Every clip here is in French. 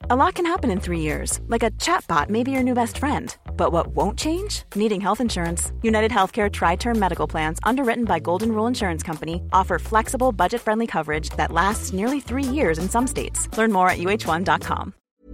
A lot can happen in 3 years, like a chatbot may be your new best friend. But what won't change? Needing health insurance. United Healthcare Tri-Term Medical Plans, underwritten by Golden Rule Insurance Company, offer flexible, budget-friendly coverage that lasts nearly 3 years in some states. Learn more at uh1.com.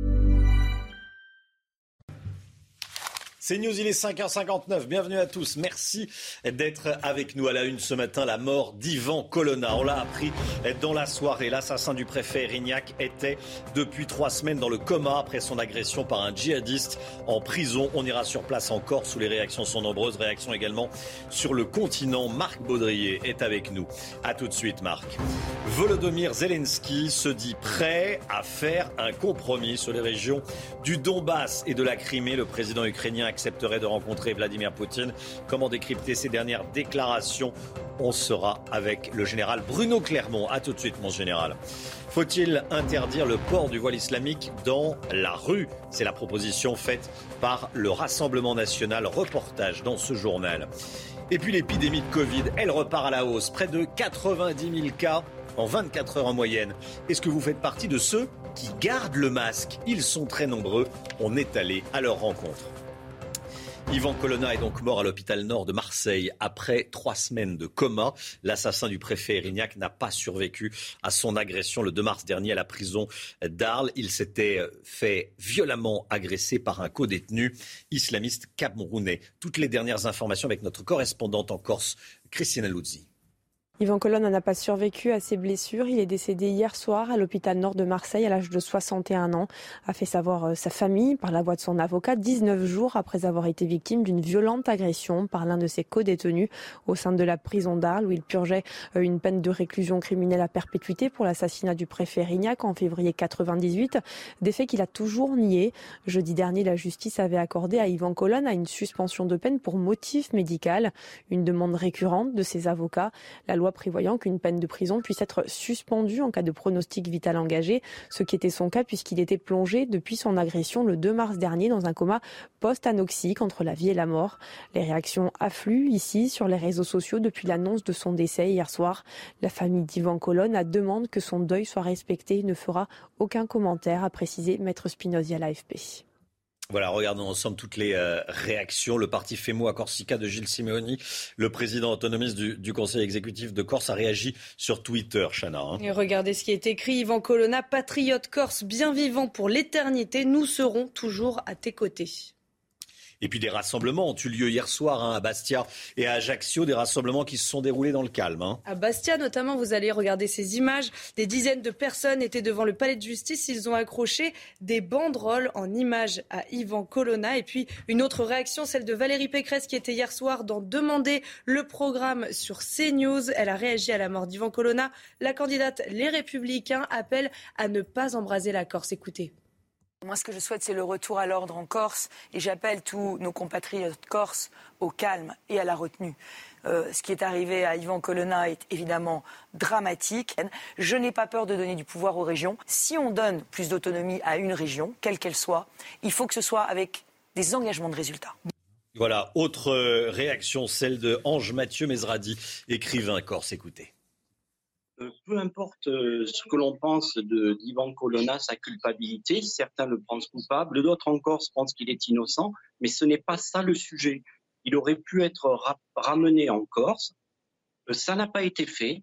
C'est News, il est 5h59. Bienvenue à tous. Merci d'être avec nous à la une ce matin. La mort d'Ivan Colonna. On l'a appris dans la soirée. L'assassin du préfet Erignac était depuis 3 semaines dans le coma après son agression par un djihadiste en prison. On ira sur place en Corse où les réactions sont nombreuses. Réactions également sur le continent. Marc Baudrier est avec nous. A tout de suite, Marc. Volodymyr Zelensky se dit prêt à faire un compromis sur les régions du Donbass et de la Crimée. Le président ukrainien accepterait de rencontrer Vladimir Poutine. Comment décrypter ces dernières déclarations? On sera avec le général Bruno Clermont. A tout de suite, mon général. Faut-il interdire le port du voile islamique dans la rue? C'est la proposition faite par le Rassemblement national. Reportage dans ce journal. Et puis l'épidémie de Covid, elle repart à la hausse. Près de 90 000 cas en 24 heures en moyenne. Est-ce que vous faites partie de ceux qui gardent le masque? Ils sont très nombreux. On est allé à leur rencontre. Ivan Colonna est donc mort à l'hôpital Nord de Marseille après 3 semaines de coma. L'assassin du préfet Erignac n'a pas survécu à son agression le 2 mars dernier à la prison d'Arles. Il s'était fait violemment agresser par un codétenu islamiste camerounais. Toutes les dernières informations avec notre correspondante en Corse, Christina Luzzi. Ivan Colonna n'a pas survécu à ses blessures. Il est décédé hier soir à l'hôpital Nord de Marseille à l'âge de 61 ans, a fait savoir sa famille par la voix de son avocat 19 jours après avoir été victime d'une violente agression par l'un de ses co-détenus au sein de la prison d'Arles où il purgeait une peine de réclusion criminelle à perpétuité pour l'assassinat du préfet Erignac en février 98, des faits qu'il a toujours niés. Jeudi dernier, la justice avait accordé à Ivan Colonna une suspension de peine pour motif médical, une demande récurrente de ses avocats. La loi prévoyant qu'une peine de prison puisse être suspendue en cas de pronostic vital engagé, ce qui était son cas puisqu'il était plongé depuis son agression le 2 mars dernier dans un coma post-anoxique entre la vie et la mort. Les réactions affluent ici sur les réseaux sociaux depuis l'annonce de son décès hier soir. La famille d'Ivan Colonna demande que son deuil soit respecté et ne fera aucun commentaire, a précisé Maître Spinozzi à l'AFP. Voilà, regardons ensemble toutes les réactions. Le parti Femo à Corsica de Gilles Simeoni, le président autonomiste du Conseil exécutif de Corse, a réagi sur Twitter, Chana. Et regardez ce qui est écrit. Ivan Colonna, patriote corse bien vivant pour l'éternité. Nous serons toujours à tes côtés. Et puis des rassemblements ont eu lieu hier soir à Bastia et à Ajaccio, des rassemblements qui se sont déroulés dans le calme. À Bastia notamment, vous allez regarder ces images. Des dizaines de personnes étaient devant le palais de justice. Ils ont accroché des banderoles en images à Ivan Colonna. Et puis une autre réaction, celle de Valérie Pécresse qui était hier soir dans Demander le programme sur CNews. Elle a réagi à la mort d'Ivan Colonna. La candidate Les Républicains appelle à ne pas embraser la Corse. Écoutez. Moi, ce que je souhaite, c'est le retour à l'ordre en Corse et j'appelle tous nos compatriotes corses au calme et à la retenue. Ce qui est arrivé à Ivan Colonna est évidemment dramatique. Je n'ai pas peur de donner du pouvoir aux régions. Si on donne plus d'autonomie à une région, quelle qu'elle soit, il faut que ce soit avec des engagements de résultats. Voilà, autre réaction, celle de Ange Mathieu Mesradi, écrivain corse. Écoutez. Peu importe ce que l'on pense d'Ivan Colonna, sa culpabilité, certains le pensent coupable, d'autres encore pensent qu'il est innocent, mais ce n'est pas ça le sujet. Il aurait pu être ramené en Corse, ça n'a pas été fait,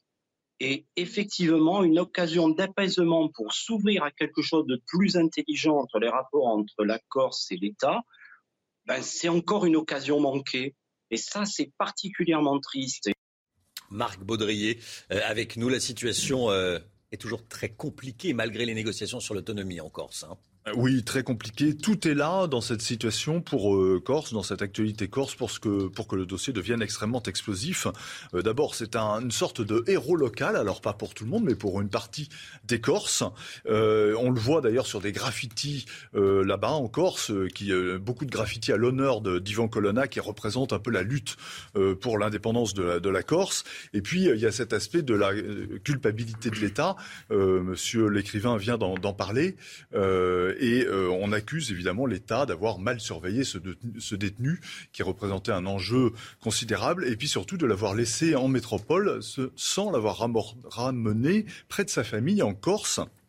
et effectivement une occasion d'apaisement pour s'ouvrir à quelque chose de plus intelligent entre les rapports entre la Corse et l'État, c'est encore une occasion manquée, et ça c'est particulièrement triste. Marc Baudrier avec nous. La situation est toujours très compliquée malgré les négociations sur l'autonomie en Corse. Oui, très compliqué. Tout est là dans cette situation pour Corse, dans cette actualité corse, pour que le dossier devienne extrêmement explosif. D'abord, c'est une sorte de héros local, alors pas pour tout le monde, mais pour une partie des Corses. On le voit d'ailleurs sur des graffitis là-bas en Corse, beaucoup de graffitis à l'honneur d'Ivan Colonna, qui représente un peu la lutte pour l'indépendance de la Corse. Et puis, il y a cet aspect de la culpabilité de l'État. Monsieur l'écrivain vient d'en parler. Et on accuse évidemment l'État d'avoir mal surveillé ce détenu qui représentait un enjeu considérable et puis surtout de l'avoir laissé en métropole sans l'avoir ramené près de sa famille en Corse.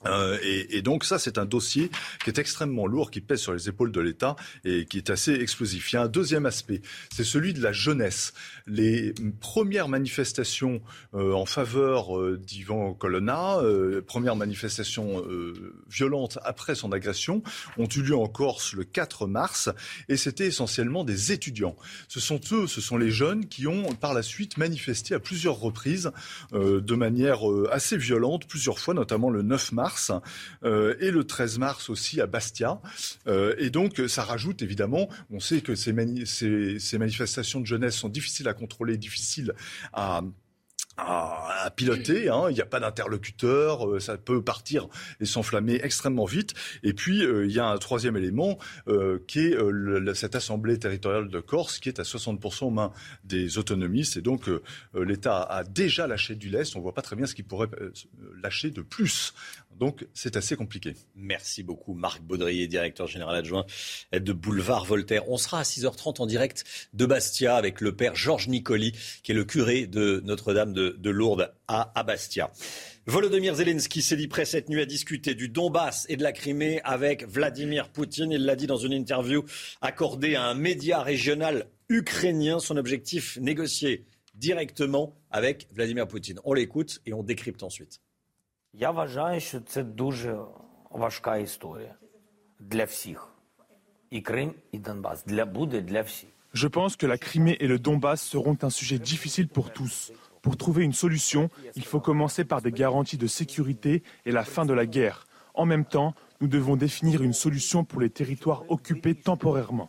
Et donc ça, c'est un dossier qui est extrêmement lourd, qui pèse sur les épaules de l'État et qui est assez explosif. Il y a un deuxième aspect, c'est celui de la jeunesse. Les premières manifestations en faveur d'Ivan Colonna, premières manifestations violentes après son agression, ont eu lieu en Corse le 4 mars et c'était essentiellement des étudiants. Ce sont les jeunes qui ont par la suite manifesté à plusieurs reprises de manière assez violente, plusieurs fois, notamment le 9 mars. Et le 13 mars aussi à Bastia. Et donc, ça rajoute évidemment, on sait que ces manifestations de jeunesse sont difficiles à contrôler, difficiles à piloter, il n'y a pas d'interlocuteur, ça peut partir et s'enflammer extrêmement vite. Et puis, il y a un troisième élément qui est cette assemblée territoriale de Corse qui est à 60% aux mains des autonomistes. Et donc, l'État a déjà lâché du lest. On ne voit pas très bien ce qu'il pourrait lâcher de plus. Donc, c'est assez compliqué. Merci beaucoup, Marc Baudrier, directeur général adjoint de Boulevard Voltaire. On sera à 6h30 en direct de Bastia avec le père Georges Nicoli, qui est le curé de Notre-Dame de Lourdes à Bastia. Volodymyr Zelensky s'est dit prêt cette nuit à discuter du Donbass et de la Crimée avec Vladimir Poutine. Il l'a dit dans une interview accordée à un média régional ukrainien. Son objectif, négocier directement avec Vladimir Poutine. On l'écoute et on décrypte ensuite. Я вважаю, що це дуже важка історія для всіх. І Крим, і Донбас. Буде для всіх. Je pense que la Crimée et le Donbass seront un sujet difficile pour tous. Pour trouver une solution, il faut commencer par des garanties de sécurité et la fin de la guerre. En même temps, nous devons définir une solution pour les territoires occupés temporairement.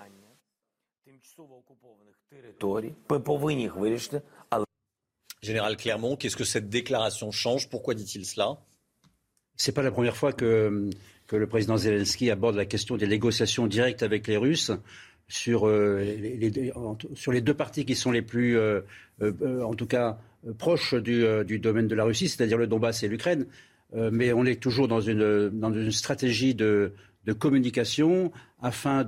Général Clermont, qu'est-ce que cette déclaration change ? Pourquoi dit-il cela ? Ce n'est pas la première fois que le président Zelensky aborde la question des négociations directes avec les Russes sur les deux parties qui sont les plus, en tout cas, proches du domaine de la Russie, c'est-à-dire le Donbass et l'Ukraine. Mais on est toujours dans une stratégie de communication afin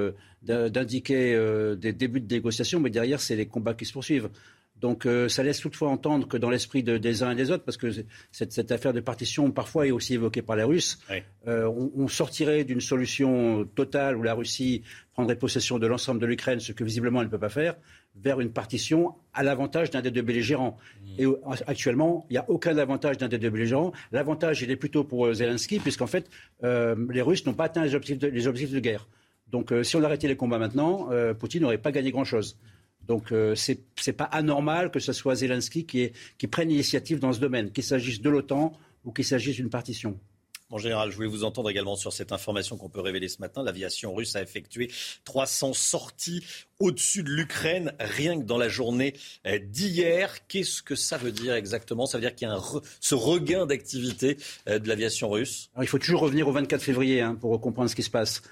d'indiquer des débuts de négociations, mais derrière, c'est les combats qui se poursuivent. Donc ça laisse toutefois entendre que dans l'esprit des uns et des autres, parce que cette affaire de partition parfois est aussi évoquée par les Russes, oui. On sortirait d'une solution totale où la Russie prendrait possession de l'ensemble de l'Ukraine, ce que visiblement elle ne peut pas faire, vers une partition à l'avantage d'un des deux belligérants. Et actuellement, il n'y a aucun avantage d'un des deux belligérants. L'avantage, il est plutôt pour Zelensky, puisqu'en fait, les Russes n'ont pas atteint les objectifs de guerre. Donc si on arrêtait les combats maintenant, Poutine n'aurait pas gagné grand-chose. Donc c'est pas anormal que ce soit Zelensky qui prenne l'initiative dans ce domaine, qu'il s'agisse de l'OTAN ou qu'il s'agisse d'une partition. En général, je voulais vous entendre également sur cette information qu'on peut révéler ce matin. L'aviation russe a effectué 300 sorties au-dessus de l'Ukraine, rien que dans la journée d'hier. Qu'est-ce que ça veut dire exactement ? Ça veut dire qu'il y a ce regain d'activité de l'aviation russe ? Alors, il faut toujours revenir au 24 février pour comprendre ce qui se passe.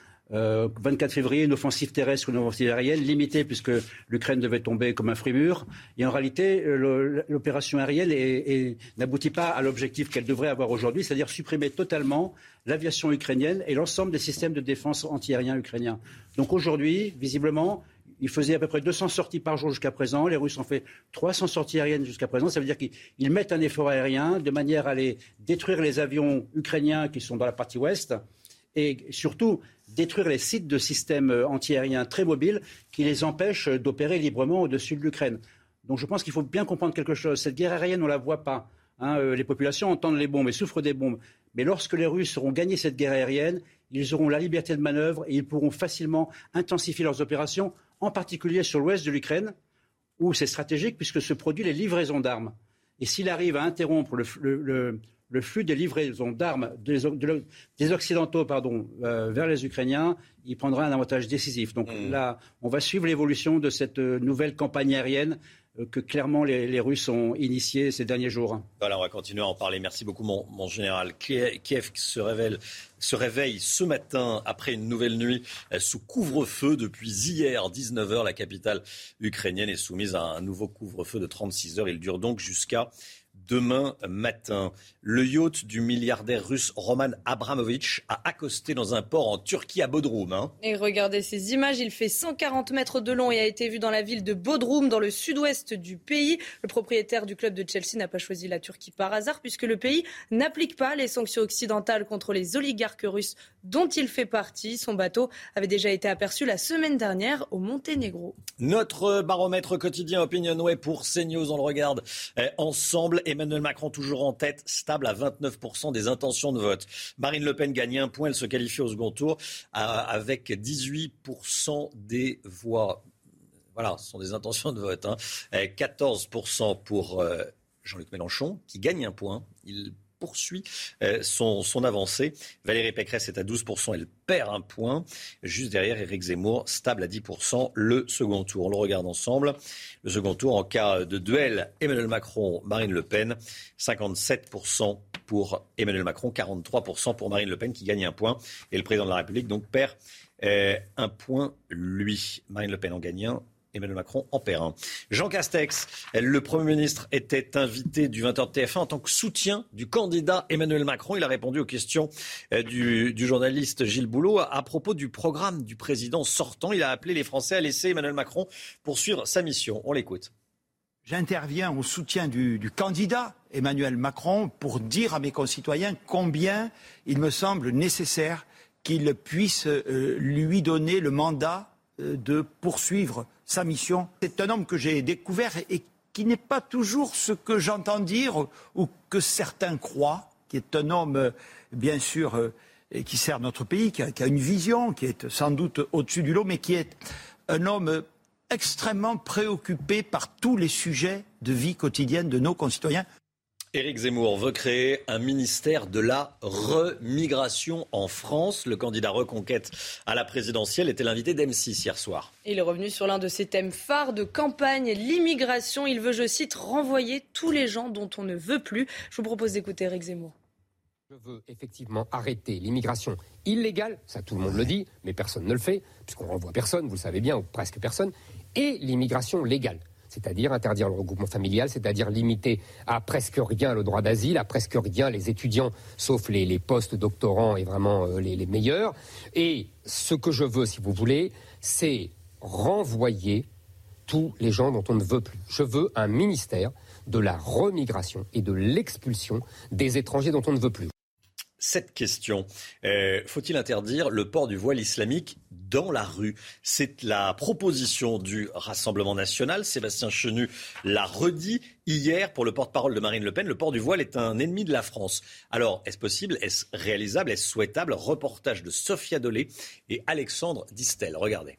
24 février, une offensive terrestre ou une offensive aérienne limitée puisque l'Ukraine devait tomber comme un fruit mûr. Et en réalité, l'opération aérienne n'aboutit pas à l'objectif qu'elle devrait avoir aujourd'hui, c'est-à-dire supprimer totalement l'aviation ukrainienne et l'ensemble des systèmes de défense antiaériens ukrainiens. Donc aujourd'hui, visiblement, il faisait à peu près 200 sorties par jour jusqu'à présent. Les Russes ont fait 300 sorties aériennes jusqu'à présent. Ça veut dire qu'ils mettent un effort aérien de manière à aller détruire les avions ukrainiens qui sont dans la partie ouest et surtout détruire les sites de systèmes antiaériens très mobiles qui les empêchent d'opérer librement au-dessus de l'Ukraine. Donc je pense qu'il faut bien comprendre quelque chose. Cette guerre aérienne, on ne la voit pas. Les populations entendent les bombes et souffrent des bombes. Mais lorsque les Russes auront gagné cette guerre aérienne, ils auront la liberté de manœuvre et ils pourront facilement intensifier leurs opérations, en particulier sur l'ouest de l'Ukraine, où c'est stratégique puisque se produisent les livraisons d'armes. Et s'il arrive à interrompre le flux des livraisons d'armes des Occidentaux vers les Ukrainiens, il prendra un avantage décisif. Donc là, on va suivre l'évolution de cette nouvelle campagne aérienne que clairement les Russes ont initiée ces derniers jours. Voilà, on va continuer à en parler. Merci beaucoup, mon général. Kiev se réveille ce matin après une nouvelle nuit sous couvre-feu. Depuis hier, 19h, la capitale ukrainienne est soumise à un nouveau couvre-feu de 36 heures. Il dure donc jusqu'à demain matin. Le yacht du milliardaire russe Roman Abramovich a accosté dans un port en Turquie à Bodrum. Et regardez ces images, il fait 140 mètres de long et a été vu dans la ville de Bodrum, dans le sud-ouest du pays. Le propriétaire du club de Chelsea n'a pas choisi la Turquie par hasard puisque le pays n'applique pas les sanctions occidentales contre les oligarques russes dont il fait partie. Son bateau avait déjà été aperçu la semaine dernière au Monténégro. Notre baromètre quotidien Opinionway pour CNews, on le regarde ensemble. Emmanuel Macron toujours en tête, stable à 29% des intentions de vote. Marine Le Pen gagne 1 point, elle se qualifie au second tour avec 18% des voix. Voilà, ce sont des intentions de vote. 14% pour Jean-Luc Mélenchon qui gagne 1 point. Il poursuit son avancée. Valérie Pécresse est à 12%, elle perd 1 point. Juste derrière, Éric Zemmour, stable à 10%, le second tour. On le regarde ensemble. Le second tour, en cas de duel, Emmanuel Macron, Marine Le Pen, 57% pour Emmanuel Macron, 43% pour Marine Le Pen qui gagne 1 point. Et le président de la République donc perd 1 point, lui. Marine Le Pen en gagne 1. Emmanuel Macron en perd 1. Jean Castex, le Premier ministre, était invité du 20h de TF1 en tant que soutien du candidat Emmanuel Macron. Il a répondu aux questions du journaliste Gilles Boulot à propos du programme du président sortant. Il a appelé les Français à laisser Emmanuel Macron poursuivre sa mission. On l'écoute. J'interviens au soutien du candidat Emmanuel Macron pour dire à mes concitoyens combien il me semble nécessaire qu'il puisse lui donner le mandat de poursuivre sa mission. C'est un homme que j'ai découvert et qui n'est pas toujours ce que j'entends dire ou que certains croient, qui est un homme, bien sûr, qui sert notre pays, qui a une vision, qui est sans doute au-dessus du lot, mais qui est un homme extrêmement préoccupé par tous les sujets de vie quotidienne de nos concitoyens. Éric Zemmour veut créer un ministère de la remigration en France. Le candidat Reconquête à la présidentielle était l'invité d'M6 hier soir. Il est revenu sur l'un de ses thèmes phares de campagne, l'immigration. Il veut, je cite, renvoyer tous les gens dont on ne veut plus. Je vous propose d'écouter Éric Zemmour. Je veux effectivement arrêter l'immigration illégale, ça tout le monde le dit, mais personne ne le fait, puisqu'on ne renvoie personne, vous le savez bien, ou presque personne, et l'immigration légale. C'est-à-dire interdire le regroupement familial, c'est-à-dire limiter à presque rien le droit d'asile, à presque rien les étudiants, sauf les post-doctorants et vraiment les meilleurs. Et ce que je veux, si vous voulez, c'est renvoyer tous les gens dont on ne veut plus. Je veux un ministère de la remigration et de l'expulsion des étrangers dont on ne veut plus. Cette question, faut-il interdire le port du voile islamique dans la rue ? C'est la proposition du Rassemblement national. Sébastien Chenu l'a redit hier pour le porte-parole de Marine Le Pen. Le port du voile est un ennemi de la France. Alors, est-ce possible ? Est-ce réalisable ? Est-ce souhaitable ? Reportage de Sophia Dolé et Alexandre Distel. Regardez.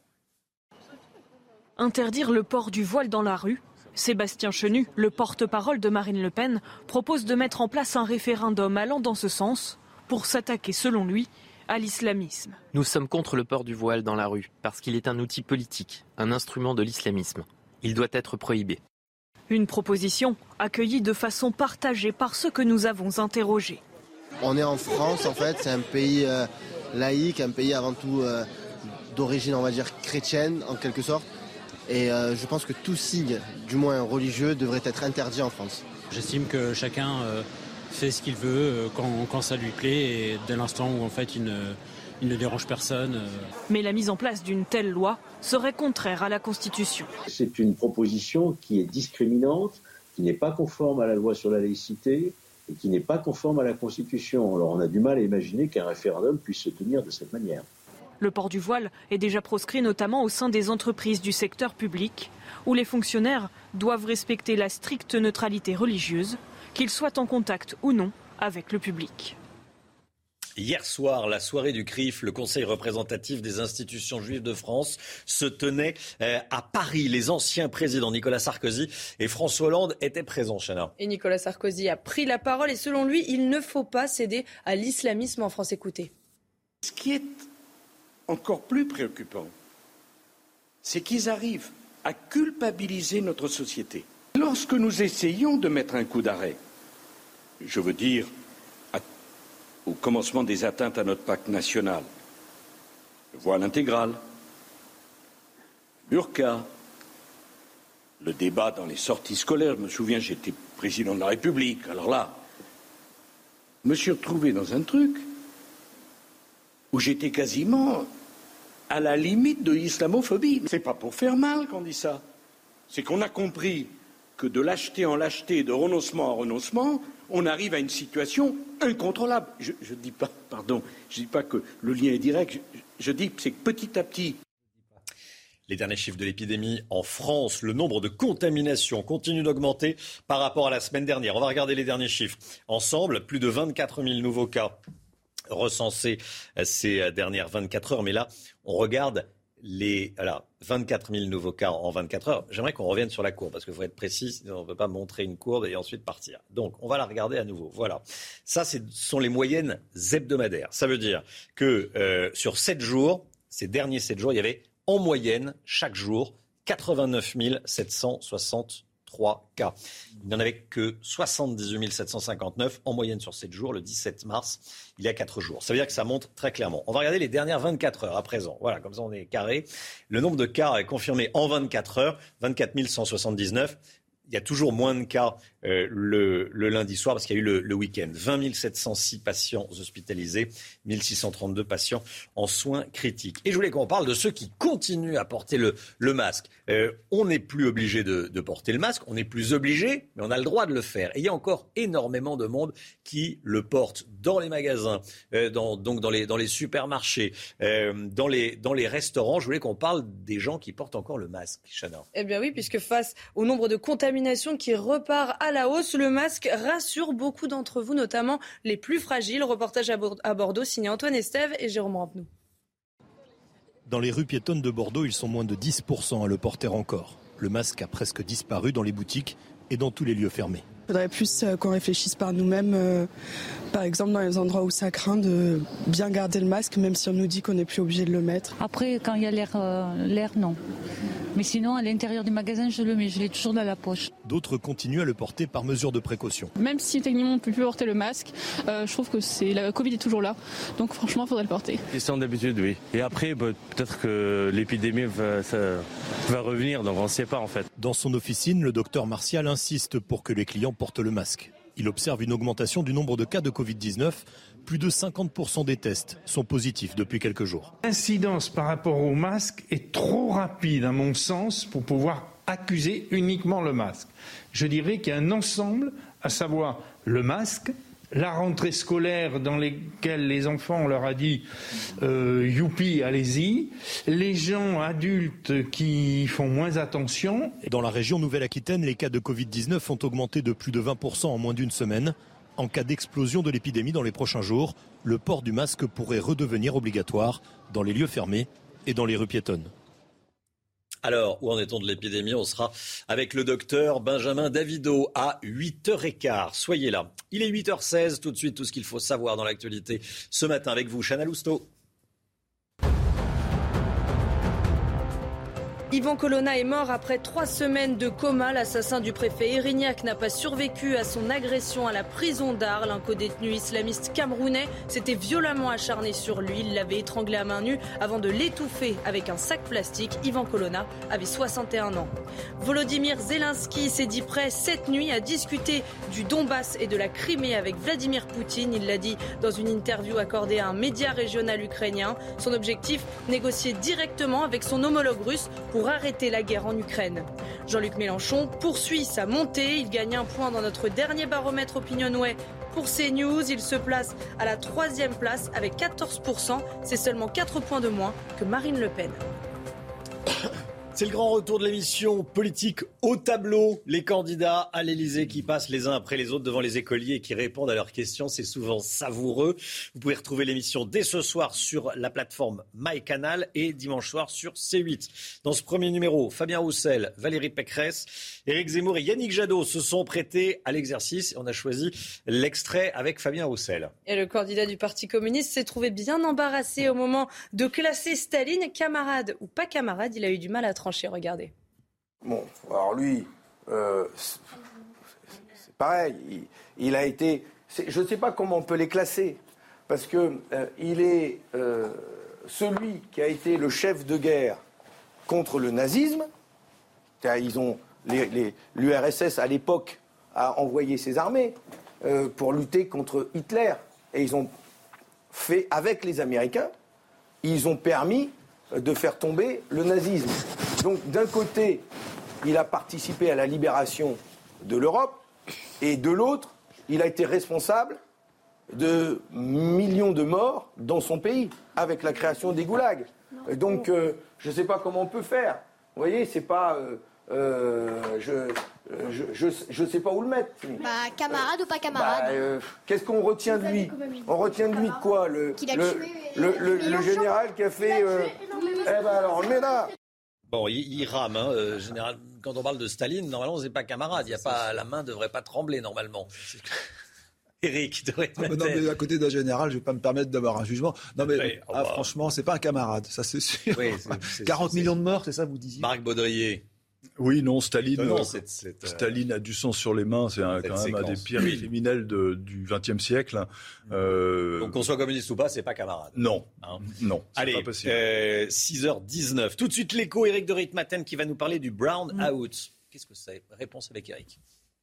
Interdire le port du voile dans la rue ? Sébastien Chenu, le porte-parole de Marine Le Pen, propose de mettre en place un référendum allant dans ce sens pour s'attaquer, selon lui, à l'islamisme. Nous sommes contre le port du voile dans la rue parce qu'il est un outil politique, un instrument de l'islamisme. Il doit être prohibé. Une proposition accueillie de façon partagée par ceux que nous avons interrogés. On est en France, en fait, c'est un pays laïque, un pays avant tout d'origine, on va dire, chrétienne, en quelque sorte. Et je pense que tout signe, du moins religieux, devrait être interdit en France. J'estime que chacun fait ce qu'il veut quand ça lui plaît et dès l'instant où en fait il ne dérange personne. Mais la mise en place d'une telle loi serait contraire à la Constitution. C'est une proposition qui est discriminante, qui n'est pas conforme à la loi sur la laïcité et qui n'est pas conforme à la Constitution. Alors on a du mal à imaginer qu'un référendum puisse se tenir de cette manière. Le port du voile est déjà proscrit notamment au sein des entreprises du secteur public, où les fonctionnaires doivent respecter la stricte neutralité religieuse, qu'ils soient en contact ou non avec le public. Hier soir, la soirée du CRIF, le Conseil représentatif des institutions juives de France, se tenait à Paris. Les anciens présidents Nicolas Sarkozy et François Hollande étaient présents, Chana. Et Nicolas Sarkozy a pris la parole et selon lui, il ne faut pas céder à l'islamisme en France. Écoutez. Ce qui est encore plus préoccupant, c'est qu'ils arrivent à culpabiliser notre société. Lorsque nous essayons de mettre un coup d'arrêt, je veux dire au commencement des atteintes à notre pacte national, le voile intégral, burqa, le débat dans les sorties scolaires. Je me souviens, j'étais président de la République. Alors là, je me suis retrouvé dans un truc où j'étais quasiment à la limite de l'islamophobie. C'est pas pour faire mal qu'on dit ça. C'est qu'on a compris que de lâcheté en lâcheté, de renoncement en renoncement, on arrive à une situation incontrôlable. Je dis pas, je dis pas que le lien est direct. Je dis que c'est que petit à petit. Les derniers chiffres de l'épidémie en France, le nombre de contaminations continue d'augmenter par rapport à la semaine dernière. On va regarder les derniers chiffres ensemble. Plus de 24 000 nouveaux cas recensés ces dernières 24 heures. Mais là, on regarde 24 000 nouveaux cas en 24 heures. J'aimerais qu'on revienne sur la courbe parce qu'il faut être précis, sinon on ne peut pas montrer une courbe et ensuite partir. Donc, on va la regarder à nouveau. Voilà. Ça, ce sont les moyennes hebdomadaires. Ça veut dire que sur 7 jours, ces derniers 7 jours, il y avait en moyenne, chaque jour, 89 763 cas. Il n'y en avait que 78 759 en moyenne sur 7 jours, le 17 mars, il y a 4 jours. Ça veut dire que ça monte très clairement. On va regarder les dernières 24 heures à présent. Voilà, comme ça on est carré. Le nombre de cas est confirmé en 24 heures, 24 179. Il y a toujours moins de cas le lundi soir parce qu'il y a eu le week-end. 20 706 patients hospitalisés, 1632 patients en soins critiques. Et je voulais qu'on parle de ceux qui continuent à porter le masque. On n'est plus obligé de porter le masque, on n'est plus obligé, mais on a le droit de le faire. Et il y a encore énormément de monde qui le porte dans les magasins, dans les supermarchés, dans les restaurants. Je voulais qu'on parle des gens qui portent encore le masque, Chana. Eh bien oui, puisque face au nombre de contaminations qui repart à la hausse, le masque rassure beaucoup d'entre vous, notamment les plus fragiles. Reportage à Bordeaux, signé Antoine Estève et Jérôme Rampenou. Dans les rues piétonnes de Bordeaux, ils sont moins de 10% à le porter encore. Le masque a presque disparu dans les boutiques et dans tous les lieux fermés. Il faudrait plus qu'on réfléchisse par nous-mêmes, par exemple dans les endroits où ça craint, de bien garder le masque, même si on nous dit qu'on n'est plus obligé de le mettre. Après, quand il y a l'air, non. Mais sinon, à l'intérieur du magasin, je le mets, je l'ai toujours dans la poche. D'autres continuent à le porter par mesure de précaution. Même si techniquement on ne peut plus porter le masque, je trouve que la Covid est toujours là. Donc franchement, il faudrait le porter. Question d'habitude, oui. Et après, peut-être que l'épidémie va revenir, donc on ne sait pas en fait. Dans son officine, le docteur Martial insiste pour que les clients portent le masque. Il observe une augmentation du nombre de cas de Covid-19. Plus de 50% des tests sont positifs depuis quelques jours. L'incidence par rapport au masque est trop rapide, à mon sens, pour pouvoir accuser uniquement le masque. Je dirais qu'il y a un ensemble, à savoir le masque, la rentrée scolaire dans laquelle les enfants, on leur a dit youpi, allez-y, les gens adultes qui font moins attention. Dans la région Nouvelle-Aquitaine, les cas de Covid-19 ont augmenté de plus de 20% en moins d'une semaine. En cas d'explosion de l'épidémie dans les prochains jours, le port du masque pourrait redevenir obligatoire dans les lieux fermés et dans les rues piétonnes. Alors, où en est-on de l'épidémie? On sera avec le docteur Benjamin Davido à 8h15. Soyez là. Il est 8h16. Tout de suite, tout ce qu'il faut savoir dans l'actualité ce matin avec vous, Chana Lousteau. Yvan Colonna est mort après 3 semaines de coma. L'assassin du préfet Erignac n'a pas survécu à son agression à la prison d'Arles. Un codétenu islamiste camerounais s'était violemment acharné sur lui. Il l'avait étranglé à main nue avant de l'étouffer avec un sac plastique. Yvan Colonna avait 61 ans. Volodymyr Zelensky s'est dit prêt cette nuit à discuter du Donbass et de la Crimée avec Vladimir Poutine. Il l'a dit dans une interview accordée à un média régional ukrainien. Son objectif, négocier directement avec son homologue russe pour arrêter la guerre en Ukraine. Jean-Luc Mélenchon poursuit sa montée. Il gagne un point dans notre dernier baromètre Opinionway pour CNews. Il se place à la 3e place avec 14%. C'est seulement 4 points de moins que Marine Le Pen. C'est le grand retour de l'émission politique au tableau. Les candidats à l'Élysée qui passent les uns après les autres devant les écoliers et qui répondent à leurs questions. C'est souvent savoureux. Vous pouvez retrouver l'émission dès ce soir sur la plateforme MyCanal et dimanche soir sur C8. Dans ce premier numéro, Fabien Roussel, Valérie Pécresse, Éric Zemmour et Yannick Jadot se sont prêtés à l'exercice. On a choisi l'extrait avec Fabien Roussel. Et le candidat du Parti communiste s'est trouvé bien embarrassé au moment de classer Staline. Camarade ou pas camarade, il a eu du mal à trancher. Regardez. Bon, alors lui, c'est pareil. Il a été. Je ne sais pas comment on peut les classer, parce que il est celui qui a été le chef de guerre contre le nazisme. Ils ont l'URSS à l'époque a envoyé ses armées pour lutter contre Hitler. Et ils ont fait, avec les Américains, ils ont permis de faire tomber le nazisme. Donc d'un côté, il a participé à la libération de l'Europe, et de l'autre, il a été responsable de millions de morts dans son pays, avec la création des goulags. Donc je ne sais pas comment on peut faire. Vous voyez, c'est pas... je sais pas où le mettre. Camarade ou pas camarade Qu'est-ce qu'on retient de lui? On retient de lui de quoi? Le général qui a fait... alors on le met là. Bon, il rame, hein, général. Quand on parle de Staline, normalement, c'est pas camarade. La main devrait pas trembler, normalement. Éric de Ritmaten. Non, mais à côté d'un général, je vais pas me permettre d'avoir un jugement. Non, mais franchement, c'est pas un camarade, ça c'est sûr. Oui, 40 millions de morts, c'est ça, vous disiez? Marc Baudrier. Oui, non, Staline a du sang sur les mains. C'est quand même un des pires criminels du XXe siècle. Donc qu'on soit communiste ou pas, c'est pas camarade. Non, non, c'est allez, pas possible. 6h19. Tout de suite l'écho, Éric de Ritmaten qui va nous parler du brown out. Qu'est-ce que c'est? Réponse avec Éric.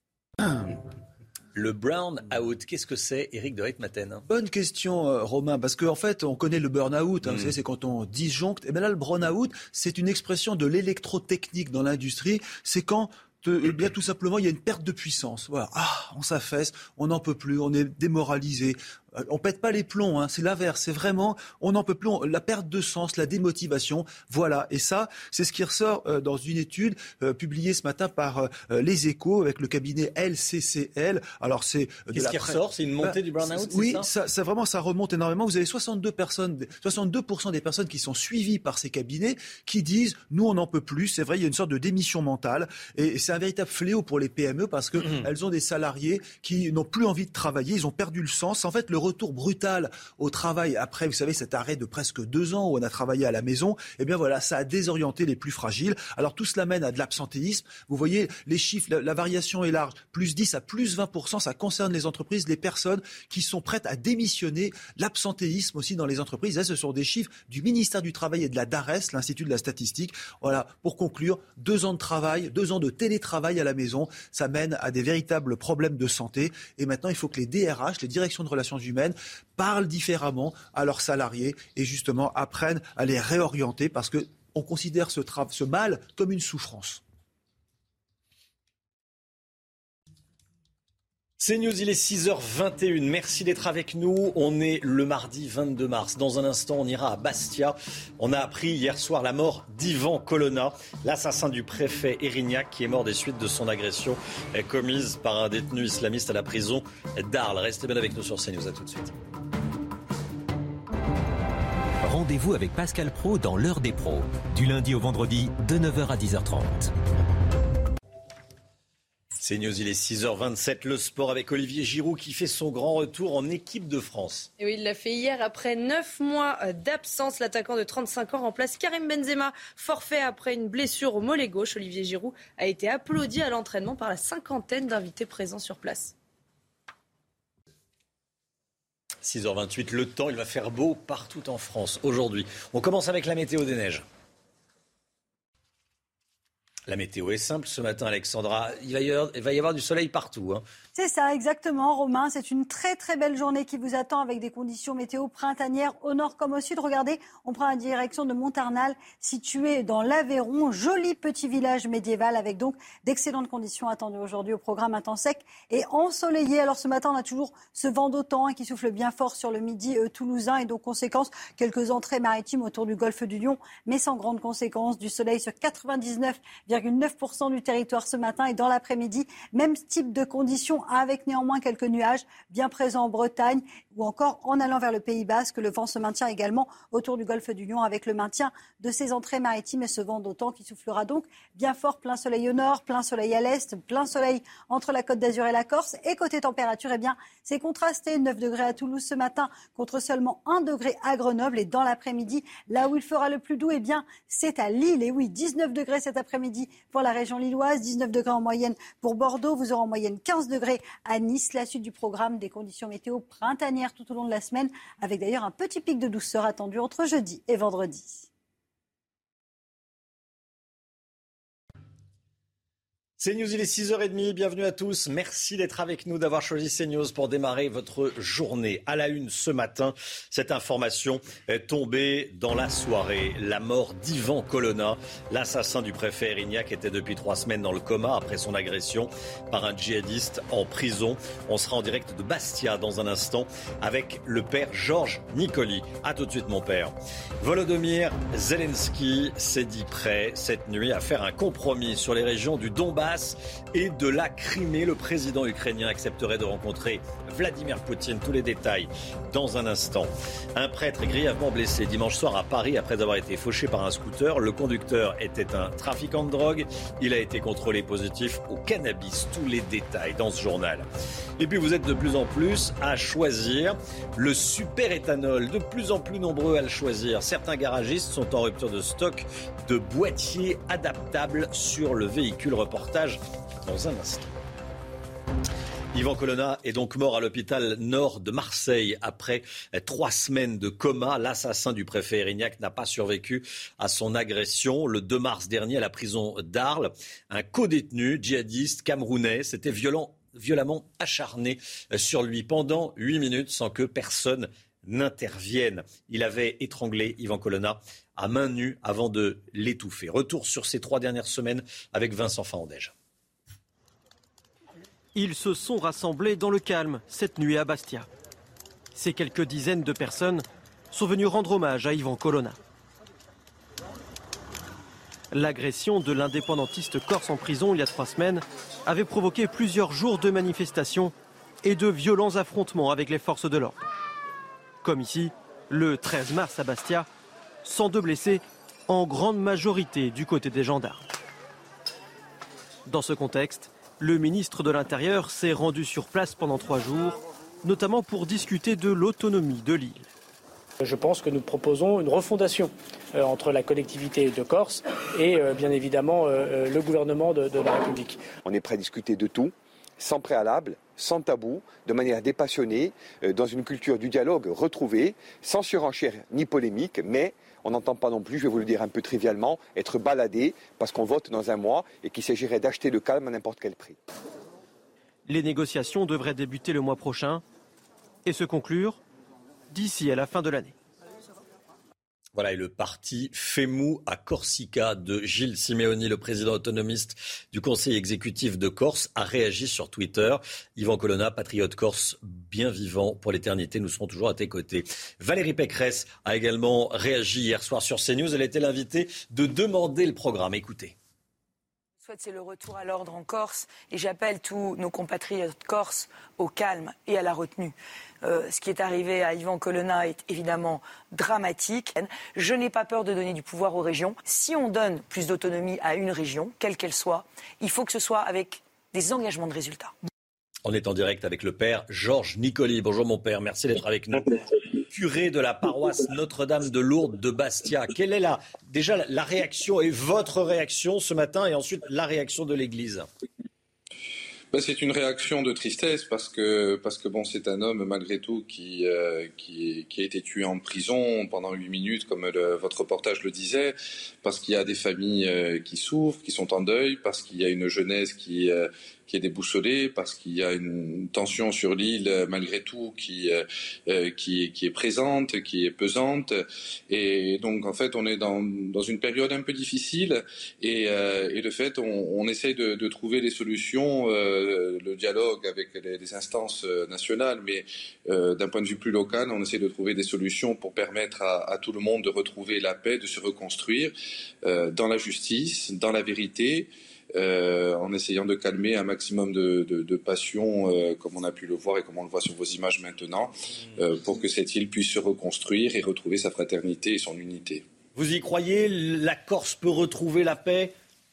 Le brown out, qu'est-ce que c'est, Éric de Ritmaten? Bonne question, Romain, parce qu'en fait, on connaît le burn-out, vous savez, c'est quand on disjoncte. Et bien là, le brown-out, c'est une expression de l'électrotechnique dans l'industrie. C'est quand, bien tout simplement, il y a une perte de puissance. Voilà, on s'affaisse, on n'en peut plus, on est démoralisé. On pète pas les plombs, hein, c'est l'inverse. C'est vraiment, on n'en peut plus, la perte de sens, la démotivation. Voilà. Et ça, c'est ce qui ressort dans une étude publiée ce matin par Les Échos avec le cabinet LCCL. Alors c'est qu'est-ce qui ressort? C'est une montée du burn-out? Oui, ça vraiment, ça remonte énormément. Vous avez 62% des personnes qui sont suivies par ces cabinets qui disent, nous, on n'en peut plus. C'est vrai, il y a une sorte de démission mentale. Et c'est un véritable fléau pour les PME parce que elles ont des salariés qui n'ont plus envie de travailler. Ils ont perdu le sens. En fait, le retour brutal au travail après, vous savez, cet arrêt de presque 2 ans où on a travaillé à la maison, eh bien voilà, ça a désorienté les plus fragiles. Alors tout cela mène à de l'absentéisme. Vous voyez, les chiffres, la variation est large. Plus 10 à plus 20%, ça concerne les entreprises, les personnes qui sont prêtes à démissionner. L'absentéisme aussi dans les entreprises. Là, ce sont des chiffres du ministère du Travail et de la DARES, l'Institut de la Statistique. Voilà, pour conclure, 2 ans de travail, 2 ans de télétravail à la maison, ça mène à des véritables problèmes de santé. Et maintenant, il faut que les DRH, les directions de relations humaines, parlent différemment à leurs salariés et justement apprennent à les réorienter parce qu'on considère ce mal comme une souffrance. C'est News, il est 6h21. Merci d'être avec nous. On est le mardi 22 mars. Dans un instant, on ira à Bastia. On a appris hier soir la mort d'Ivan Colonna, l'assassin du préfet Erignac qui est mort des suites de son agression commise par un détenu islamiste à la prison d'Arles. Restez bien avec nous sur CNews. À tout de suite. Rendez-vous avec Pascal Praud dans l'heure des pros, du lundi au vendredi de 9h à 10h30. C'est News, il est 6h27, le sport avec Olivier Giroud qui fait son grand retour en équipe de France. Et oui, il l'a fait hier après 9 mois d'absence. L'attaquant de 35 ans remplace Karim Benzema, forfait après une blessure au mollet gauche. Olivier Giroud a été applaudi à l'entraînement par la 50aine d'invités présents sur place. 6h28, le temps, il va faire beau partout en France aujourd'hui. On commence avec la météo des neiges. La météo est simple ce matin, Alexandra. Il va y avoir du soleil partout. Hein. C'est ça, exactement, Romain. C'est une très très belle journée qui vous attend avec des conditions météo printanières au nord comme au sud. Regardez, on prend la direction de Montarnal, situé dans l'Aveyron. Joli petit village médiéval avec donc d'excellentes conditions attendues aujourd'hui au programme un temps sec et ensoleillé. Alors ce matin, on a toujours ce vent d'automne qui souffle bien fort sur le midi toulousain et donc conséquence, quelques entrées maritimes autour du golfe du Lion, mais sans grande conséquence. Du soleil sur 99,9% du territoire ce matin et dans l'après-midi, même type de conditions avec néanmoins quelques nuages bien présents en Bretagne ou encore en allant vers le Pays Basque. Le vent se maintient également autour du golfe du Lion avec le maintien de ces entrées maritimes et ce vent d'automne qui soufflera donc bien fort. Plein soleil au nord, plein soleil à l'est, plein soleil entre la Côte d'Azur et la Corse. Et côté température, eh bien, c'est contrasté. 9 degrés à Toulouse ce matin contre seulement 1 degré à Grenoble. Et dans l'après-midi, là où il fera le plus doux, eh bien, c'est à Lille. Et oui, 19 degrés cet après-midi pour la région lilloise, 19 degrés en moyenne pour Bordeaux. Vous aurez en moyenne 15 degrés à Nice. La suite du programme, des conditions météo printanières tout au long de la semaine, avec d'ailleurs un petit pic de douceur attendu entre jeudi et vendredi. CNews, il est 6h30, bienvenue à tous. Merci d'être avec nous, d'avoir choisi CNews pour démarrer votre journée. À la une ce matin, cette information est tombée dans la soirée. La mort d'Ivan Colonna, l'assassin du préfet Erignac, était depuis 3 semaines dans le coma après son agression par un djihadiste en prison. On sera en direct de Bastia dans un instant avec le père Georges Nicoli. A tout de suite mon père. Volodymyr Zelensky s'est dit prêt cette nuit à faire un compromis sur les régions du Donbass et de la Crimée. Le président ukrainien accepterait de rencontrer Vladimir Poutine. Tous les détails dans un instant. Un prêtre est grièvement blessé dimanche soir à Paris après avoir été fauché par un scooter. Le conducteur était un trafiquant de drogue. Il a été contrôlé positif au cannabis. Tous les détails dans ce journal. Et puis vous êtes de plus en plus à choisir le super éthanol. De plus en plus nombreux à le choisir. Certains garagistes sont en rupture de stock de boîtiers adaptables sur le véhicule. Reportage dans un instant. Ivan Colonna est donc mort à l'hôpital nord de Marseille après 3 semaines de coma. L'assassin du préfet Erignac n'a pas survécu à son agression. Le 2 mars dernier à la prison d'Arles, un codétenu djihadiste camerounais s'était violemment acharné sur lui pendant 8 minutes sans que personne n'intervienne. Il avait étranglé Ivan Colonna à main nue avant de l'étouffer. Retour sur ces 3 dernières semaines avec Vincent Fahandège. Ils se sont rassemblés dans le calme cette nuit à Bastia. Ces quelques dizaines de personnes sont venues rendre hommage à Ivan Colonna. L'agression de l'indépendantiste corse en prison il y a 3 semaines avait provoqué plusieurs jours de manifestations et de violents affrontements avec les forces de l'ordre. Comme ici, le 13 mars à Bastia, 102 blessés, en grande majorité du côté des gendarmes. Dans ce contexte, le ministre de l'Intérieur s'est rendu sur place pendant 3 jours, notamment pour discuter de l'autonomie de l'île. Je pense que nous proposons une refondation entre la collectivité de Corse et bien évidemment le gouvernement de la République. On est prêt à discuter de tout, sans préalable, sans tabou, de manière dépassionnée, dans une culture du dialogue retrouvée, sans surenchère ni polémique, mais on n'entend pas non plus, je vais vous le dire un peu trivialement, être baladé parce qu'on vote dans un mois et qu'il s'agirait d'acheter le calme à n'importe quel prix. Les négociations devraient débuter le mois prochain et se conclure d'ici à la fin de l'année. Voilà, et le parti Femou à Corsica de Gilles Simeoni, le président autonomiste du Conseil exécutif de Corse, a réagi sur Twitter. Ivan Colonna, patriote corse, bien vivant pour l'éternité, nous serons toujours à tes côtés. Valérie Pécresse a également réagi hier soir sur CNews. Elle était l'invitée de demander le programme. Écoutez. C'est le retour à l'ordre en Corse et j'appelle tous nos compatriotes corses au calme et à la retenue. Ce qui est arrivé à Ivan Colonna est évidemment dramatique. Je n'ai pas peur de donner du pouvoir aux régions. Si on donne plus d'autonomie à une région, quelle qu'elle soit, il faut que ce soit avec des engagements de résultats. On est en direct avec le père Georges Nicoli. Bonjour mon père, merci d'être avec nous. Curé de la paroisse Notre-Dame de Lourdes de Bastia. Quelle est déjà la réaction et votre réaction ce matin et ensuite la réaction de l'Église ? C'est une réaction de tristesse parce que bon, c'est un homme malgré tout qui a été tué en prison pendant 8 minutes, comme votre reportage le disait, parce qu'il y a des familles qui souffrent, qui sont en deuil, parce qu'il y a une jeunesse qui est déboussolée, parce qu'il y a une tension sur l'île malgré tout qui est présente, qui est pesante, et donc en fait on est dans une période un peu difficile et de fait on essaye de trouver des solutions, le dialogue avec les instances nationales, mais d'un point de vue plus local, on essaie de trouver des solutions pour permettre à tout le monde de retrouver la paix, de se reconstruire dans la justice, dans la vérité. En essayant de calmer un maximum de passion, comme on a pu le voir et comme on le voit sur vos images maintenant, pour que cette île puisse se reconstruire et retrouver sa fraternité et son unité. Vous y croyez ? La Corse peut retrouver la paix ?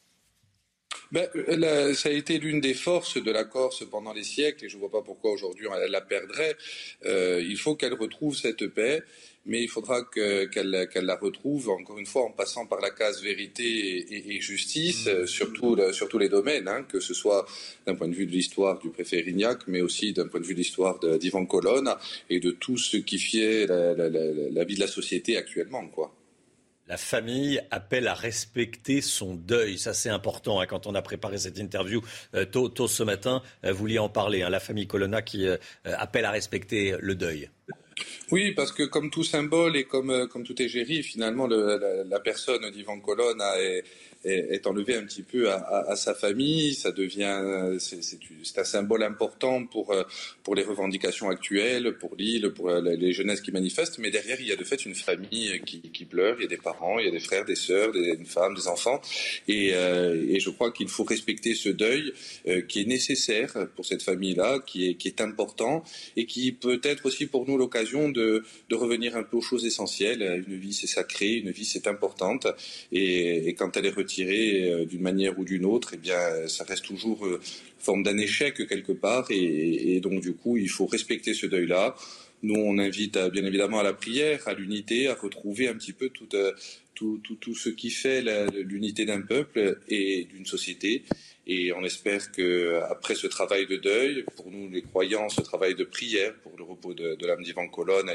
Ça a été l'une des forces de la Corse pendant les siècles et je ne vois pas pourquoi aujourd'hui elle la perdrait. Il faut qu'elle retrouve cette paix. Mais il faudra qu'elle la retrouve, encore une fois, en passant par la case vérité et justice, sur tous les domaines, que ce soit d'un point de vue de l'histoire du préfet Erignac, mais aussi d'un point de vue de l'histoire d'Ivan Colonna et de tout ce qui fait la vie de la société actuellement, quoi. La famille appelle à respecter son deuil. Ça, c'est important. Quand on a préparé cette interview tôt ce matin, vous vouliez en parler. La famille Colonna qui appelle à respecter le deuil. Oui, parce que comme tout symbole et comme tout égérie, finalement, la personne d'Ivan Colonna est enlevée un petit peu à sa famille. Ça devient, c'est un symbole important pour les revendications actuelles, pour l'île, pour les jeunesses qui manifestent. Mais derrière, il y a de fait une famille qui pleure. Il y a des parents, il y a des frères, des sœurs, une femme, des enfants. Et je crois qu'il faut respecter ce deuil qui est nécessaire pour cette famille-là, qui est important et qui peut être aussi pour nous l'occasion de revenir un peu aux choses essentielles. Une vie, c'est sacré, une vie, c'est importante. Et quand elle est retirée d'une manière ou d'une autre, eh bien, ça reste toujours forme d'un échec quelque part. Et donc, du coup, il faut respecter ce deuil-là. Nous, on invite bien évidemment à la prière, à l'unité, à retrouver un petit peu tout ce qui fait l'unité d'un peuple et d'une société. Et on espère qu'après ce travail de deuil, pour nous les croyants, ce travail de prière pour le repos de l'âme d'Ivan Colonna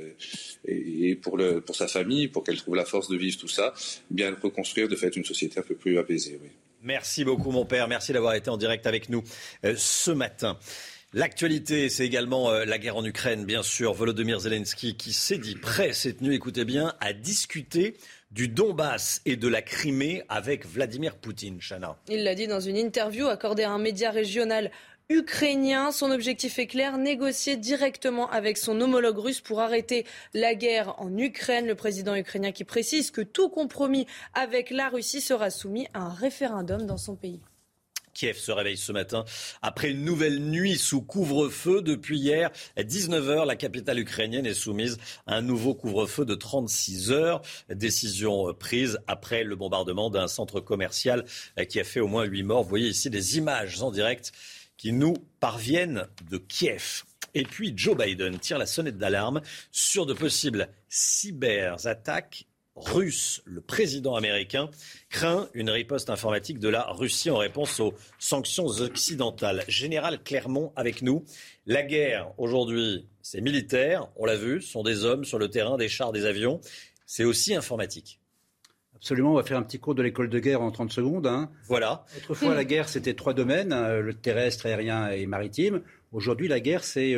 et pour sa famille, pour qu'elle trouve la force de vivre tout ça, bien reconstruire de fait une société un peu plus apaisée. Oui. Merci beaucoup mon père, merci d'avoir été en direct avec nous ce matin. L'actualité, c'est également la guerre en Ukraine, bien sûr. Volodymyr Zelensky qui s'est dit prêt cette nuit, écoutez bien, à discuter du Donbass et de la Crimée avec Vladimir Poutine. Chana. Il l'a dit dans une interview accordée à un média régional ukrainien. Son objectif est clair, négocier directement avec son homologue russe pour arrêter la guerre en Ukraine. Le président ukrainien qui précise que tout compromis avec la Russie sera soumis à un référendum dans son pays. Kiev se réveille ce matin après une nouvelle nuit sous couvre-feu. Depuis hier, à 19h, la capitale ukrainienne est soumise à un nouveau couvre-feu de 36 heures. Décision prise après le bombardement d'un centre commercial qui a fait au moins 8 morts. Vous voyez ici des images en direct qui nous parviennent de Kiev. Et puis Joe Biden tire la sonnette d'alarme sur de possibles cyberattaques russe. Le président américain craint une riposte informatique de la Russie en réponse aux sanctions occidentales. Général Clermont avec nous. La guerre aujourd'hui, c'est militaire, on l'a vu, ce sont des hommes sur le terrain, des chars, des avions. C'est aussi informatique. Absolument, on va faire un petit cours de l'école de guerre en 30 secondes. Voilà. Autrefois, la guerre, c'était 3 domaines, le terrestre, aérien et maritime. Aujourd'hui, la guerre, c'est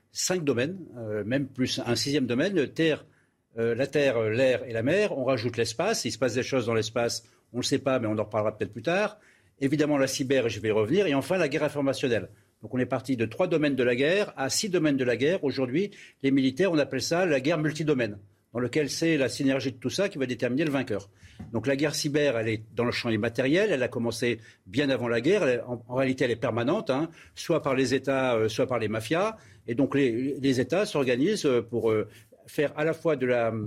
5 domaines, même plus un 6e domaine, terre, la terre, l'air et la mer. On rajoute l'espace. Il se passe des choses dans l'espace, on ne le sait pas, mais on en reparlera peut-être plus tard. Évidemment, la cyber, je vais y revenir. Et enfin, la guerre informationnelle. Donc on est parti de 3 domaines de la guerre à 6 domaines de la guerre. Aujourd'hui, les militaires, on appelle ça la guerre multidomaine, dans lequel c'est la synergie de tout ça qui va déterminer le vainqueur. Donc la guerre cyber, elle est dans le champ immatériel, elle a commencé bien avant la guerre, en réalité elle est permanente, soit par les États, soit par les mafias, et donc les États s'organisent pour faire à la fois de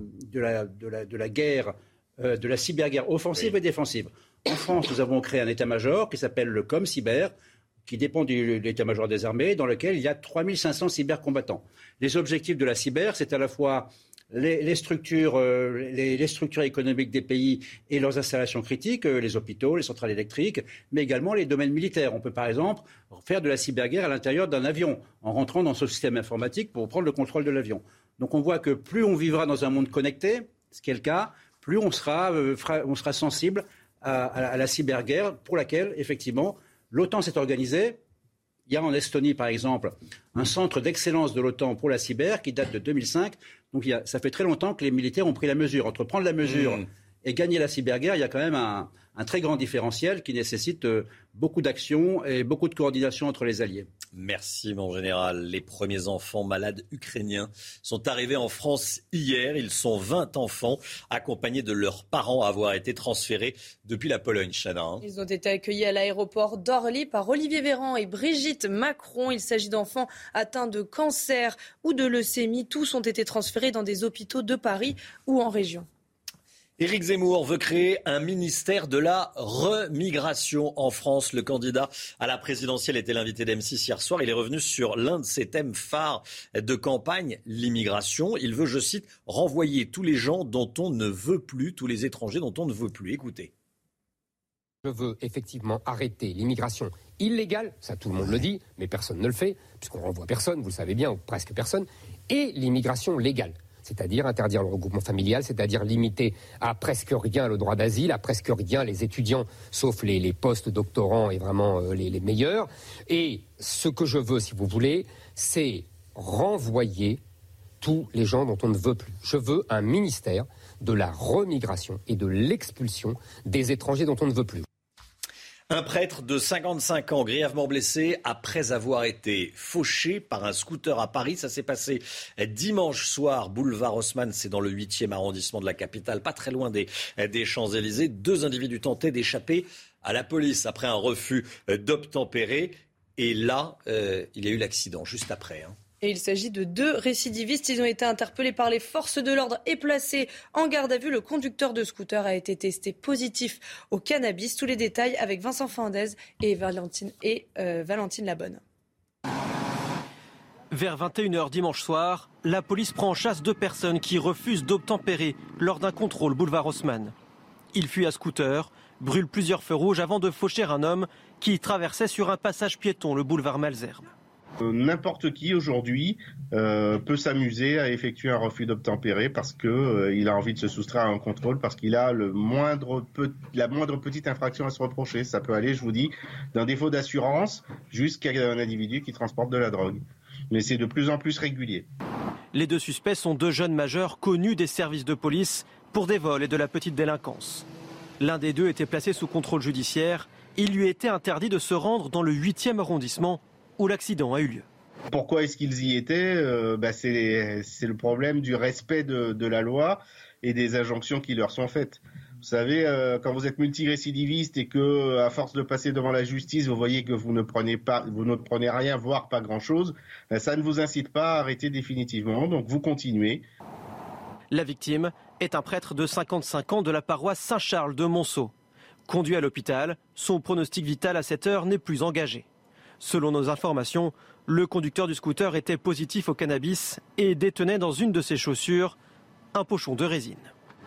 la guerre, de la cyberguerre offensive et défensive. En France, nous avons créé un état-major qui s'appelle le COMCyber, qui dépend de l'état-major des armées, dans lequel il y a 3500 cybercombattants. Les objectifs de la cyber, c'est à la fois les structures économiques des pays et leurs installations critiques, les hôpitaux, les centrales électriques, mais également les domaines militaires. On peut par exemple faire de la cyberguerre à l'intérieur d'un avion, en rentrant dans ce système informatique pour prendre le contrôle de l'avion. Donc on voit que plus on vivra dans un monde connecté, ce qui est le cas, plus on sera sensible à la cyberguerre, pour laquelle, effectivement, l'OTAN s'est organisée. Il y a en Estonie, par exemple, un centre d'excellence de l'OTAN pour la cyber qui date de 2005. Donc ça fait très longtemps que les militaires ont pris la mesure. Entre prendre la mesure et gagner la cyberguerre, il y a quand même un très grand différentiel qui nécessite beaucoup d'action et beaucoup de coordination entre les alliés. Merci mon général. Les premiers enfants malades ukrainiens sont arrivés en France hier. Ils sont 20 enfants accompagnés de leurs parents à avoir été transférés depuis la Pologne. Chana. Ils ont été accueillis à l'aéroport d'Orly par Olivier Véran et Brigitte Macron. Il s'agit d'enfants atteints de cancer ou de leucémie. Tous ont été transférés dans des hôpitaux de Paris ou en région. Éric Zemmour veut créer un ministère de la remigration en France. Le candidat à la présidentielle était l'invité d'M6 hier soir. Il est revenu sur l'un de ses thèmes phares de campagne, l'immigration. Il veut, je cite, renvoyer tous les gens dont on ne veut plus, tous les étrangers dont on ne veut plus. Écoutez. Je veux effectivement arrêter l'immigration illégale, ça tout le monde le dit, mais personne ne le fait, puisqu'on renvoie personne, vous le savez bien, ou presque personne, et l'immigration légale. c'est-à-dire interdire le regroupement familial, c'est-à-dire limiter à presque rien le droit d'asile, à presque rien les étudiants, sauf les post-doctorants et vraiment les meilleurs. Et ce que je veux, si vous voulez, c'est renvoyer tous les gens dont on ne veut plus. Je veux un ministère de la remigration et de l'expulsion des étrangers dont on ne veut plus. Un prêtre de 55 ans grièvement blessé après avoir été fauché par un scooter à Paris. Ça s'est passé dimanche soir, boulevard Haussmann, c'est dans le 8e arrondissement de la capitale, pas très loin des Champs-Élysées. 2 individus tentaient d'échapper à la police après un refus d'obtempérer. Et là, il y a eu l'accident juste après. Et il s'agit de 2 récidivistes. Ils ont été interpellés par les forces de l'ordre et placés en garde à vue. Le conducteur de scooter a été testé positif au cannabis. Tous les détails avec Vincent Fandez et Valentine Labonne. Vers 21h dimanche soir, la police prend en chasse 2 personnes qui refusent d'obtempérer lors d'un contrôle boulevard Haussmann. Ils fuient à scooter, brûlent plusieurs feux rouges avant de faucher un homme qui traversait sur un passage piéton, le boulevard Malesherbes. N'importe qui aujourd'hui peut s'amuser à effectuer un refus d'obtempérer parce qu'il a envie de se soustraire à un contrôle, parce qu'il a la moindre petite infraction à se reprocher. Ça peut aller, je vous dis, d'un défaut d'assurance jusqu'à un individu qui transporte de la drogue. Mais c'est de plus en plus régulier. Les 2 suspects sont 2 jeunes majeurs connus des services de police pour des vols et de la petite délinquance. L'un des 2 était placé sous contrôle judiciaire. Il lui était interdit de se rendre dans le 8e arrondissement où l'accident a eu lieu. Pourquoi est-ce qu'ils y étaient ? C'est le problème du respect de la loi et des injonctions qui leur sont faites. Vous savez, quand vous êtes multirécidiviste et que, à force de passer devant la justice, vous voyez que vous ne prenez rien, voire pas grand-chose, ça ne vous incite pas à arrêter définitivement, donc vous continuez. La victime est un prêtre de 55 ans de la paroisse Saint-Charles de Monceau. Conduit à l'hôpital, son pronostic vital à cette heure n'est plus engagé. Selon nos informations, le conducteur du scooter était positif au cannabis et détenait dans une de ses chaussures un pochon de résine.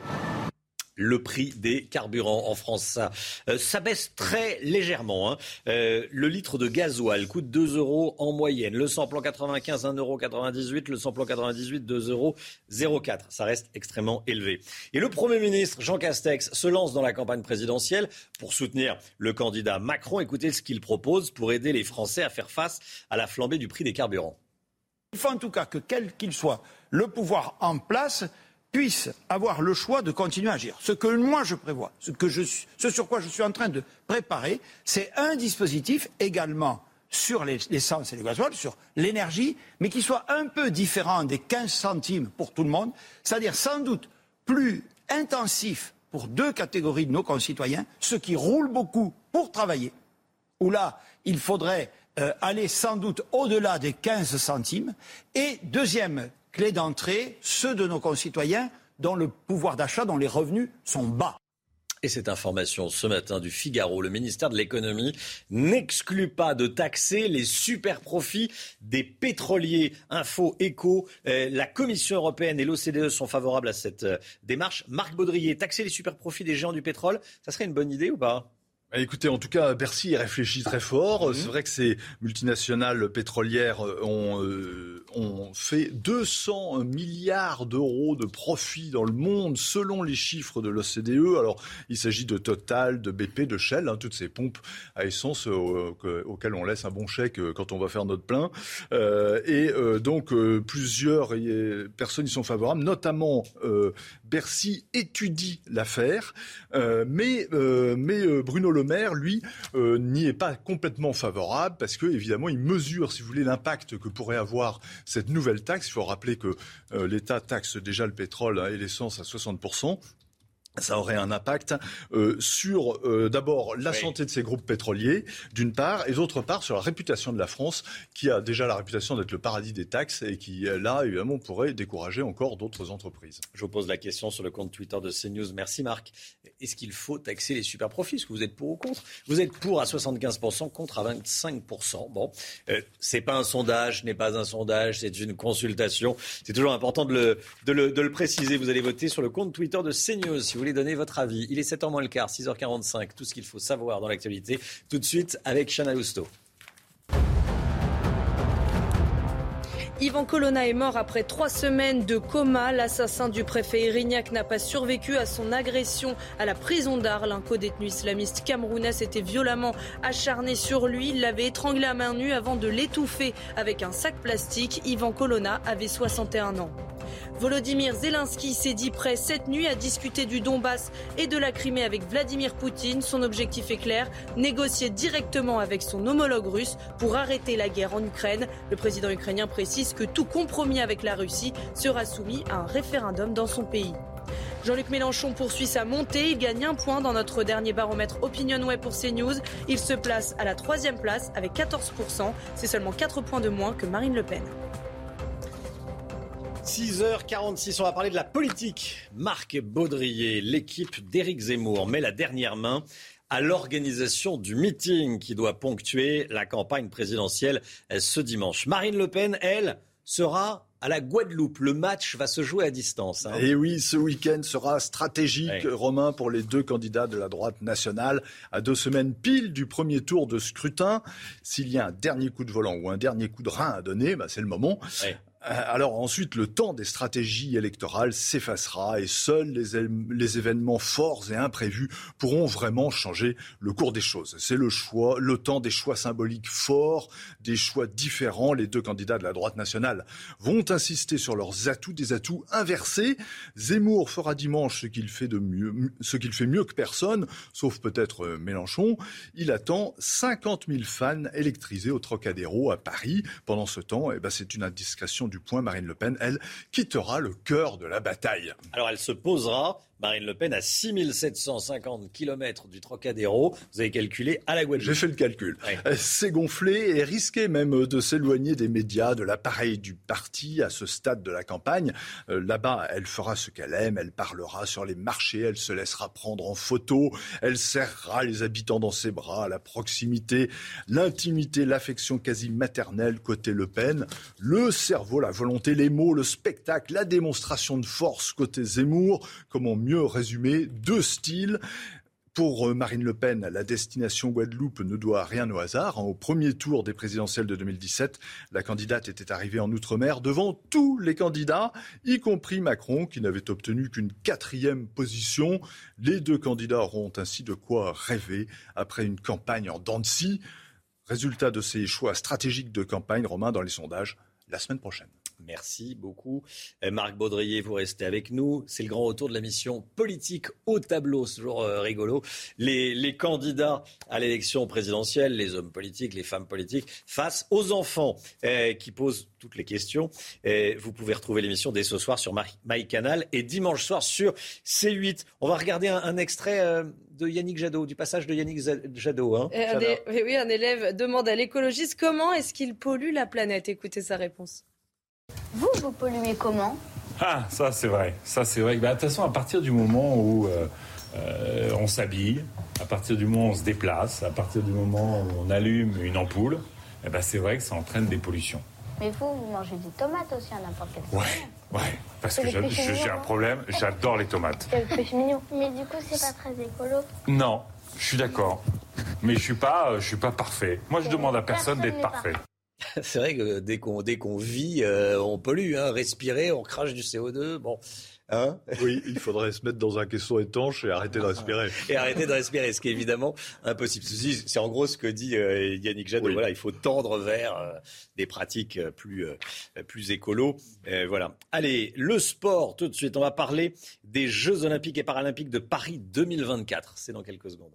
Le prix des carburants en France, ça baisse très légèrement. Le litre de gasoil coûte 2 € en moyenne. Le samplon 95, 1,98 €. Le samplon 98, 2,04 €. Ça reste extrêmement élevé. Et le Premier ministre Jean Castex se lance dans la campagne présidentielle pour soutenir le candidat Macron. Écoutez ce qu'il propose pour aider les Français à faire face à la flambée du prix des carburants. Il faut en tout cas que, quel qu'il soit le pouvoir en place, puisse avoir le choix de continuer à agir. Ce que moi je prévois, ce sur quoi je suis en train de préparer, c'est un dispositif également sur l'essence et le gasoil, sur l'énergie, mais qui soit un peu différent des 15 centimes pour tout le monde, c'est-à-dire sans doute plus intensif pour 2 catégories de nos concitoyens, ceux qui roulent beaucoup pour travailler, où là, il faudrait aller sans doute au-delà des 15 centimes, et deuxième clé d'entrée, ceux de nos concitoyens dont le pouvoir d'achat, dont les revenus sont bas. Et cette information ce matin du Figaro, le ministère de l'économie n'exclut pas de taxer les super profits des pétroliers. Info Éco, la Commission européenne et l'OCDE sont favorables à cette démarche. Marc Baudrier, taxer les super profits des géants du pétrole, ça serait une bonne idée ou pas ? Écoutez, en tout cas, Bercy y réfléchit très fort. C'est vrai que ces multinationales pétrolières ont fait 200 milliards d'euros de profit dans le monde, selon les chiffres de l'OCDE. Alors, il s'agit de Total, de BP, de Shell, toutes ces pompes à essence auxquelles on laisse un bon chèque quand on va faire notre plein. Donc, plusieurs personnes y sont favorables, notamment Bercy étudie l'affaire, mais Bruno Le Maire, lui, n'y est pas complètement favorable parce que, évidemment, il mesure, si vous voulez, l'impact que pourrait avoir cette nouvelle taxe. Il faut rappeler que l'État taxe déjà le pétrole et l'essence à 60%. Ça aurait un impact sur d'abord la santé de ces groupes pétroliers, d'une part, et d'autre part sur la réputation de la France, qui a déjà la réputation d'être le paradis des taxes et qui, là, évidemment, pourrait décourager encore d'autres entreprises. Je vous pose la question sur le compte Twitter de CNews. Merci Marc. Est-ce qu'il faut taxer les super profits ? Est-ce que vous êtes pour ou contre ? Vous êtes pour à 75%, contre à 25%. Bon, c'est pas un sondage, ce n'est pas un sondage, c'est une consultation. C'est toujours important de le préciser. Vous allez voter sur le compte Twitter de CNews si vous voulez donner votre avis. Il est 7h moins le quart, 6h45. Tout ce qu'il faut savoir dans l'actualité. Tout de suite avec Chana Lousteau. Yvan Colonna est mort après 3 semaines de coma. L'assassin du préfet Erignac n'a pas survécu à son agression à la prison d'Arles. Un codétenu islamiste camerounais s'était violemment acharné sur lui. Il l'avait étranglé à main nue avant de l'étouffer avec un sac plastique. Yvan Colonna avait 61 ans. Volodymyr Zelensky s'est dit prêt cette nuit à discuter du Donbass et de la Crimée avec Vladimir Poutine. Son objectif est clair, négocier directement avec son homologue russe pour arrêter la guerre en Ukraine. Le président ukrainien précise que tout compromis avec la Russie sera soumis à un référendum dans son pays. Jean-Luc Mélenchon poursuit sa montée. Il gagne 1 point dans notre dernier baromètre OpinionWay pour CNews. Il se place à la 3e place avec 14%. C'est seulement 4 points de moins que Marine Le Pen. 6h46, on va parler de la politique. Marc Baudrier, l'équipe d'Éric Zemmour met la dernière main à l'organisation du meeting qui doit ponctuer la campagne présidentielle ce dimanche. Marine Le Pen, elle, sera à la Guadeloupe. Le match va se jouer à distance. Et oui, ce week-end sera stratégique, Romain, pour les 2 candidats de la droite nationale. À 2 semaines pile du premier tour de scrutin, s'il y a un dernier coup de volant ou un dernier coup de rein à donner, c'est le moment. Alors ensuite, le temps des stratégies électorales s'effacera et seuls les événements forts et imprévus pourront vraiment changer le cours des choses. C'est le temps des choix symboliques forts, des choix différents. Les 2 candidats de la droite nationale vont insister sur leurs atouts, des atouts inversés. Zemmour fera dimanche ce qu'il fait mieux que personne, sauf peut-être Mélenchon. Il attend 50 000 fans électrisés au Trocadéro à Paris. Pendant ce temps, c'est une indiscrétion du point. Marine Le Pen, elle, quittera le cœur de la bataille. Alors elle se posera, Marine Le Pen, à 6750 km du Trocadéro. Vous avez calculé à la Guadeloupe. J'ai fait le calcul. C'est gonflé et risqué même de s'éloigner des médias, de l'appareil du parti à ce stade de la campagne. Là-bas, elle fera ce qu'elle aime, elle parlera sur les marchés, elle se laissera prendre en photo, elle serrera les habitants dans ses bras, la proximité, l'intimité, l'affection quasi maternelle côté Le Pen, le cerveau, la volonté, les mots, le spectacle, la démonstration de force côté Zemmour. Comment mieux résumer 2 styles? Pour Marine Le Pen, la destination Guadeloupe ne doit rien au hasard. Au premier tour des présidentielles de 2017, la candidate était arrivée en Outre-mer devant tous les candidats, y compris Macron, qui n'avait obtenu qu'une 4e position. Les 2 candidats auront ainsi de quoi rêver après une campagne en dents de scie. Résultat de ces choix stratégiques de campagne, Romain, dans les sondages, la semaine prochaine. Merci beaucoup. Marc Baudrier, vous restez avec nous. C'est le grand retour de la mission politique au tableau. C'est toujours rigolo. Les candidats à l'élection présidentielle, les hommes politiques, les femmes politiques, face aux enfants qui posent toutes les questions. Vous pouvez retrouver l'émission dès ce soir sur MyCanal et dimanche soir sur C8. On va regarder un extrait de Yannick Jadot, du passage de Yannick Jadot. Oui, un élève demande à l'écologiste comment est-ce qu'il pollue la planète. Écoutez sa réponse. Vous polluez comment? Ah, ça c'est vrai. De toute façon, à partir du moment où on s'habille, à partir du moment où on se déplace, à partir du moment où on allume une ampoule, c'est vrai que ça entraîne des pollutions. Mais vous mangez des tomates aussi à n'importe quel moment. Ouais, parce que j'ai un problème, j'adore les tomates. C'est le péché mignon. Mais du coup, c'est pas très écolo. Non, je suis d'accord. Mais je suis pas parfait. Moi, je demande à personne d'être parfait. C'est vrai que dès qu'on vit, on pollue. Respirer, on crache du CO2. Bon, oui, il faudrait se mettre dans un caisson étanche et arrêter de respirer. Et arrêter de respirer, ce qui est évidemment impossible. C'est en gros ce que dit Yannick Jadot. Oui. Voilà, il faut tendre vers des pratiques plus écolo. Voilà. Allez, le sport, tout de suite. On va parler des Jeux Olympiques et Paralympiques de Paris 2024. C'est dans quelques secondes.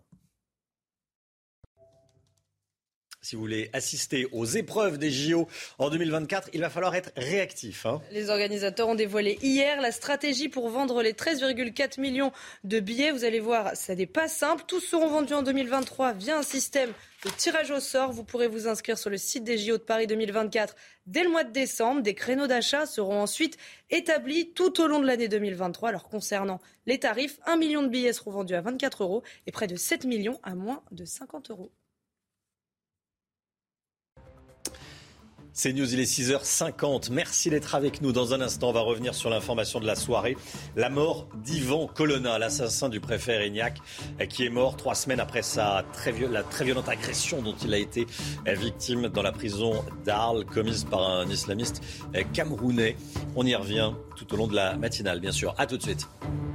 Si vous voulez assister aux épreuves des JO en 2024, il va falloir être réactif. Les organisateurs ont dévoilé hier la stratégie pour vendre les 13,4 millions de billets. Vous allez voir, ça n'est pas simple. Tous seront vendus en 2023 via un système de tirage au sort. Vous pourrez vous inscrire sur le site des JO de Paris 2024 dès le mois de décembre. Des créneaux d'achat seront ensuite établis tout au long de l'année 2023. Alors concernant les tarifs, 1 million de billets seront vendus à 24 € et près de 7 millions à moins de 50 €. C'est News, il est 6h50. Merci d'être avec nous. Dans un instant, on va revenir sur l'information de la soirée. La mort d'Yvan Colonna, l'assassin du préfet Erignac, qui est mort 3 semaines après la très violente agression dont il a été victime dans la prison d'Arles, commise par un islamiste camerounais. On y revient tout au long de la matinale, bien sûr. À tout de suite.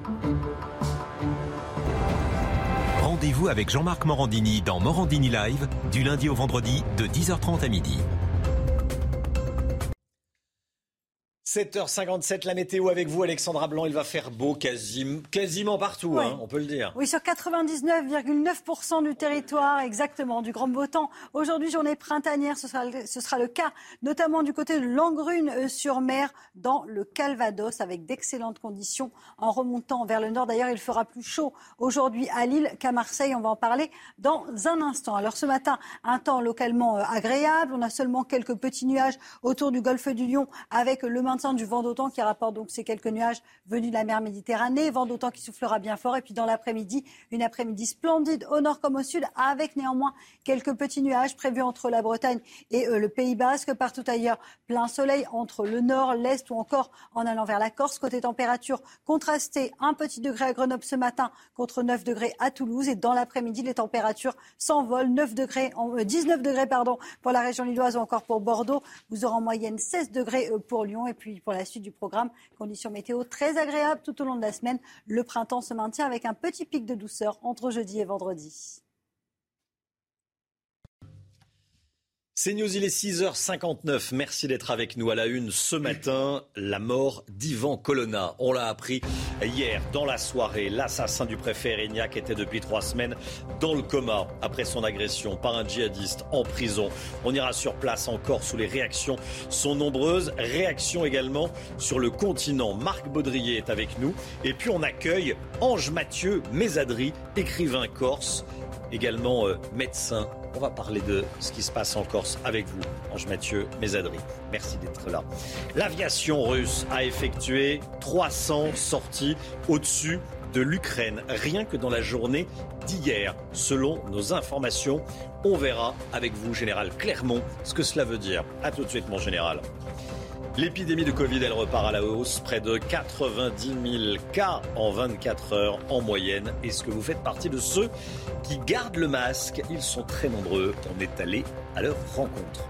Rendez-vous avec Jean-Marc Morandini dans Morandini Live, du lundi au vendredi, de 10h30 à midi. 7h57, la météo avec vous, Alexandra Blanc. Il va faire beau quasiment partout, oui. On peut le dire. Oui, sur 99,9% du territoire, exactement, du grand beau temps. Aujourd'hui, journée printanière, ce sera le cas, notamment du côté de Langrune-sur-Mer, dans le Calvados, avec d'excellentes conditions en remontant vers le nord. D'ailleurs, il fera plus chaud aujourd'hui à Lille qu'à Marseille. On va en parler dans un instant. Alors ce matin, un temps localement agréable. On a seulement quelques petits nuages autour du golfe du Lion, avec le maintien du vent d'autant qui rapporte donc ces quelques nuages venus de la mer Méditerranée, vent d'autant qui soufflera bien fort. Et puis dans l'après-midi, une après-midi splendide au nord comme au sud, avec néanmoins quelques petits nuages prévus entre la Bretagne et le Pays Basque. Partout ailleurs, plein soleil entre le nord, l'est ou encore en allant vers la Corse. Côté température contrastée, 1 petit degré à Grenoble ce matin contre 9 degrés à Toulouse. Et dans l'après-midi, les températures s'envolent. 19 degrés pour la région lilloise ou encore pour Bordeaux. Vous aurez en moyenne 16 degrés pour Lyon. Et puis pour la suite du programme, conditions météo très agréables tout au long de la semaine. Le printemps se maintient avec un petit pic de douceur entre jeudi et vendredi. C'est News, il est 6h59. Merci d'être avec nous à la une ce matin. La mort d'Yvan Colonna. On l'a appris hier dans la soirée. L'assassin du préfet Erignac était depuis 3 semaines dans le coma après son agression par un djihadiste en prison. On ira sur place en Corse où les réactions sont nombreuses. Réactions également sur le continent. Marc Baudrier est avec nous. Et puis on accueille Ange Mathieu Mésadri, écrivain corse, également médecin. On va parler de ce qui se passe en Corse avec vous, Ange Mathieu Mésadri. Merci d'être là. L'aviation russe a effectué 300 sorties au-dessus de l'Ukraine, rien que dans la journée d'hier, selon nos informations. On verra avec vous, Général Clermont, ce que cela veut dire. A tout de suite, mon général. L'épidémie de Covid, elle repart à la hausse. Près de 90 000 cas en 24 heures en moyenne. Est-ce que vous faites partie de ceux qui gardent le masque? Ils sont très nombreux. On est allé à leur rencontre.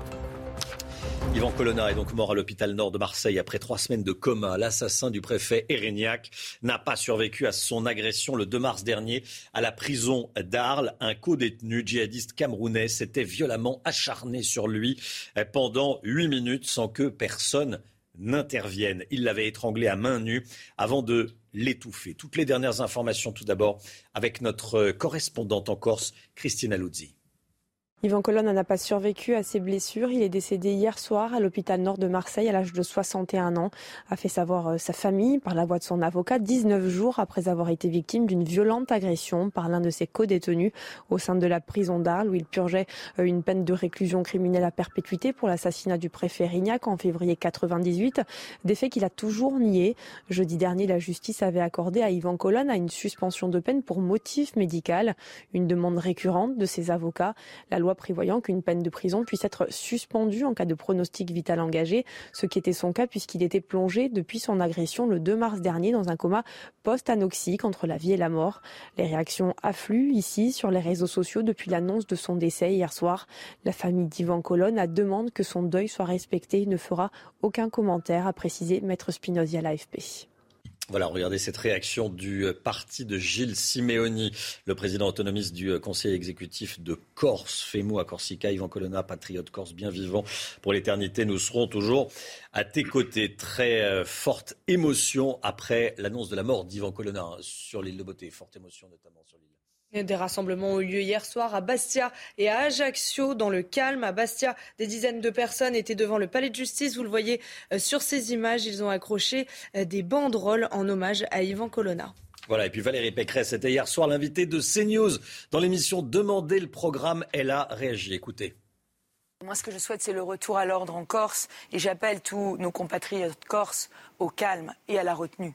Yvan Colonna est donc mort à l'hôpital Nord de Marseille après 3 semaines de coma. L'assassin du préfet Erignac n'a pas survécu à son agression le 2 mars dernier à la prison d'Arles. Un co-détenu djihadiste camerounais s'était violemment acharné sur lui pendant 8 minutes sans que personne n'intervienne. Il l'avait étranglé à main nue avant de l'étouffer. Toutes les dernières informations tout d'abord avec notre correspondante en Corse, Christina Luzzi. Yvan Colonna n'a pas survécu à ses blessures. Il est décédé hier soir à l'hôpital Nord de Marseille à l'âge de 61 ans, a fait savoir sa famille par la voix de son avocat 19 jours après avoir été victime d'une violente agression par l'un de ses co-détenus au sein de la prison d'Arles où il purgeait une peine de réclusion criminelle à perpétuité pour l'assassinat du préfet Erignac en février 98, des faits qu'il a toujours niés. Jeudi dernier, la justice avait accordé à Yvan Colonna une suspension de peine pour motif médical, une demande récurrente de ses avocats. La loi prévoyant qu'une peine de prison puisse être suspendue en cas de pronostic vital engagé, ce qui était son cas puisqu'il était plongé depuis son agression le 2 mars dernier dans un coma post-anoxique entre la vie et la mort. Les réactions affluent ici sur les réseaux sociaux depuis l'annonce de son décès hier soir. La famille d'Yvan Colonna demande que son deuil soit respecté et ne fera aucun commentaire, a précisé Maître Spinozzi à l'AFP. Voilà, regardez cette réaction du parti de Gilles Simeoni, le président autonomiste du conseil exécutif de Corse. Femo à Corsica, Yvan Colonna, patriote corse bien vivant pour l'éternité. Nous serons toujours à tes côtés. Très forte émotion après l'annonce de la mort d'Yvan Colonna sur l'île de Beauté. Forte émotion notamment sur l'île. Des rassemblements ont eu lieu hier soir à Bastia et à Ajaccio dans le calme. À Bastia, des dizaines de personnes étaient devant le palais de justice. Vous le voyez sur ces images, ils ont accroché des banderoles en hommage à Yvan Colonna. Voilà, et puis Valérie Pécresse était hier soir l'invitée de CNews dans l'émission Demandez le programme. Elle a réagi, écoutez. Moi, ce que je souhaite, c'est le retour à l'ordre en Corse et j'appelle tous nos compatriotes corses au calme et à la retenue.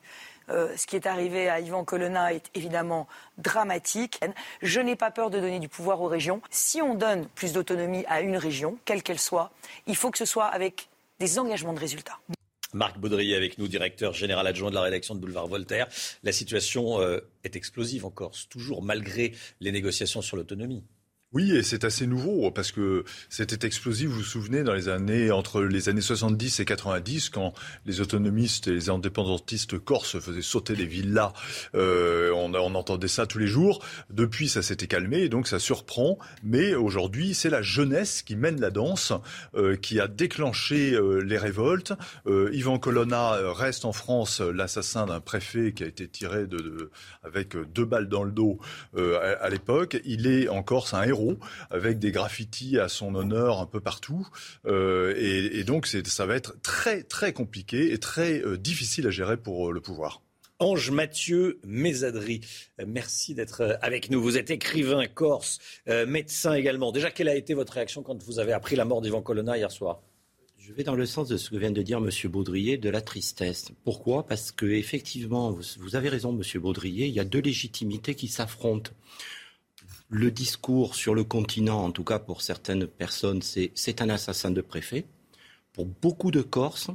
ce qui est arrivé à Ivan Colonna est évidemment dramatique. Je n'ai pas peur de donner du pouvoir aux régions. Si on donne plus d'autonomie à une région, quelle qu'elle soit, il faut que ce soit avec des engagements de résultats. Marc Baudrier avec nous, directeur général adjoint de la rédaction de Boulevard Voltaire. La situation est explosive en Corse, toujours malgré les négociations sur l'autonomie. Oui, et c'est assez nouveau, parce que c'était explosif, vous vous souvenez, entre les années 70 et 90, quand les autonomistes et les indépendantistes corses faisaient sauter des villas, on entendait ça tous les jours. Depuis, ça s'était calmé, et donc ça surprend. Mais aujourd'hui, c'est la jeunesse qui mène la danse, qui a déclenché les révoltes. Ivan Colonna reste en France l'assassin d'un préfet qui a été tiré avec 2 balles dans le dos à l'époque. Il est en Corse un héros, avec des graffitis à son honneur un peu partout. Et donc, ça va être très, très compliqué et très difficile à gérer pour le pouvoir. Ange Mathieu Mésadri, merci d'être avec nous. Vous êtes écrivain corse, médecin également. Déjà, quelle a été votre réaction quand vous avez appris la mort d'Ivan Colonna hier soir ? Je vais dans le sens de ce que vient de dire M. Baudrier, de la tristesse. Pourquoi ? Parce que effectivement, vous avez raison, M. Baudrier, il y a 2 légitimités qui s'affrontent. Le discours sur le continent, en tout cas pour certaines personnes, c'est un assassin de préfet. Pour beaucoup de Corses,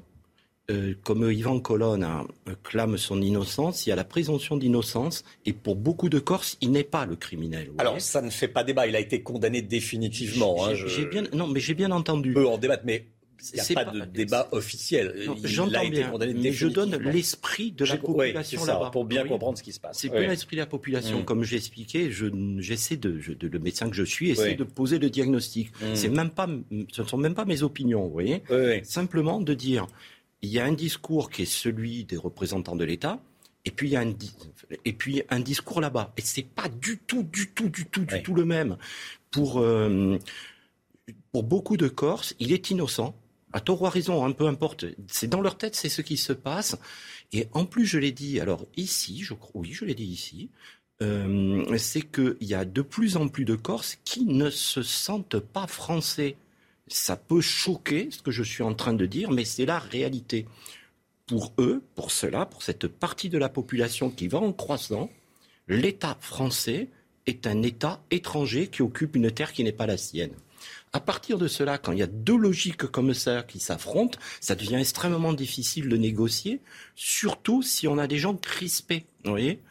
comme Ivan Colonna clame son innocence, il y a la présomption d'innocence. Et pour beaucoup de Corses, il n'est pas le criminel. Alors, ça ne fait pas débat. Il a été condamné définitivement. J'ai bien entendu. On peut en débattre, mais il n'y a pas de débat officiel. J'entends bien, mais je donne l'esprit de la population là-bas. Pour bien comprendre ce qui se passe. C'est bien l'esprit de la population. Comme j'ai expliqué, j'essaie le médecin que je suis, essaie de poser le diagnostic. Ce ne sont même pas mes opinions, vous voyez. Simplement de dire, il y a un discours qui est celui des représentants de l'État, et puis il y a un discours là-bas. Et c'est pas du tout le même. Pour beaucoup de Corses, il est innocent. À tort ou à raison, peu importe. C'est dans leur tête, c'est ce qui se passe. Et en plus, je l'ai dit, alors ici, je l'ai dit ici, c'est qu'il y a de plus en plus de Corses qui ne se sentent pas français. Ça peut choquer ce que je suis en train de dire, mais c'est la réalité. Pour eux, pour cette partie de la population qui va en croissant, l'État français est un État étranger qui occupe une terre qui n'est pas la sienne. À partir de cela, quand il y a 2 logiques comme ça qui s'affrontent, ça devient extrêmement difficile de négocier, surtout si on a des gens crispés. Vous voyez,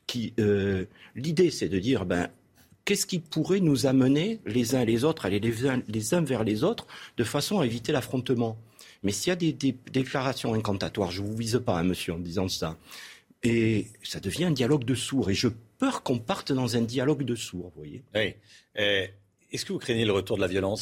l'idée, c'est de dire, qu'est-ce qui pourrait nous amener les uns et les autres, aller les uns vers les autres, de façon à éviter l'affrontement. Mais s'il y a des déclarations incantatoires, je ne vous vise pas, monsieur, en disant ça, et ça devient un dialogue de sourds. Et je peur qu'on parte dans un dialogue de sourds, vous voyez. Oui. Est-ce que vous craignez le retour de la violence ?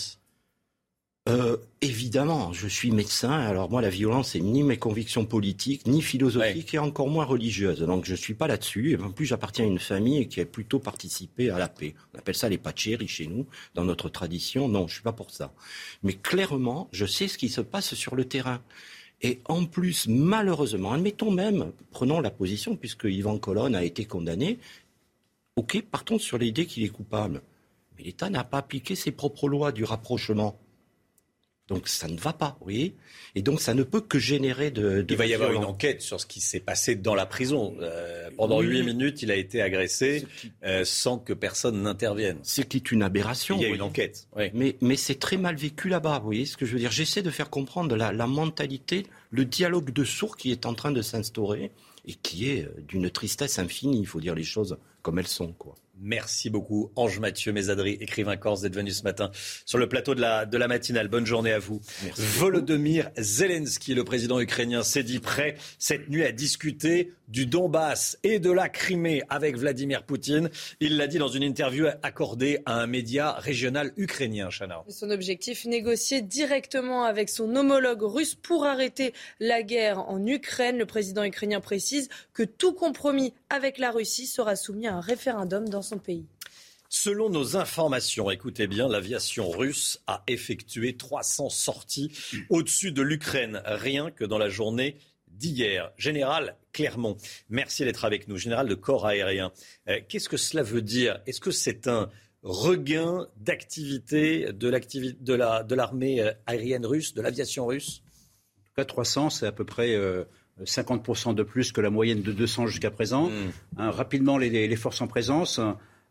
Évidemment, je suis médecin. Alors moi, la violence, c'est ni mes convictions politiques, ni philosophiques, et encore moins religieuses. Donc je ne suis pas là-dessus. Et en plus, j'appartiens à une famille qui a plutôt participé à la paix. On appelle ça les paccheri chez nous, dans notre tradition. Non, je ne suis pas pour ça. Mais clairement, je sais ce qui se passe sur le terrain. Et en plus, malheureusement, admettons même, prenons la position, puisque Ivan Colonna a été condamné, ok, partons sur l'idée qu'il est coupable. Mais l'État n'a pas appliqué ses propres lois du rapprochement. Donc ça ne va pas, vous voyez. Et donc ça ne peut que générer de Il va y avoir une enquête sur ce qui s'est passé dans la prison. Pendant 8 minutes, il a été agressé sans que personne n'intervienne. Ce qui est une aberration. Il y a une enquête. Oui. Mais c'est très mal vécu là-bas, vous voyez ce que je veux dire. J'essaie de faire comprendre la mentalité, le dialogue de sourds qui est en train de s'instaurer et qui est d'une tristesse infinie, il faut dire les choses comme elles sont, quoi. Merci beaucoup, Ange Mathieu Mésadri, écrivain corse, d'être venu ce matin sur le plateau de la matinale. Bonne journée à vous. Merci. Volodymyr Zelensky, le président ukrainien, s'est dit prêt cette nuit à discuter du Donbass et de la Crimée avec Vladimir Poutine. Il l'a dit dans une interview accordée à un média régional ukrainien, Chana. Son objectif, négocier directement avec son homologue russe pour arrêter la guerre en Ukraine. Le président ukrainien précise que tout compromis avec la Russie sera soumis à un référendum dans son pays. Selon nos informations, écoutez bien, l'aviation russe a effectué 300 sorties au-dessus de l'Ukraine, rien que dans la journée d'hier. Général Clermont, merci d'être avec nous. Général de corps aérien, qu'est-ce que cela veut dire ? Est-ce que c'est un regain d'activité de l'armée aérienne russe, de l'aviation russe ? En tout cas, 300, c'est à peu près 50% de plus que la moyenne de 200 jusqu'à présent. Rapidement, les forces en présence.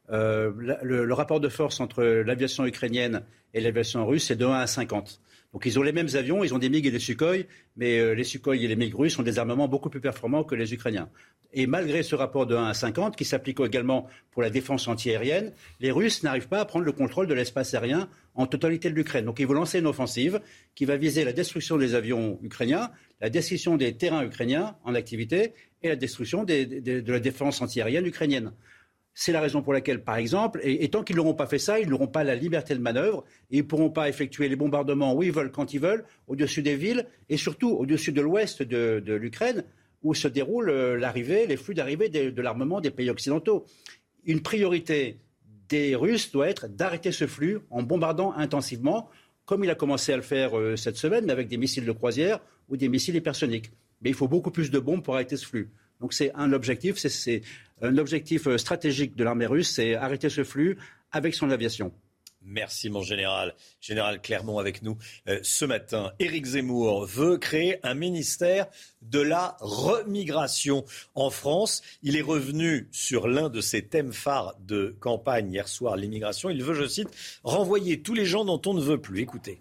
Le rapport de force entre l'aviation ukrainienne et l'aviation russe, c'est de 1 à 50. Donc ils ont les mêmes avions, ils ont des MiG et des Sukhoi, mais les Sukhoi et les MiG russes ont des armements beaucoup plus performants que les Ukrainiens. Et malgré ce rapport de 1 à 50, qui s'applique également pour la défense antiaérienne, les Russes n'arrivent pas à prendre le contrôle de l'espace aérien en totalité de l'Ukraine. Donc ils vont lancer une offensive qui va viser la destruction des avions ukrainiens, la destruction des terrains ukrainiens en activité et la destruction de la défense antiaérienne ukrainienne. C'est la raison pour laquelle, par exemple, et tant qu'ils n'auront pas fait ça, ils n'auront pas la liberté de manœuvre et ils ne pourront pas effectuer les bombardements où ils veulent, quand ils veulent, au-dessus des villes et surtout au-dessus de l'ouest de l'Ukraine où se déroulent les flux d'arrivée de l'armement des pays occidentaux. Une priorité des Russes doit être d'arrêter ce flux en bombardant intensivement, comme il a commencé à le faire cette semaine, mais avec des missiles de croisière ou des missiles hypersoniques. Mais il faut beaucoup plus de bombes pour arrêter ce flux. Donc c'est un objectif, c'est un objectif stratégique de l'armée russe, c'est arrêter ce flux avec son aviation. Merci mon général. Général Clermont avec nous ce matin. Éric Zemmour veut créer un ministère de la remigration en France. Il est revenu sur l'un de ses thèmes phares de campagne hier soir, l'immigration. Il veut, je cite, renvoyer tous les gens dont on ne veut plus. Écoutez.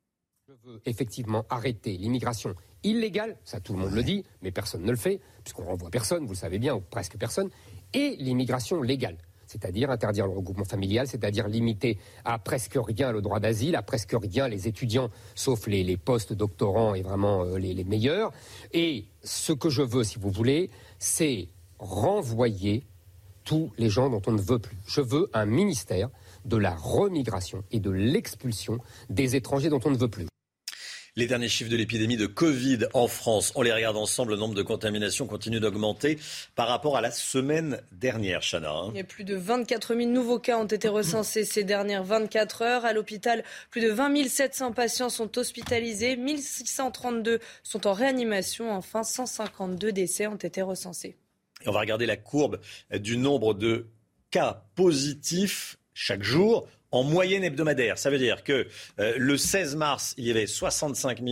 Je veux effectivement arrêter l'immigration illégale, ça tout le monde le dit, mais personne ne le fait, puisqu'on renvoie personne, vous le savez bien, ou presque personne, et l'immigration légale. C'est-à-dire interdire le regroupement familial, c'est-à-dire limiter à presque rien le droit d'asile, à presque rien les étudiants, sauf les post-doctorants et vraiment les meilleurs. Et ce que je veux, si vous voulez, c'est renvoyer tous les gens dont on ne veut plus. Je veux un ministère de la remigration et de l'expulsion des étrangers dont on ne veut plus. Les derniers chiffres de l'épidémie de Covid en France, on les regarde ensemble, le nombre de contaminations continue d'augmenter par rapport à la semaine dernière, Chana. Il y a plus de 24 000 nouveaux cas ont été recensés ces dernières 24 heures. À l'hôpital, plus de 20 700 patients sont hospitalisés, 1 632 sont en réanimation. Enfin, 152 décès ont été recensés. Et on va regarder la courbe du nombre de cas positifs chaque jour. En moyenne hebdomadaire, ça veut dire que le 16 mars, il y avait 65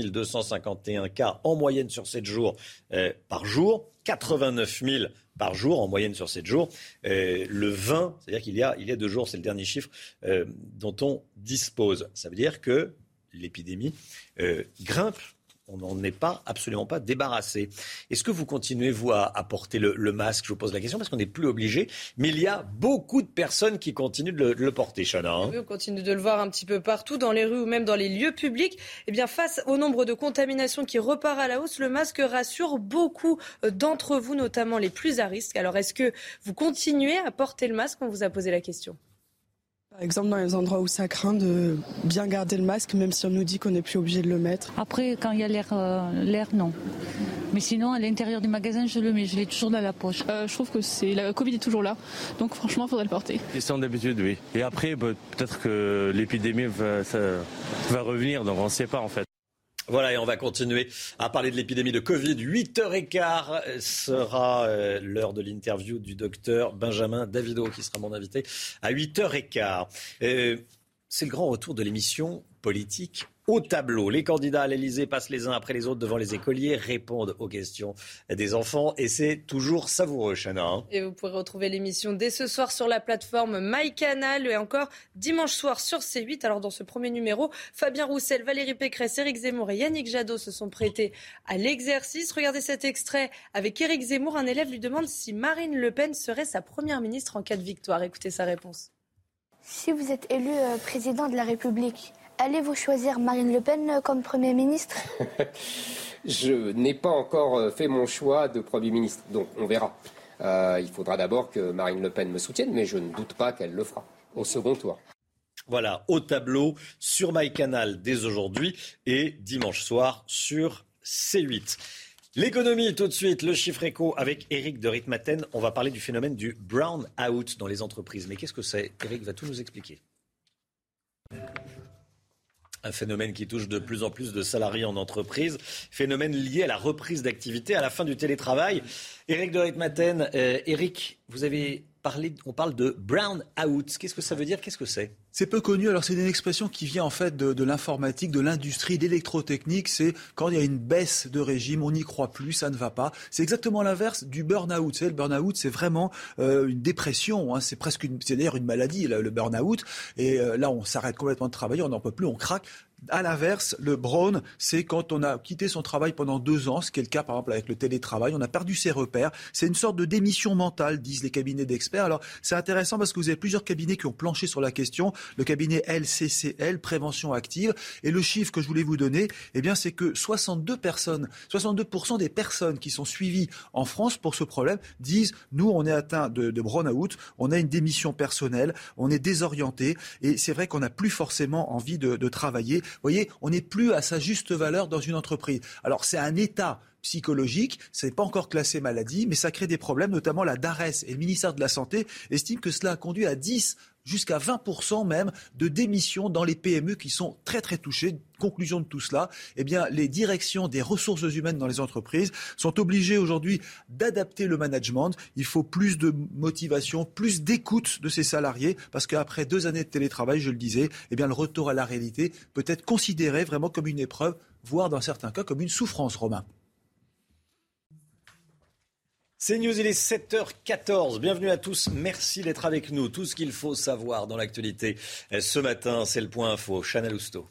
251 cas en moyenne sur 7 jours par jour, 89 000 par jour en moyenne sur 7 jours. Le 20, c'est-à-dire qu'il y a 2 jours, c'est le dernier chiffre dont on dispose. Ça veut dire que l'épidémie grimpe. On n'en est absolument pas débarrassé. Est-ce que vous continuez, vous, à porter le masque ? Je vous pose la question parce qu'on n'est plus obligé. Mais il y a beaucoup de personnes qui continuent de le porter, Chana. Oui, on continue de le voir un petit peu partout, dans les rues ou même dans les lieux publics. Eh bien, face au nombre de contaminations qui repart à la hausse, le masque rassure beaucoup d'entre vous, notamment les plus à risque. Alors, est-ce que vous continuez à porter le masque ? On vous a posé la question. Par exemple, dans les endroits où ça craint, de bien garder le masque, même si on nous dit qu'on n'est plus obligé de le mettre. Après, quand il y a l'air, non. Mais sinon, à l'intérieur du magasin, je le mets, je l'ai toujours dans la poche. Je trouve que la Covid est toujours là, donc franchement, il faudrait le porter. Question d'habitude, oui. Et après, peut-être que l'épidémie va revenir, donc on ne sait pas en fait. Voilà, et on va continuer à parler de l'épidémie de Covid. 8h15 sera l'heure de l'interview du docteur Benjamin Davido, qui sera mon invité à 8h15. C'est le grand retour de l'émission politique au tableau. Les candidats à l'Élysée passent les uns après les autres devant les écoliers, répondent aux questions des enfants et c'est toujours savoureux, Chana. Et vous pourrez retrouver l'émission dès ce soir sur la plateforme MyCanal et encore dimanche soir sur C8. Alors dans ce premier numéro, Fabien Roussel, Valérie Pécresse, Éric Zemmour et Yannick Jadot se sont prêtés à l'exercice. Regardez cet extrait avec Éric Zemmour. Un élève lui demande si Marine Le Pen serait sa première ministre en cas de victoire. Écoutez sa réponse. Si vous êtes élu président de la République, allez-vous choisir Marine Le Pen comme Premier ministre ? Je n'ai pas encore fait mon choix de Premier ministre, donc on verra. Il faudra d'abord que Marine Le Pen me soutienne, mais je ne doute pas qu'elle le fera au second tour. Voilà, au tableau sur MyCanal dès aujourd'hui et dimanche soir sur C8. L'économie, tout de suite, le chiffre éco avec Éric de Ritmaten. On va parler du phénomène du brown out dans les entreprises. Mais qu'est-ce que c'est ? Éric va tout nous expliquer. Un phénomène qui touche de plus en plus de salariés en entreprise. Phénomène lié à la reprise d'activité à la fin du télétravail. Éric de Ritmaten, Éric, vous avez on parle de brown out. Qu'est-ce que ça veut dire? Qu'est-ce que c'est? C'est peu connu. Alors, c'est une expression qui vient en fait de l'informatique, de l'industrie, de l'électrotechnique. C'est quand il y a une baisse de régime, on n'y croit plus, ça ne va pas. C'est exactement l'inverse du burn-out. Vous savez, le burn-out, c'est vraiment une dépression. Hein. C'est d'ailleurs une maladie, le burn-out. Et là, on s'arrête complètement de travailler, on n'en peut plus, on craque. À l'inverse, le brown, c'est quand on a quitté son travail pendant 2 ans, ce qui est le cas par exemple avec le télétravail, on a perdu ses repères. C'est une sorte de démission mentale, disent les cabinets d'experts. Alors c'est intéressant parce que vous avez plusieurs cabinets qui ont planché sur la question. Le cabinet LCCL, Prévention Active. Et le chiffre que je voulais vous donner, eh bien, c'est que 62% des personnes qui sont suivies en France pour ce problème disent, nous, on est atteint de burn-out, on a une démission personnelle, on est désorienté. Et c'est vrai qu'on n'a plus forcément envie de travailler. Vous voyez, on n'est plus à sa juste valeur dans une entreprise. Alors, c'est un état psychologique, ce n'est pas encore classé maladie, mais ça crée des problèmes, notamment la DARES et le ministère de la Santé estiment que cela a conduit à 10 jusqu'à 20% même de démissions dans les PME qui sont très très touchées. Conclusion de tout cela, eh bien, les directions des ressources humaines dans les entreprises sont obligées aujourd'hui d'adapter le management. Il faut plus de motivation, plus d'écoute de ces salariés, parce qu'après 2 années de télétravail, je le disais, eh bien, le retour à la réalité peut être considéré vraiment comme une épreuve, voire dans certains cas comme une souffrance, Romain. C'est News, il est 7h14. Bienvenue à tous. Merci d'être avec nous. Tout ce qu'il faut savoir dans l'actualité ce matin, c'est le point info. Chana Lousteau.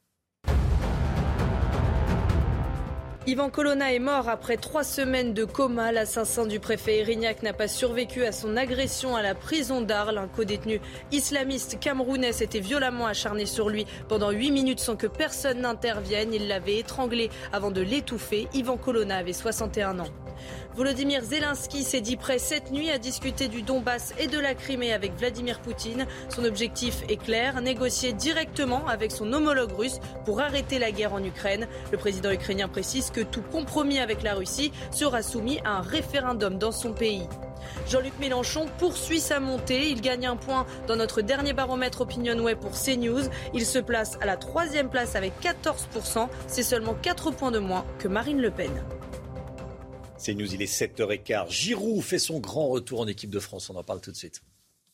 Yvan Colonna est mort après 3 semaines de coma. L'assassin du préfet Erignac n'a pas survécu à son agression à la prison d'Arles. Un codétenu islamiste camerounais s'était violemment acharné sur lui pendant 8 minutes sans que personne n'intervienne. Il l'avait étranglé avant de l'étouffer. Yvan Colonna avait 61 ans. Volodymyr Zelensky s'est dit prêt cette nuit à discuter du Donbass et de la Crimée avec Vladimir Poutine. Son objectif est clair, négocier directement avec son homologue russe pour arrêter la guerre en Ukraine. Le président ukrainien précise que tout compromis avec la Russie sera soumis à un référendum dans son pays. Jean-Luc Mélenchon poursuit sa montée. Il gagne un point dans notre dernier baromètre OpinionWay pour CNews. Il se place à la 3e place avec 14%. C'est seulement 4 points de moins que Marine Le Pen. C'est News, il est 7h15. Giroud fait son grand retour en équipe de France. On en parle tout de suite.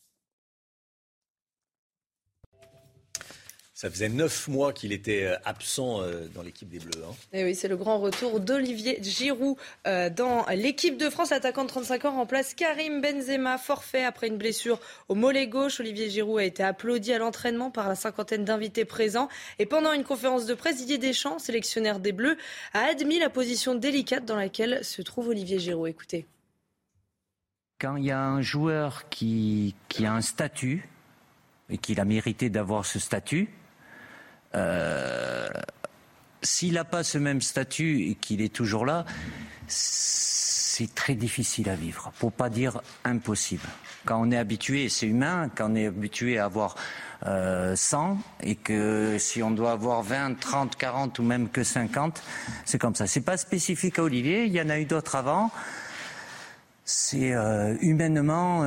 Ça faisait 9 mois qu'il était absent dans l'équipe des Bleus. Hein. Et oui, c'est le grand retour d'Olivier Giroud dans l'équipe de France. L'attaquant de 35 ans remplace Karim Benzema, forfait après une blessure au mollet gauche. Olivier Giroud a été applaudi à l'entraînement par la 50aine d'invités présents. Et pendant une conférence de presse, Didier Deschamps, sélectionneur des Bleus, a admis la position délicate dans laquelle se trouve Olivier Giroud. Écoutez. Quand il y a un joueur qui a un statut et qu'il a mérité d'avoir ce statut, s'il n'a pas ce même statut et qu'il est toujours là, c'est très difficile à vivre, pour pas dire impossible. Quand on est habitué, c'est humain, quand on est habitué à avoir 100 et que si on doit avoir 20, 30, 40 ou même que 50, c'est comme ça. C'est pas spécifique à Olivier, il y en a eu d'autres avant. C'est humainement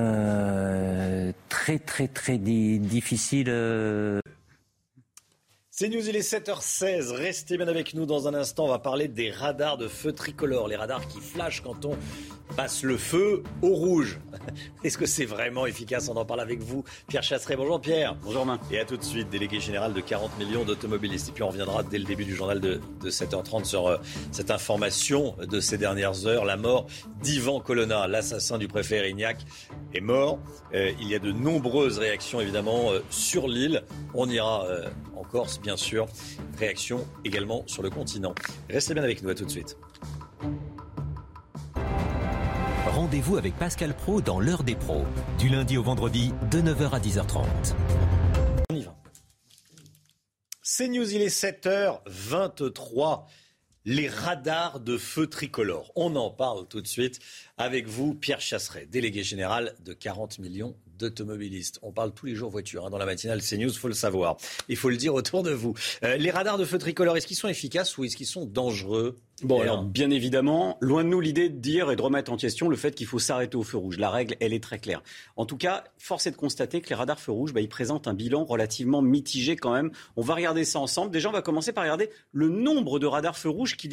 très très très difficile. C'est News, il est 7h16. Restez bien avec nous dans un instant. On va parler des radars de feu tricolore. Les radars qui flashent quand on passe le feu au rouge. Est-ce que c'est vraiment efficace? On en parle avec vous. Pierre Chasseret. Bonjour Pierre. Bonjour Romain. Et à tout de suite, délégué général de 40 millions d'automobilistes. Et puis on reviendra dès le début du journal de 7h30 sur cette information de ces dernières heures. La mort d'Yvan Colonna, l'assassin du préfet Erignac, est mort. Il y a de nombreuses réactions évidemment sur l'île. On ira en Corse, bien sûr. Réaction également sur le continent. Restez bien avec nous, à tout de suite. Rendez-vous avec Pascal Praud dans l'heure des pros, du lundi au vendredi de 9h à 10h30. On y va. C'est News, il est 7h23. Les radars de feu tricolore. On en parle tout de suite avec vous, Pierre Chasseret, délégué général de 40 millions d'automobilistes. On parle tous les jours voiture dans la matinale CNews, il faut le savoir. Il faut le dire autour de vous. Les radars de feu tricolore, est-ce qu'ils sont efficaces ou est-ce qu'ils sont dangereux ? Bon, alors, bien évidemment, loin de nous l'idée de dire et de remettre en question le fait qu'il faut s'arrêter au feu rouge. La règle, elle est très claire. En tout cas, force est de constater que les radars feu rouge, ils présentent un bilan relativement mitigé quand même. On va regarder ça ensemble. Déjà, on va commencer par regarder le nombre de radars feu rouge qu'il y a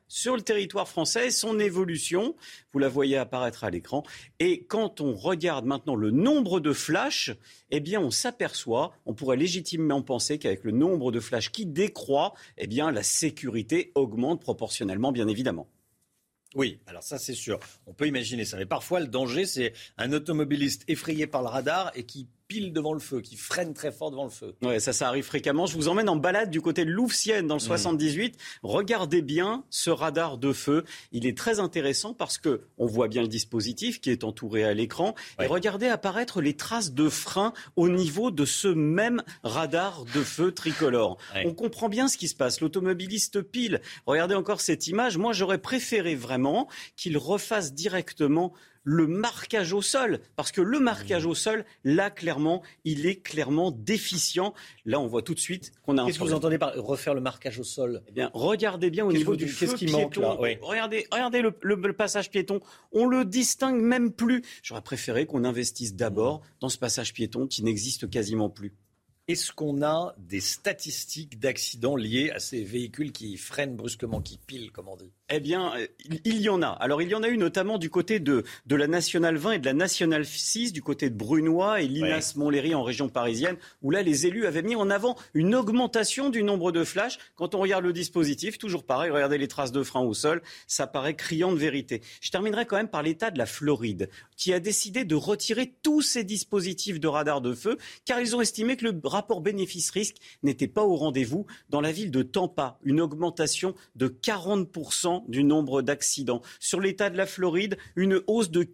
sur le territoire français, son évolution. Vous la voyez apparaître à l'écran. Et quand on regarde maintenant le nombre de flashs, eh bien, on s'aperçoit, on pourrait légitimement penser qu'avec le nombre de flashs qui décroît, eh bien, la sécurité augmente proportionnellement, bien évidemment. Oui, alors ça c'est sûr. On peut imaginer ça. Mais parfois le danger, c'est un automobiliste effrayé par le radar et qui pile devant le feu, qui freine très fort devant le feu. Ouais, ça arrive fréquemment. Je vous emmène en balade du côté de Louvciennes dans le 78. Regardez bien ce radar de feu. Il est très intéressant parce que on voit bien le dispositif qui est entouré à l'écran. Ouais. Et regardez apparaître les traces de frein au niveau de ce même radar de feu tricolore. Ouais. On comprend bien ce qui se passe. L'automobiliste pile. Regardez encore cette image. Moi, j'aurais préféré vraiment qu'il refasse directement le marquage au sol, parce que le marquage au sol, là, clairement, il est clairement déficient. Là, on voit tout de suite qu'on a un Qu'est-ce que vous entendez par refaire le marquage au sol ? Eh bien, regardez bien au niveau du feu piéton. Manque, là oui. Regardez le passage piéton. On le distingue même plus. J'aurais préféré qu'on investisse d'abord dans ce passage piéton qui n'existe quasiment plus. Est-ce qu'on a des statistiques d'accidents liés à ces véhicules qui freinent brusquement, qui pilent, comme on dit ? Eh bien, il y en a. Alors, il y en a eu notamment du côté de la Nationale 20 et de la Nationale 6, du côté de Brunois et Linas-Montlhéry en région parisienne, où là, les élus avaient mis en avant une augmentation du nombre de flashs. Quand on regarde le dispositif, toujours pareil, regardez les traces de frein au sol, ça paraît criant de vérité. Je terminerai quand même par l'État de la Floride, qui a décidé de retirer tous ces dispositifs de radar de feu, car ils ont estimé que le rapport bénéfice-risque n'était pas au rendez-vous. Dans la ville de Tampa, une augmentation de 40% du nombre d'accidents. Sur l'État de la Floride, une hausse de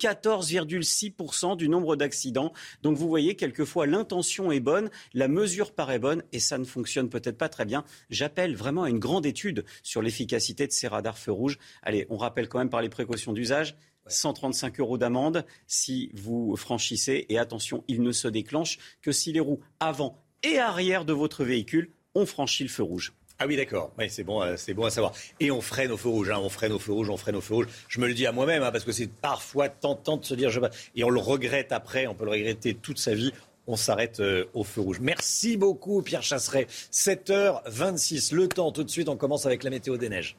14,6% du nombre d'accidents. Donc vous voyez, quelquefois, l'intention est bonne, la mesure paraît bonne et ça ne fonctionne peut-être pas très bien. J'appelle vraiment à une grande étude sur l'efficacité de ces radars feux rouges. Allez, on rappelle quand même par les précautions d'usage. 135 € d'amende si vous franchissez. Et attention, il ne se déclenche que si les roues avant et arrière de votre véhicule ont franchi le feu rouge. Ah oui, d'accord. Oui, c'est bon à savoir. Et on freine au feu rouge, on freine au feu rouge. Je me le dis à moi-même, parce que c'est parfois tentant de se dire, et on le regrette après, on peut le regretter toute sa vie. On s'arrête au feu rouge. Merci beaucoup, Pierre Chasseret. 7h26, le temps. Tout de suite, on commence avec la météo des neiges.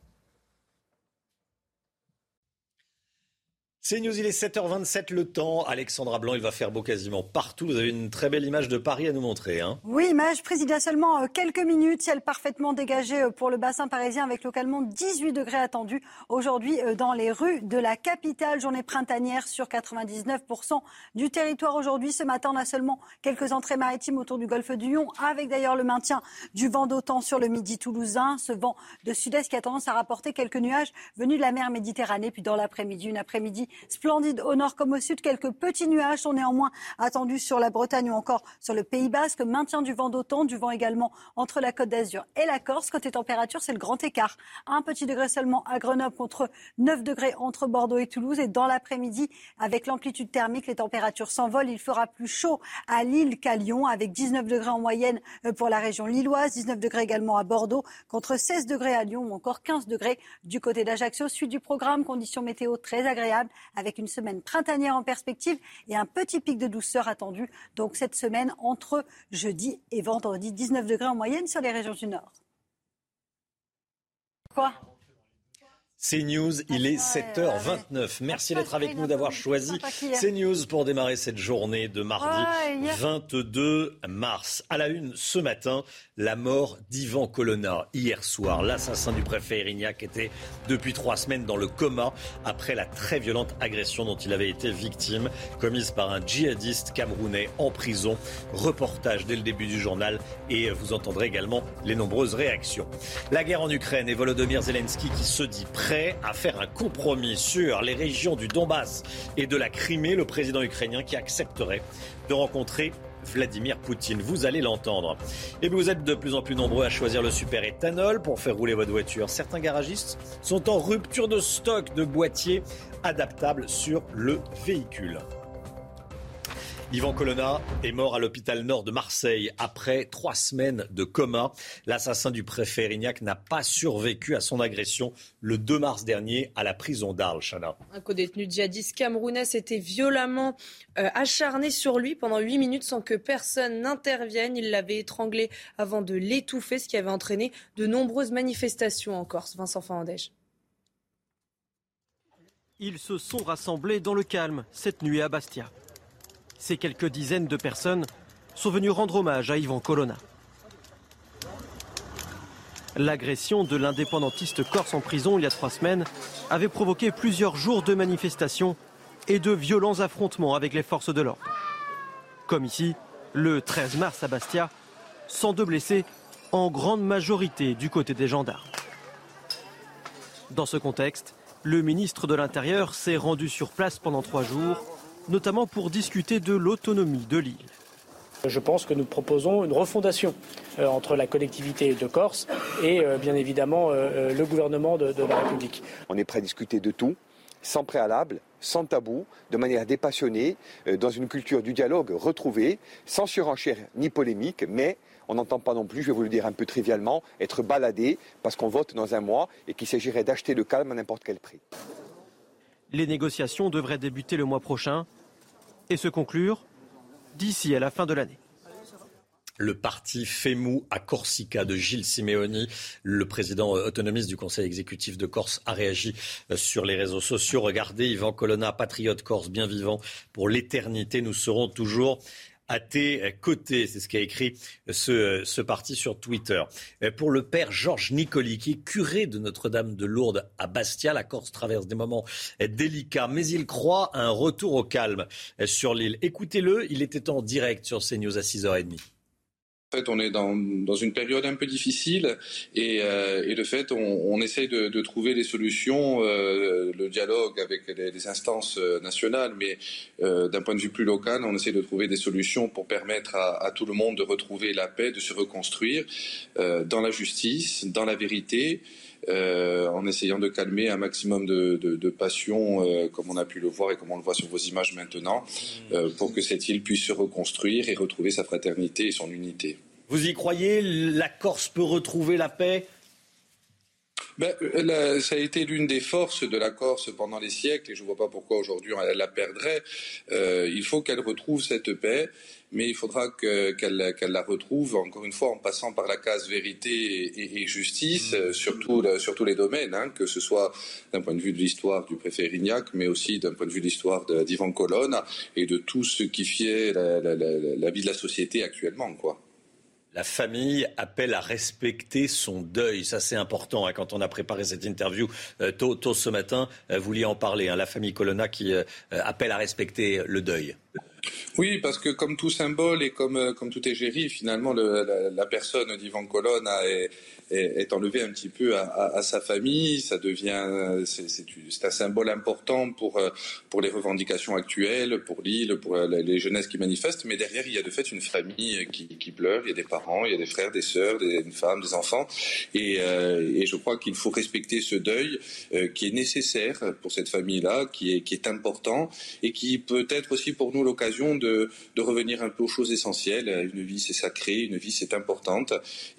C'est News, il est 7h27 le temps. Alexandra Blanc, il va faire beau quasiment partout. Vous avez une très belle image de Paris à nous montrer. Hein. Oui, image prise il y a seulement quelques minutes. Ciel parfaitement dégagé pour le bassin parisien avec localement 18 degrés attendus aujourd'hui dans les rues de la capitale. Journée printanière sur 99% du territoire aujourd'hui. Ce matin, on a seulement quelques entrées maritimes autour du golfe du Lion, avec d'ailleurs le maintien du vent d'OTAN sur le midi toulousain. Ce vent de sud-est qui a tendance à rapporter quelques nuages venus de la mer Méditerranée. Puis dans l'après-midi, une après-midi splendide au nord comme au sud. Quelques petits nuages sont néanmoins attendus sur la Bretagne ou encore sur le Pays Basque. Maintien du vent d'OTAN, du vent également entre la Côte d'Azur et la Corse. Côté température, c'est le grand écart. 1 petit degré seulement à Grenoble contre 9 degrés entre Bordeaux et Toulouse. Et dans l'après-midi, avec l'amplitude thermique, les températures s'envolent. Il fera plus chaud à Lille qu'à Lyon, avec 19 degrés en moyenne pour la région lilloise, 19 degrés également à Bordeaux, contre 16 degrés à Lyon ou encore 15 degrés du côté d'Ajaccio. Suite du programme, conditions météo très agréables, avec une semaine printanière en perspective et un petit pic de douceur attendu. Donc cette semaine entre jeudi et vendredi, 19 degrés en moyenne sur les régions du Nord. Quoi ? CNews, il est 7h29. Merci d'être avec nous, d'avoir choisi CNews pour démarrer cette journée de mardi 22 mars. À la une ce matin, la mort d'Ivan Colonna. Hier soir, l'assassin du préfet Erignac était depuis 3 semaines dans le coma après la très violente agression dont il avait été victime, commise par un djihadiste camerounais en prison. Reportage dès le début du journal et vous entendrez également les nombreuses réactions. La guerre en Ukraine et Volodymyr Zelensky qui se dit prêt à faire un compromis sur les régions du Donbass et de la Crimée, le président ukrainien qui accepterait de rencontrer Vladimir Poutine. Vous allez l'entendre. Et vous êtes de plus en plus nombreux à choisir le super éthanol pour faire rouler votre voiture. Certains garagistes sont en rupture de stock de boîtiers adaptables sur le véhicule. Ivan Colonna est mort à l'hôpital nord de Marseille après 3 semaines de coma. L'assassin du préfet Erignac n'a pas survécu à son agression le 2 mars dernier à la prison d'Arles. Chana. Un codétenu djihadiste camerounais s'était violemment acharné sur lui pendant 8 minutes sans que personne n'intervienne. Il l'avait étranglé avant de l'étouffer, ce qui avait entraîné de nombreuses manifestations en Corse. Vincent Fandège. Ils se sont rassemblés dans le calme cette nuit à Bastia. Ces quelques dizaines de personnes sont venues rendre hommage à Ivan Colonna. L'agression de l'indépendantiste corse en prison il y a 3 semaines avait provoqué plusieurs jours de manifestations et de violents affrontements avec les forces de l'ordre. Comme ici, le 13 mars à Bastia, 102 blessés, en grande majorité du côté des gendarmes. Dans ce contexte, le ministre de l'Intérieur s'est rendu sur place pendant 3 jours, notamment pour discuter de l'autonomie de l'île. Je pense que nous proposons une refondation entre la collectivité de Corse et bien évidemment le gouvernement de la République. On est prêt à discuter de tout, sans préalable, sans tabou, de manière dépassionnée, dans une culture du dialogue retrouvée, sans surenchère ni polémique, mais on n'entend pas non plus, je vais vous le dire un peu trivialement, être baladé parce qu'on vote dans un mois et qu'il s'agirait d'acheter le calme à n'importe quel prix. Les négociations devraient débuter le mois prochain et se conclure d'ici à la fin de l'année. Le parti Femou à Corsica de Gilles Simeoni, le président autonomiste du Conseil exécutif de Corse, a réagi sur les réseaux sociaux. Regardez, Ivan Colonna, patriote corse bien vivant pour l'éternité. Nous serons toujours à tes côtés. C'est ce qu'a écrit ce parti sur Twitter. Pour le père Georges Nicoli, qui est curé de Notre-Dame de Lourdes à Bastia, la Corse traverse des moments délicats, mais il croit à un retour au calme sur l'île. Écoutez-le, il était en direct sur CNews à 6h30. En fait, on est dans une période un peu difficile et de fait, on essaye de trouver des solutions, le dialogue avec les instances nationales, mais d'un point de vue plus local, on essaye de trouver des solutions pour permettre à tout le monde de retrouver la paix, de se reconstruire dans la justice, dans la vérité, en essayant de calmer un maximum de passion, comme on a pu le voir et comme on le voit sur vos images maintenant, pour que cette île puisse se reconstruire et retrouver sa fraternité et son unité. Vous y croyez? La Corse peut retrouver la paix? Ça a été l'une des forces de la Corse pendant les siècles et je ne vois pas pourquoi aujourd'hui elle la perdrait. Il faut qu'elle retrouve cette paix, mais il faudra qu'elle la retrouve, encore une fois, en passant par la case vérité et justice, sur tous les domaines, que ce soit d'un point de vue de l'histoire du préfet Erignac, mais aussi d'un point de vue de l'histoire d'Ivan Colonna et de tout ce qui fait la vie de la société actuellement, quoi. La famille appelle à respecter son deuil. Ça, c'est important. Quand on a préparé cette interview tôt ce matin, vous vouliez en parler. La famille Colonna qui appelle à respecter le deuil. Oui, parce que comme tout symbole et comme tout égérie, finalement, la personne d'Ivan Colonna est enlevée un petit peu à sa famille. Ça devient, c'est un symbole important pour les revendications actuelles, pour l'île, pour les jeunesses qui manifestent. Mais derrière, il y a de fait une famille qui pleure. Il y a des parents, il y a des frères, des sœurs, une femme, des enfants. Et je crois qu'il faut respecter ce deuil qui est nécessaire pour cette famille-là, qui est important et qui peut être aussi pour nous l'occasion de revenir un peu aux choses essentielles. Une vie, c'est sacré, une vie, c'est importante.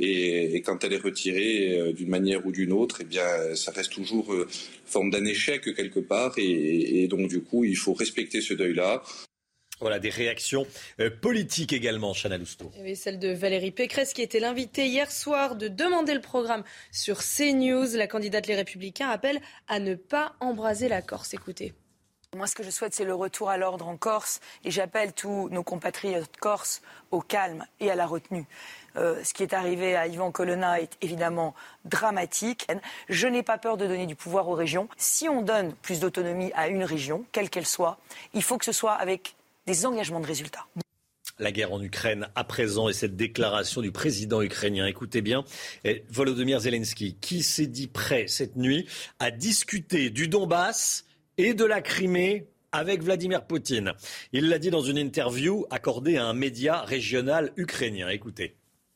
Et quand elle est retirée d'une manière ou d'une autre, eh bien, ça reste toujours forme d'un échec quelque part. Et donc, du coup, il faut respecter ce deuil-là. Voilà, des réactions politiques également, Chana Lousteau. Et celle de Valérie Pécresse qui était l'invitée hier soir de demander le programme sur CNews. La candidate Les Républicains appelle à ne pas embraser la Corse. Écoutez. Moi, ce que je souhaite, c'est le retour à l'ordre en Corse. Et j'appelle tous nos compatriotes corses au calme et à la retenue. Ce qui est arrivé à Ivan Colonna est évidemment dramatique. Je n'ai pas peur de donner du pouvoir aux régions. Si on donne plus d'autonomie à une région, quelle qu'elle soit, il faut que ce soit avec des engagements de résultats. La guerre en Ukraine à présent et cette déclaration du président ukrainien. Écoutez bien, Volodymyr Zelensky, qui s'est dit prêt cette nuit à discuter du Donbass et de la Crimée avec Vladimir Poutine. Il l'a dit dans une interview accordée à un média régional ukrainien. Écoutez.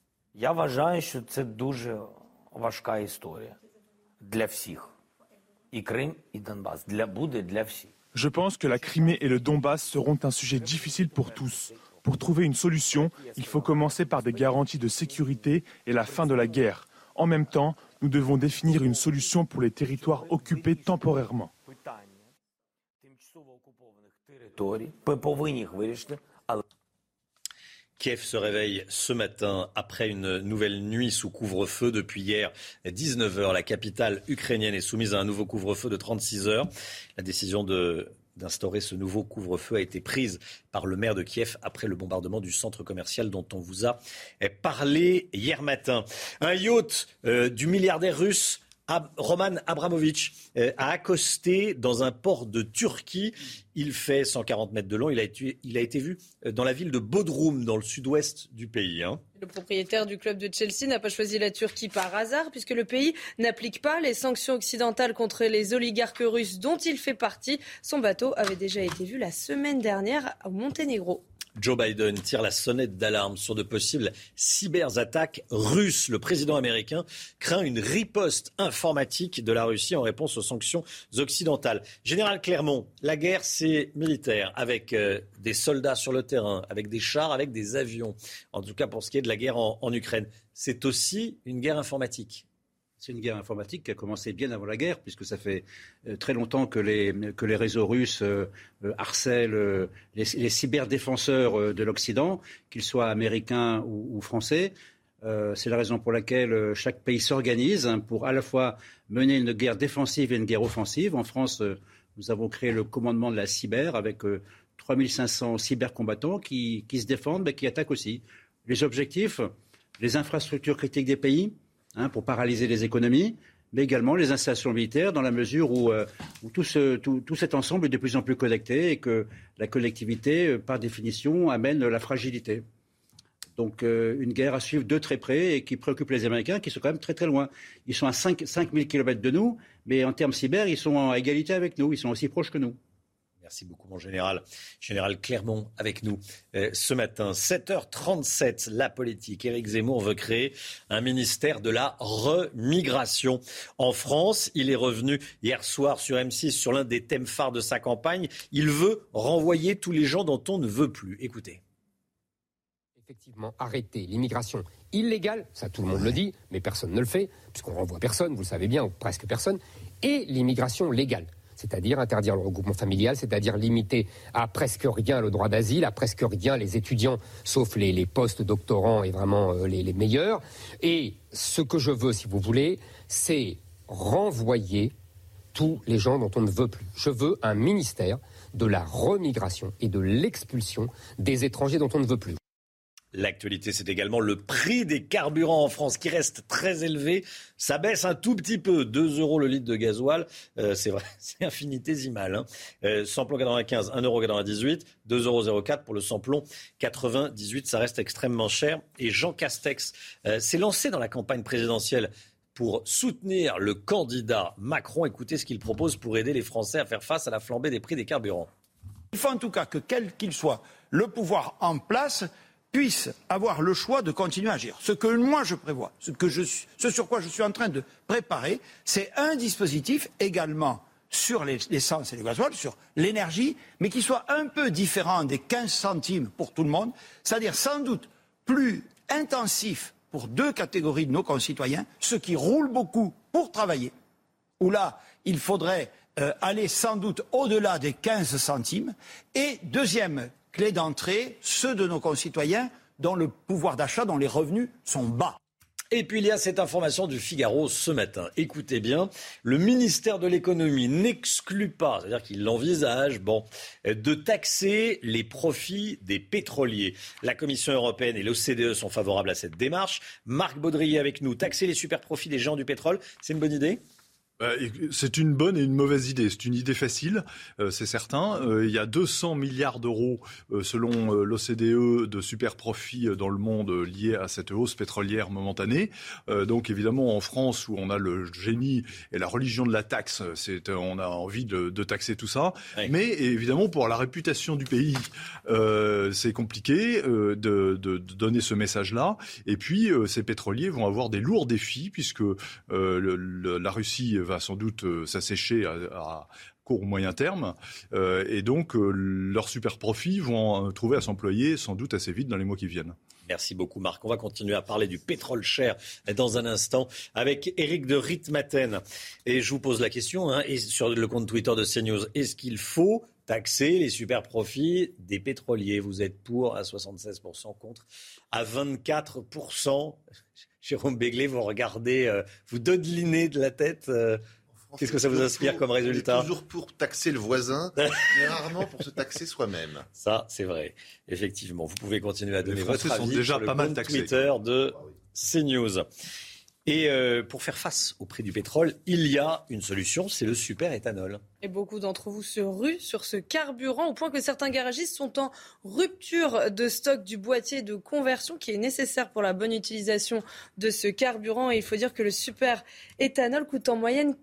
Я вважаю, що це дуже важка історія для всіх. І Крим, і Донбас. Буде для всіх. Je pense que la Crimée et le Donbass seront un sujet difficile pour tous. Pour trouver une solution, il faut commencer par des garanties de sécurité et la fin de la guerre. En même temps, nous devons définir une solution pour les territoires occupés temporairement. Kiev se réveille ce matin après une nouvelle nuit sous couvre-feu. Depuis hier, 19h, la capitale ukrainienne est soumise à un nouveau couvre-feu de 36 heures. La décision d'instaurer ce nouveau couvre-feu a été prise par le maire de Kiev après le bombardement du centre commercial dont on vous a parlé hier matin. Un yacht du milliardaire russe Roman Abramovich a accosté dans un port de Turquie. Il fait 140 mètres de long. Il a été vu dans la ville de Bodrum, dans le sud-ouest du pays. Le propriétaire du club de Chelsea n'a pas choisi la Turquie par hasard, puisque le pays n'applique pas les sanctions occidentales contre les oligarques russes dont il fait partie. Son bateau avait déjà été vu la semaine dernière au Monténégro. Joe Biden tire la sonnette d'alarme sur de possibles cyberattaques russes. Le président américain craint une riposte informatique de la Russie en réponse aux sanctions occidentales. Général Clermont, la guerre, c'est militaire, avec des soldats sur le terrain, avec des chars, avec des avions. En tout cas, pour ce qui est de la guerre en Ukraine, c'est aussi une guerre informatique. C'est une guerre informatique qui a commencé bien avant la guerre, puisque ça fait très longtemps que les réseaux russes harcèlent les cyberdéfenseurs de l'Occident, qu'ils soient américains ou français. C'est la raison pour laquelle chaque pays s'organise pour à la fois mener une guerre défensive et une guerre offensive. En France, nous avons créé le commandement de la cyber avec 3500 cybercombattants qui se défendent, mais qui attaquent aussi. Les objectifs, les infrastructures critiques des pays, pour paralyser les économies, mais également les installations militaires dans la mesure où tout cet ensemble est de plus en plus connecté et que la connectivité, par définition, amène la fragilité. Donc une guerre à suivre de très près et qui préoccupe les Américains qui sont quand même très très loin. Ils sont à 5000 km de nous, mais en termes cyber, ils sont à égalité avec nous, ils sont aussi proches que nous. Merci beaucoup, mon général. Général Clermont avec nous ce matin. 7h37, la politique. Éric Zemmour veut créer un ministère de la remigration en France. Il est revenu hier soir sur M6 sur l'un des thèmes phares de sa campagne. Il veut renvoyer tous les gens dont on ne veut plus. Écoutez. Effectivement, arrêter l'immigration illégale, ça tout le monde le dit, mais personne ne le fait, puisqu'on renvoie personne, vous le savez bien, ou presque personne, et l'immigration légale. C'est-à-dire interdire le regroupement familial, c'est-à-dire limiter à presque rien le droit d'asile, à presque rien les étudiants, sauf les post-doctorants et vraiment les meilleurs. Et ce que je veux, si vous voulez, c'est renvoyer tous les gens dont on ne veut plus. Je veux un ministère de la remigration et de l'expulsion des étrangers dont on ne veut plus. L'actualité, c'est également le prix des carburants en France qui reste très élevé. Ça baisse un tout petit peu, 2 € le litre de gasoil. C'est vrai, c'est infinitésimal. Samplon 95, 1,98 €, 2,04 € pour le samplon 98. Ça reste extrêmement cher. Et Jean Castex s'est lancé dans la campagne présidentielle pour soutenir le candidat Macron. Écoutez ce qu'il propose pour aider les Français à faire face à la flambée des prix des carburants. Il faut en tout cas que, quel qu'il soit le pouvoir en place, puisse avoir le choix de continuer à agir. Ce que moi je prévois, ce sur quoi je suis en train de préparer, c'est un dispositif également sur l'essence et le gasoil, sur l'énergie, mais qui soit un peu différent des 15 centimes pour tout le monde, c'est-à-dire sans doute plus intensif pour 2 catégories de nos concitoyens, ceux qui roulent beaucoup pour travailler, où là, il faudrait aller sans doute au-delà des 15 centimes, et deuxième clé d'entrée, ceux de nos concitoyens dont le pouvoir d'achat, dont les revenus sont bas. Et puis il y a cette information du Figaro ce matin. Écoutez bien, le ministère de l'économie n'exclut pas, c'est-à-dire qu'il l'envisage, de taxer les profits des pétroliers. La Commission européenne et l'OCDE sont favorables à cette démarche. Marc Baudrier avec nous. Taxer les super profits des géants du pétrole, c'est une bonne idée ? C'est une bonne et une mauvaise idée. C'est une idée facile, c'est certain. Il y a 200 milliards d'euros, selon l'OCDE, de super profits dans le monde liés à cette hausse pétrolière momentanée. Donc évidemment, en France, où on a le génie et la religion de la taxe, on a envie de taxer tout ça. Oui. Mais évidemment, pour la réputation du pays, c'est compliqué de donner ce message-là. Et puis, ces pétroliers vont avoir des lourds défis, puisque la Russie va sans doute s'assécher à court ou moyen terme. Et donc, leurs super profits vont trouver à s'employer sans doute assez vite dans les mois qui viennent. Merci beaucoup Marc. On va continuer à parler du pétrole cher dans un instant avec Éric de Ritmaten. Et je vous pose la question, et sur le compte Twitter de CNews, est-ce qu'il faut taxer les super profits des pétroliers. Vous êtes pour à 76%, contre à 24%. Jérôme Béglé, vous regardez, vous dodelinez de la tête. Qu'est-ce que ça vous inspire comme résultat ? On est toujours pour taxer le voisin, mais rarement pour se taxer soi-même. Ça, c'est vrai. Effectivement, vous pouvez continuer à donner votre avis déjà sur le pas mal compte taxés. Twitter de CNews. Et pour faire face au prix du pétrole, il y a une solution, c'est le super-éthanol. Et beaucoup d'entre vous se ruent sur ce carburant au point que certains garagistes sont en rupture de stock du boîtier de conversion qui est nécessaire pour la bonne utilisation de ce carburant. Et il faut dire que le super-éthanol coûte en moyenne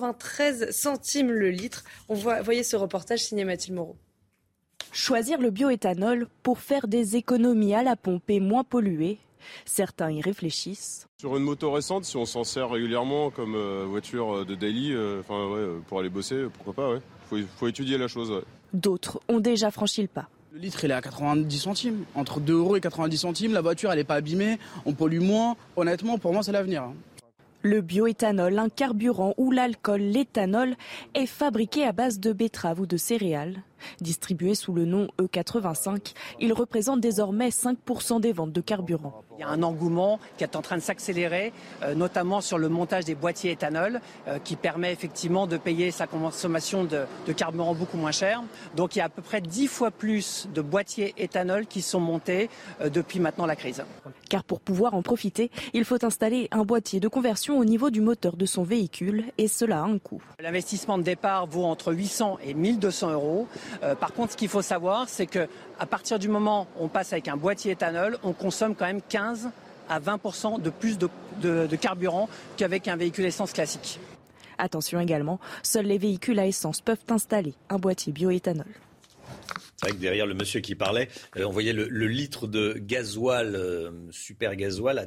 93 centimes le litre. Voyez ce reportage signé Mathilde Moreau. Choisir le bioéthanol pour faire des économies à la pompe et moins polluer. Certains y réfléchissent. Sur une moto récente, si on s'en sert régulièrement comme voiture de daily, pour aller bosser, pourquoi pas, ouais. Faut étudier la chose, ouais. D'autres ont déjà franchi le pas. Le litre, il est à 90 centimes. Entre 2 € et 90 centimes, la voiture, elle n'est pas abîmée, on pollue moins. Honnêtement, pour moi, c'est l'avenir. Le bioéthanol, un carburant où l'alcool, l'éthanol, est fabriqué à base de betterave ou de céréales. Distribué sous le nom E85, il représente désormais 5% des ventes de carburant. Il y a un engouement qui est en train de s'accélérer, notamment sur le montage des boîtiers éthanol, qui permet effectivement de payer sa consommation de carburant beaucoup moins cher. Donc il y a à peu près 10 fois plus de boîtiers éthanol qui sont montés depuis maintenant la crise. Car pour pouvoir en profiter, il faut installer un boîtier de conversion au niveau du moteur de son véhicule, et cela a un coût. L'investissement de départ vaut entre 800 et 1200 €. Par contre, ce qu'il faut savoir, c'est qu'à partir du moment où on passe avec un boîtier éthanol, on consomme quand même 15 à 20% de plus de carburant qu'avec un véhicule essence classique. Attention également, seuls les véhicules à essence peuvent installer un boîtier bioéthanol. C'est vrai que derrière le monsieur qui parlait, on voyait le litre de gasoil, super gasoil, à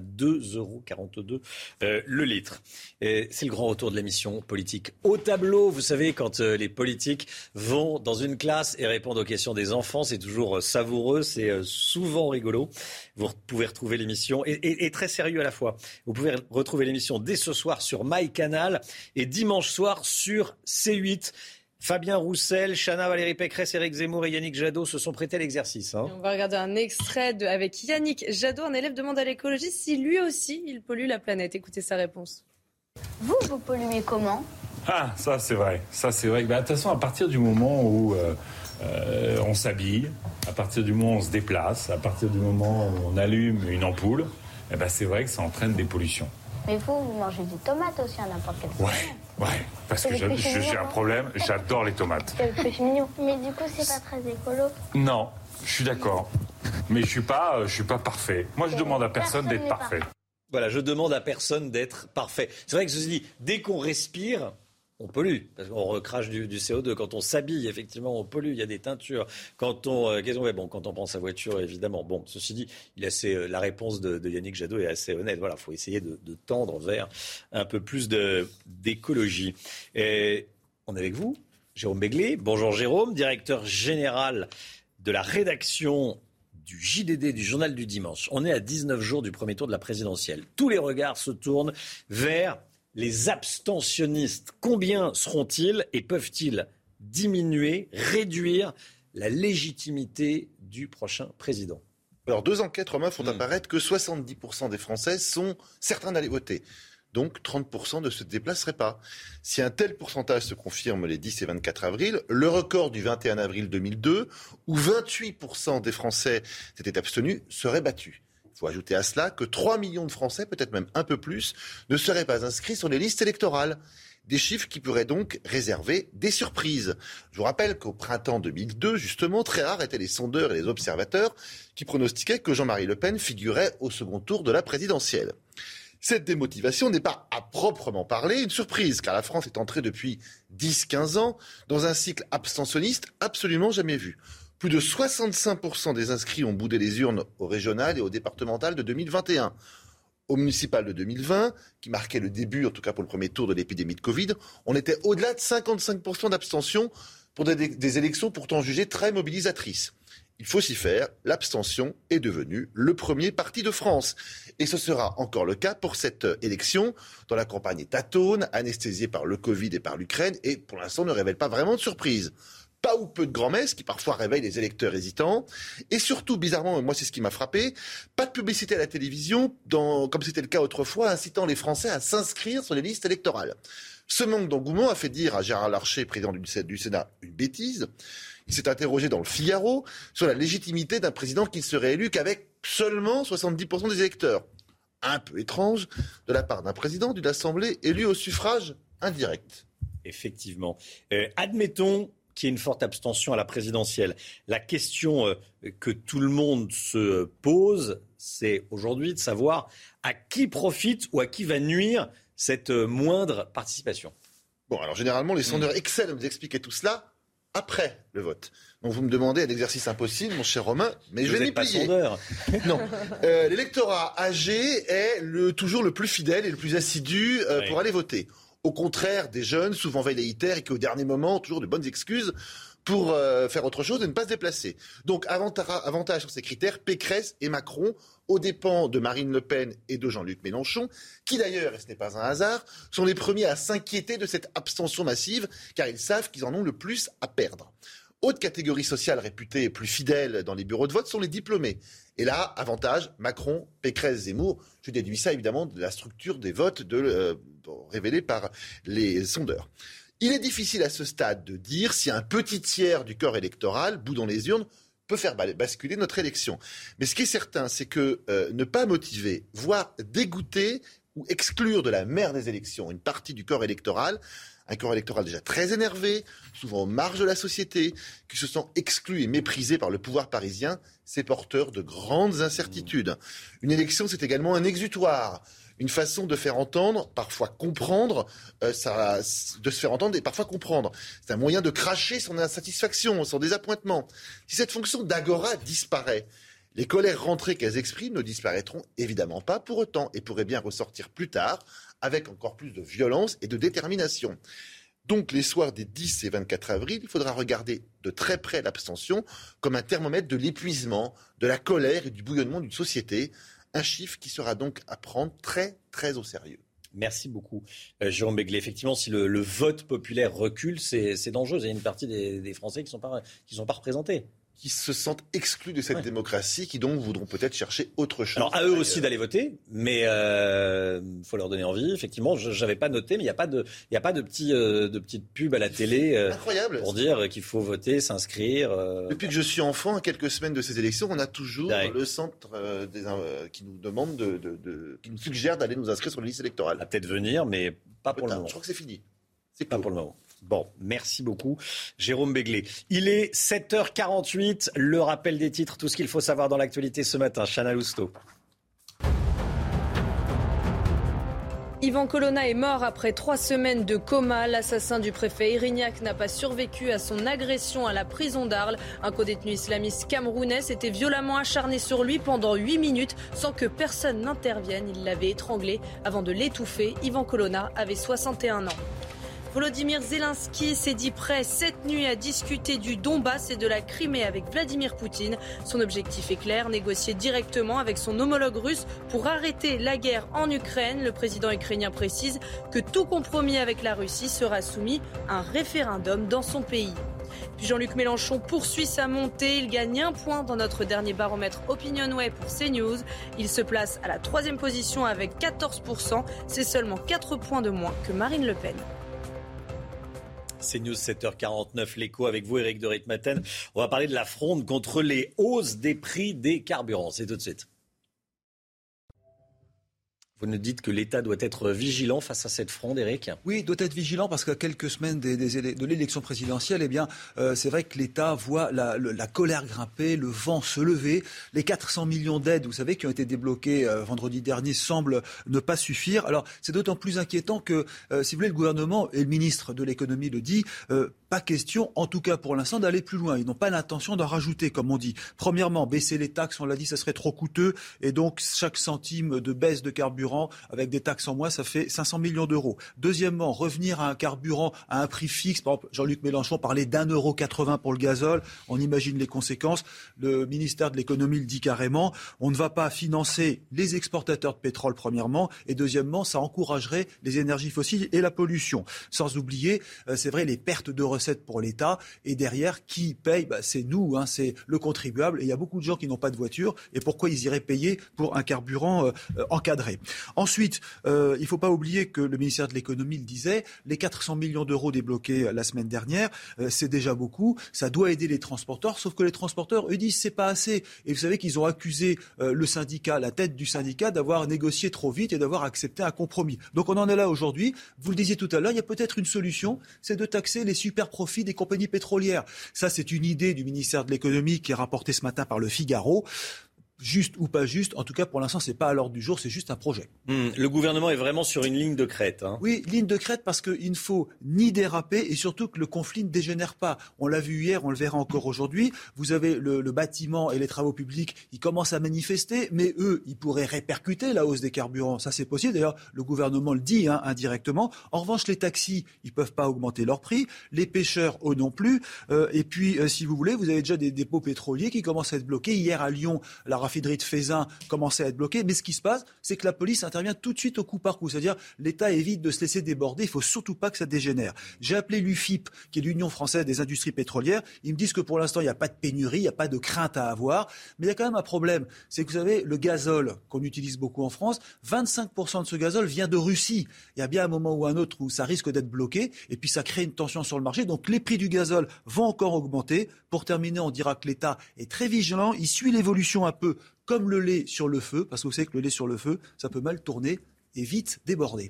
2,42 € le litre. C'est le grand retour de l'émission politique au tableau. Vous savez, quand les politiques vont dans une classe et répondent aux questions des enfants, c'est toujours savoureux, c'est souvent rigolo. Vous pouvez retrouver l'émission, et très sérieux à la fois. Vous pouvez retrouver l'émission dès ce soir sur MyCanal et dimanche soir sur C8. Fabien Roussel, Chana, Valérie Pécresse, Éric Zemmour et Yannick Jadot se sont prêtés à l'exercice. On va regarder un extrait avec Yannick Jadot. Un élève demande à l'écologiste si lui aussi il pollue la planète. Écoutez sa réponse. Vous polluez comment ? Ah, ça c'est vrai. De toute façon, à partir du moment où on s'habille, à partir du moment où on se déplace, à partir du moment où on allume une ampoule, c'est vrai que ça entraîne des pollutions. Mais vous mangez des tomates aussi à n'importe quel moment. Ouais, parce que j'ai un problème, j'adore les tomates. C'est le péché mignon. Mais du coup, c'est pas très écolo. Non, je suis d'accord. Mais je suis pas parfait. Moi, je demande à personne d'être parfait. Voilà, je demande à personne d'être parfait. C'est vrai que ceci dit, dès qu'on respire, on pollue, parce qu'on recrache du CO2. Quand on s'habille, effectivement, on pollue. Il y a des teintures. Quand on prend sa voiture, évidemment. Bon, ceci dit, la réponse de Yannick Jadot est assez honnête. Voilà, il faut essayer de tendre vers un peu plus d'écologie. Et on est avec vous, Jérôme Béglé. Bonjour Jérôme, directeur général de la rédaction du JDD, du Journal du Dimanche. On est à 19 jours du premier tour de la présidentielle. Tous les regards se tournent vers les abstentionnistes. Combien seront-ils et peuvent-ils diminuer, réduire la légitimité du prochain président ? Alors, 2 enquêtes, Romain, font apparaître que 70% des Français sont certains d'aller voter. Donc, 30% ne se déplaceraient pas. Si un tel pourcentage se confirme les 10 et 24 avril, le record du 21 avril 2002, où 28% des Français s'étaient abstenus, serait battu. Il faut ajouter à cela que 3 millions de Français, peut-être même un peu plus, ne seraient pas inscrits sur les listes électorales. Des chiffres qui pourraient donc réserver des surprises. Je vous rappelle qu'au printemps 2002, justement, très rares étaient les sondeurs et les observateurs qui pronostiquaient que Jean-Marie Le Pen figurait au second tour de la présidentielle. Cette démotivation n'est pas à proprement parler une surprise, car la France est entrée depuis 10-15 ans dans un cycle abstentionniste absolument jamais vu. Plus de 65% des inscrits ont boudé les urnes au régional et au départemental de 2021. Au municipal de 2020, qui marquait le début, en tout cas pour le premier tour de l'épidémie de Covid, on était au-delà de 55% d'abstention pour des élections pourtant jugées très mobilisatrices. Il faut s'y faire, l'abstention est devenue le premier parti de France. Et ce sera encore le cas pour cette élection, dont la campagne est atone, anesthésiée par le Covid et par l'Ukraine, et pour l'instant ne révèle pas vraiment de surprise. pas ou peu de grand-messes qui parfois réveillent les électeurs hésitants. Et surtout, bizarrement, moi c'est ce qui m'a frappé, pas de publicité à la télévision, comme c'était le cas autrefois, incitant les Français à s'inscrire sur les listes électorales. Ce manque d'engouement a fait dire à Gérard Larcher, président du Sénat, une bêtise. Il s'est interrogé dans le Figaro sur la légitimité d'un président qui ne serait élu qu'avec seulement 70% des électeurs. Un peu étrange de la part d'un président d'une assemblée élue au suffrage indirect. Effectivement. Admettons qu'il y ait une forte abstention à la présidentielle. La question que tout le monde se pose, c'est aujourd'hui de savoir à qui profite ou à qui va nuire cette moindre participation. Bon, alors généralement, les sondeurs excellent à nous expliquer tout cela après le vote. Donc vous me demandez un exercice impossible, mon cher Romain, mais je vais m'y plier. Non. L'électorat âgé est toujours le plus fidèle et le plus assidu pour aller voter. Au contraire des jeunes, souvent velléitaires et qui au dernier moment ont toujours de bonnes excuses pour faire autre chose et ne pas se déplacer. Donc avantage sur ces critères, Pécresse et Macron, aux dépens de Marine Le Pen et de Jean-Luc Mélenchon, qui d'ailleurs, et ce n'est pas un hasard, sont les premiers à s'inquiéter de cette abstention massive, car ils savent qu'ils en ont le plus à perdre. Autre catégorie sociale réputée plus fidèle dans les bureaux de vote sont les diplômés. Et là, avantage, Macron, Pécresse, Zemmour. Je déduis ça évidemment de la structure des votes révélée par les sondeurs. Il est difficile à ce stade de dire si un petit tiers du corps électoral, bout dans les urnes, peut faire basculer notre élection. Mais ce qui est certain, c'est que ne pas motiver, voire dégoûter ou exclure de la mer des élections une partie du corps électoral, un corps électoral déjà très énervé, souvent aux marges de la société, qui se sent exclu et méprisé par le pouvoir parisien, c'est porteur de grandes incertitudes. Une élection, c'est également un exutoire, une façon de faire entendre, parfois comprendre, de se faire entendre et parfois comprendre. C'est un moyen de cracher son insatisfaction, son désappointement. Si cette fonction d'agora disparaît, les colères rentrées qu'elles expriment ne disparaîtront évidemment pas pour autant et pourraient bien ressortir plus tard avec encore plus de violence et de détermination. Donc les soirs des 10 et 24 avril, il faudra regarder de très près l'abstention comme un thermomètre de l'épuisement, de la colère et du bouillonnement d'une société. Un chiffre qui sera donc à prendre très très au sérieux. Merci beaucoup, Jérôme Béglé. Effectivement, si le vote populaire recule, c'est dangereux. Il y a une partie des Français qui ne sont pas représentés. Qui se sentent exclus de cette démocratie, qui donc voudront peut-être chercher autre chose. Alors à eux aussi d'aller voter, mais faut leur donner envie. Effectivement, j'avais pas noté, mais il y a pas de petites pubs à la télé incroyable pour dire qu'il faut voter, s'inscrire. Depuis que je suis enfant, à quelques semaines de ces élections, on a toujours le centre qui nous demande qui nous suggère d'aller nous inscrire sur la liste électorale. À peut-être venir, mais pas pour le moment. Je crois que c'est fini. C'est pas pour le moment. Bon, merci beaucoup, Jérôme Béglé. Il est 7h48, le rappel des titres, tout ce qu'il faut savoir dans l'actualité ce matin. Chana Lousteau. Ivan Colonna est mort après 3 semaines de coma. L'assassin du préfet Erignac n'a pas survécu à son agression à la prison d'Arles. Un codétenu islamiste camerounais s'était violemment acharné sur lui pendant 8 minutes sans que personne n'intervienne. Il l'avait étranglé avant de l'étouffer. Ivan Colonna avait 61 ans. Volodymyr Zelensky s'est dit prêt cette nuit à discuter du Donbass et de la Crimée avec Vladimir Poutine. Son objectif est clair, négocier directement avec son homologue russe pour arrêter la guerre en Ukraine. Le président ukrainien précise que tout compromis avec la Russie sera soumis à un référendum dans son pays. Puis Jean-Luc Mélenchon poursuit sa montée. Il gagne 1 point dans notre dernier baromètre OpinionWay pour CNews. Il se place à la 3e position avec 14%. C'est seulement 4 points de moins que Marine Le Pen. C'est News 7h49, l'écho avec vous, Éric de Ritmaten. On va parler de la fronde contre les hausses des prix des carburants. C'est tout de suite. Vous nous dites que l'État doit être vigilant face à cette fronde, Éric ? Oui, doit être vigilant parce qu'à quelques semaines de l'élection présidentielle, c'est vrai que l'État voit la colère grimper, le vent se lever. Les 400 millions d'aides, vous savez, qui ont été débloquées vendredi dernier, semblent ne pas suffire. Alors, c'est d'autant plus inquiétant que, si vous voulez, le gouvernement et le ministre de l'économie le dit, pas question, en tout cas pour l'instant, d'aller plus loin. Ils n'ont pas l'intention d'en rajouter, comme on dit. Premièrement, baisser les taxes, on l'a dit, ça serait trop coûteux. Et donc, chaque centime de baisse de carburant carburant avec des taxes en moins, ça fait 500 millions d'euros. Deuxièmement, revenir à un carburant à un prix fixe. Par exemple, Jean-Luc Mélenchon parlait d'1,80 € pour le gazole. On imagine les conséquences. Le ministère de l'économie le dit carrément. On ne va pas financer les exportateurs de pétrole, premièrement. Et deuxièmement, ça encouragerait les énergies fossiles et la pollution. Sans oublier, c'est vrai, les pertes de recettes pour l'État. Et derrière, qui paye ? C'est nous, c'est le contribuable. Et il y a beaucoup de gens qui n'ont pas de voiture. Et pourquoi ils iraient payer pour un carburant encadré ? Ensuite, il ne faut pas oublier que le ministère de l'économie le disait, les 400 millions d'euros débloqués la semaine dernière, c'est déjà beaucoup. Ça doit aider les transporteurs, sauf que les transporteurs, eux, disent c'est pas assez. Et vous savez qu'ils ont accusé le syndicat, la tête du syndicat, d'avoir négocié trop vite et d'avoir accepté un compromis. Donc on en est là aujourd'hui. Vous le disiez tout à l'heure, il y a peut-être une solution, c'est de taxer les super profits des compagnies pétrolières. Ça, c'est une idée du ministère de l'économie qui est rapportée ce matin par le Figaro. Juste ou pas juste, en tout cas pour l'instant c'est pas à l'ordre du jour, c'est juste un projet. Le gouvernement est vraiment sur une ligne de crête. Oui, ligne de crête parce qu'il ne faut ni déraper et surtout que le conflit ne dégénère pas. On l'a vu hier, on le verra encore aujourd'hui. Vous avez le bâtiment et les travaux publics, ils commencent à manifester, mais eux, ils pourraient répercuter la hausse des carburants. Ça c'est possible, d'ailleurs le gouvernement le dit indirectement. En revanche, les taxis, ils peuvent pas augmenter leur prix, les pêcheurs, eux non plus. Et puis, si vous voulez, vous avez déjà des dépôts pétroliers qui commencent à être bloqués. Hier à Lyon, la raffinerie de Feyzin commençait à être bloquée, mais ce qui se passe, c'est que la police intervient tout de suite au coup par coup, c'est-à-dire l'État évite de se laisser déborder, il ne faut surtout pas que ça dégénère. J'ai appelé l'UFIP, qui est l'Union française des industries pétrolières, ils me disent que pour l'instant il n'y a pas de pénurie, il n'y a pas de crainte à avoir, mais il y a quand même un problème, c'est que vous savez, le gazole qu'on utilise beaucoup en France, 25% de ce gazole vient de Russie. Il y a bien un moment ou un autre où ça risque d'être bloqué, et puis ça crée une tension sur le marché, donc les prix du gazole vont encore augmenter. Pour terminer, on dira que l'État est très vigilant, il suit l'évolution un peu comme le lait sur le feu, parce que vous savez que le lait sur le feu, ça peut mal tourner et vite déborder.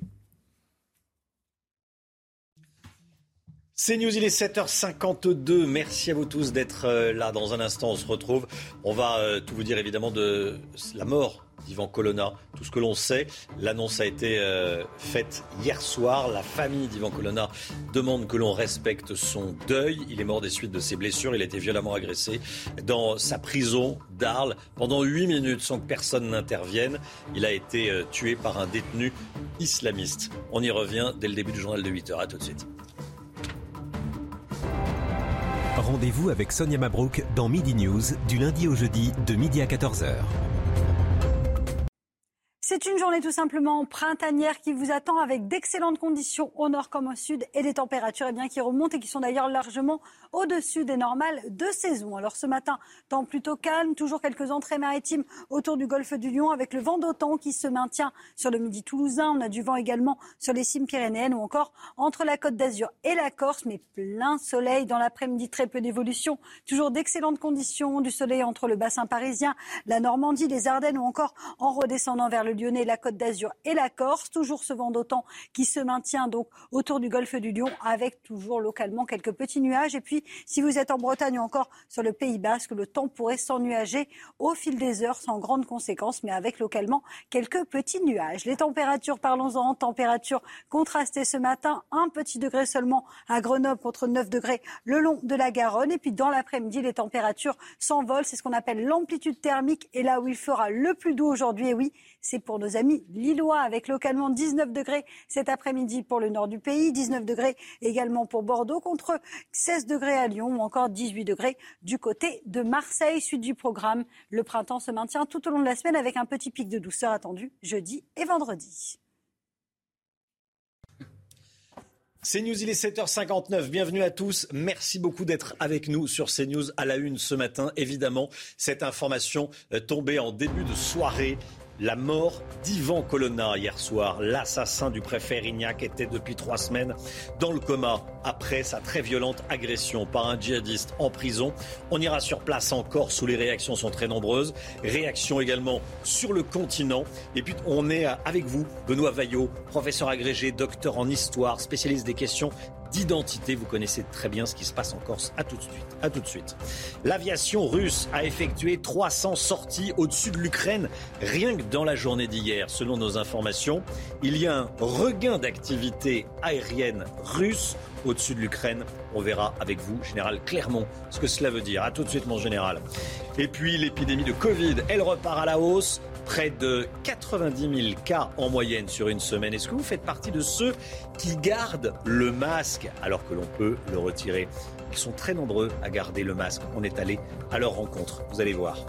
C'est News, il est 7h52. Merci à vous tous d'être là. Dans un instant, on se retrouve. On va tout vous dire évidemment de la mort d'Ivan Colonna. Tout ce que l'on sait, l'annonce a été faite hier soir. La famille d'Ivan Colonna demande que l'on respecte son deuil. Il est mort des suites de ses blessures. Il a été violemment agressé dans sa prison d'Arles pendant 8 minutes sans que personne n'intervienne. Il a été tué par un détenu islamiste. On y revient dès le début du journal de 8h. À tout de suite. Rendez-vous avec Sonia Mabrouk dans Midi News, du lundi au jeudi, de midi à 14h. C'est une journée tout simplement printanière qui vous attend avec d'excellentes conditions au nord comme au sud et des températures qui remontent et qui sont d'ailleurs largement au-dessus des normales de saison. Alors ce matin, temps plutôt calme, toujours quelques entrées maritimes autour du golfe du Lion avec le vent d'OTAN qui se maintient sur le midi toulousain. On a du vent également sur les cimes pyrénéennes ou encore entre la Côte d'Azur et la Corse, mais plein soleil dans l'après-midi, très peu d'évolution. Toujours d'excellentes conditions, du soleil entre le bassin parisien, la Normandie, les Ardennes ou encore en redescendant vers le Lyonnais, la Côte d'Azur et la Corse. Toujours ce vent d'OTAN qui se maintient donc autour du golfe du Lion avec toujours localement quelques petits nuages. Et puis, si vous êtes en Bretagne ou encore sur le Pays Basque, le temps pourrait s'ennuager au fil des heures sans grande conséquence, mais avec localement quelques petits nuages. Les températures, parlons-en, températures contrastées ce matin, 1 petit degré seulement à Grenoble contre 9 degrés le long de la Garonne. Et puis dans l'après-midi, les températures s'envolent. C'est ce qu'on appelle l'amplitude thermique. Et là où il fera le plus doux aujourd'hui, et oui, c'est pour nos amis lillois avec localement 19 degrés cet après-midi pour le nord du pays, 19 degrés également pour Bordeaux contre 16 degrés à Lyon ou encore 18 degrés du côté de Marseille. Suite du programme, le printemps se maintient tout au long de la semaine avec un petit pic de douceur attendu jeudi et vendredi. CNews, il est 7h59. Bienvenue à tous. Merci beaucoup d'être avec nous sur CNews à la une ce matin. Évidemment, cette information tombée en début de soirée. La mort d'Ivan Colonna hier soir. L'assassin du préfet Erignac était depuis 3 semaines dans le coma après sa très violente agression par un djihadiste en prison. On ira sur place en Corse où les réactions sont très nombreuses. Réactions également sur le continent. Et puis on est avec vous, Benoît Vaillot, professeur agrégé, docteur en histoire, spécialiste des questions d'identité. Vous connaissez très bien ce qui se passe en Corse. À tout de suite. L'aviation russe a effectué 300 sorties au-dessus de l'Ukraine, rien que dans la journée d'hier. Selon nos informations, il y a un regain d'activité aérienne russe au-dessus de l'Ukraine. On verra avec vous, général Clermont, ce que cela veut dire. À tout de suite, mon général. Et puis, l'épidémie de Covid, elle repart à la hausse. Près de 90 000 cas en moyenne sur une semaine. Est-ce que vous faites partie de ceux qui gardent le masque alors que l'on peut le retirer? Ils sont très nombreux à garder le masque. On est allé à leur rencontre. Vous allez voir.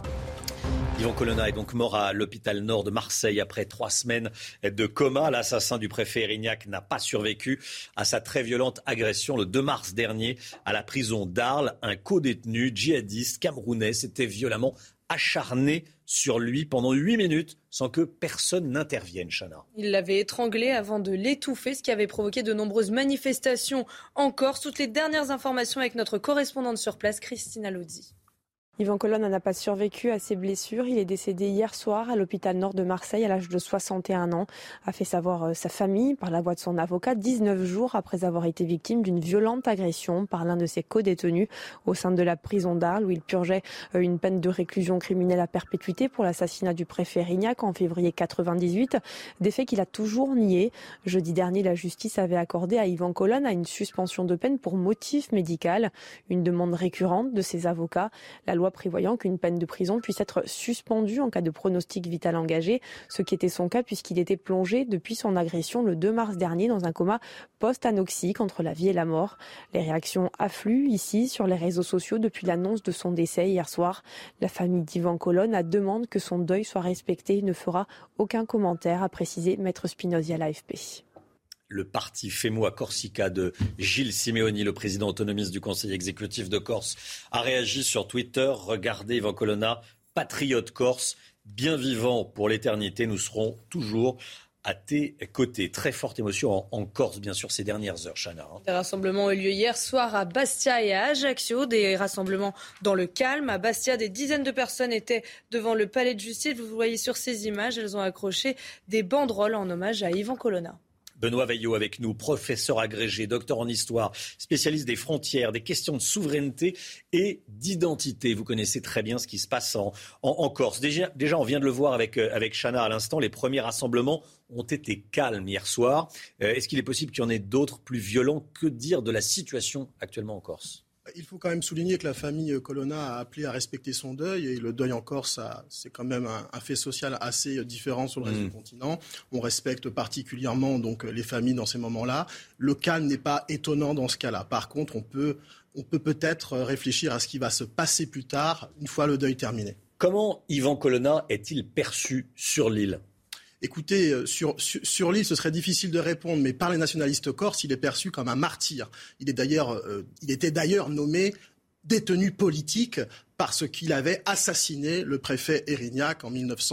Yvan Colonna est donc mort à l'hôpital Nord de Marseille après 3 semaines de coma. L'assassin du préfet Erignac n'a pas survécu à sa très violente agression le 2 mars dernier à la prison d'Arles. Un codétenu djihadiste camerounais s'était violemment acharné sur lui pendant 8 minutes sans que personne n'intervienne, Chana. Il l'avait étranglé avant de l'étouffer, ce qui avait provoqué de nombreuses manifestations en Corse. Toutes les dernières informations avec notre correspondante sur place, Christina Lodi. Yvan Colonna n'a pas survécu à ses blessures. Il est décédé hier soir à l'hôpital Nord de Marseille à l'âge de 61 ans, a fait savoir sa famille par la voix de son avocat 19 jours après avoir été victime d'une violente agression par l'un de ses codétenus au sein de la prison d'Arles où il purgeait une peine de réclusion criminelle à perpétuité pour l'assassinat du préfet Erignac en février 98, des faits qu'il a toujours niés. Jeudi dernier, la justice avait accordé à Yvan Colonna une suspension de peine pour motif médical, une demande récurrente de ses avocats. La loi prévoyant qu'une peine de prison puisse être suspendue en cas de pronostic vital engagé, ce qui était son cas puisqu'il était plongé depuis son agression le 2 mars dernier dans un coma post-anoxique entre la vie et la mort. Les réactions affluent ici sur les réseaux sociaux depuis l'annonce de son décès hier soir. La famille d'Yvan Colonna demande que son deuil soit respecté et ne fera aucun commentaire, a précisé Maître Spinozzi à l'AFP. Le parti Femo à Corsica de Gilles Simeoni, le président autonomiste du Conseil exécutif de Corse, a réagi sur Twitter. Regardez Yvan Colonna, patriote corse, bien vivant pour l'éternité. Nous serons toujours à tes côtés. Très forte émotion en Corse, bien sûr, ces dernières heures, Chana. Des rassemblements ont eu lieu hier soir à Bastia et à Ajaccio. Des rassemblements dans le calme. À Bastia, des dizaines de personnes étaient devant le palais de justice. Vous voyez sur ces images, elles ont accroché des banderoles en hommage à Yvan Colonna. Benoît Veillot avec nous, professeur agrégé, docteur en histoire, spécialiste des frontières, des questions de souveraineté et d'identité. Vous connaissez très bien ce qui se passe en Corse. Déjà, on vient de le voir avec Chana à l'instant, les premiers rassemblements ont été calmes hier soir. Est-ce qu'il est possible qu'il y en ait d'autres plus violents? Que dire de la situation actuellement en Corse? Il faut quand même souligner que la famille Colonna a appelé à respecter son deuil et le deuil en Corse, c'est quand même un fait social assez différent sur le reste du continent. On respecte particulièrement donc les familles dans ces moments-là. Le calme n'est pas étonnant dans ce cas-là. Par contre, on peut peut-être réfléchir à ce qui va se passer plus tard, une fois le deuil terminé. Comment Yvan Colonna est-il perçu sur l'île ? Écoutez, sur l'île, ce serait difficile de répondre, mais par les nationalistes corses, il est perçu comme un martyr. Il était d'ailleurs nommé détenu politique parce qu'il avait assassiné le préfet Erignac en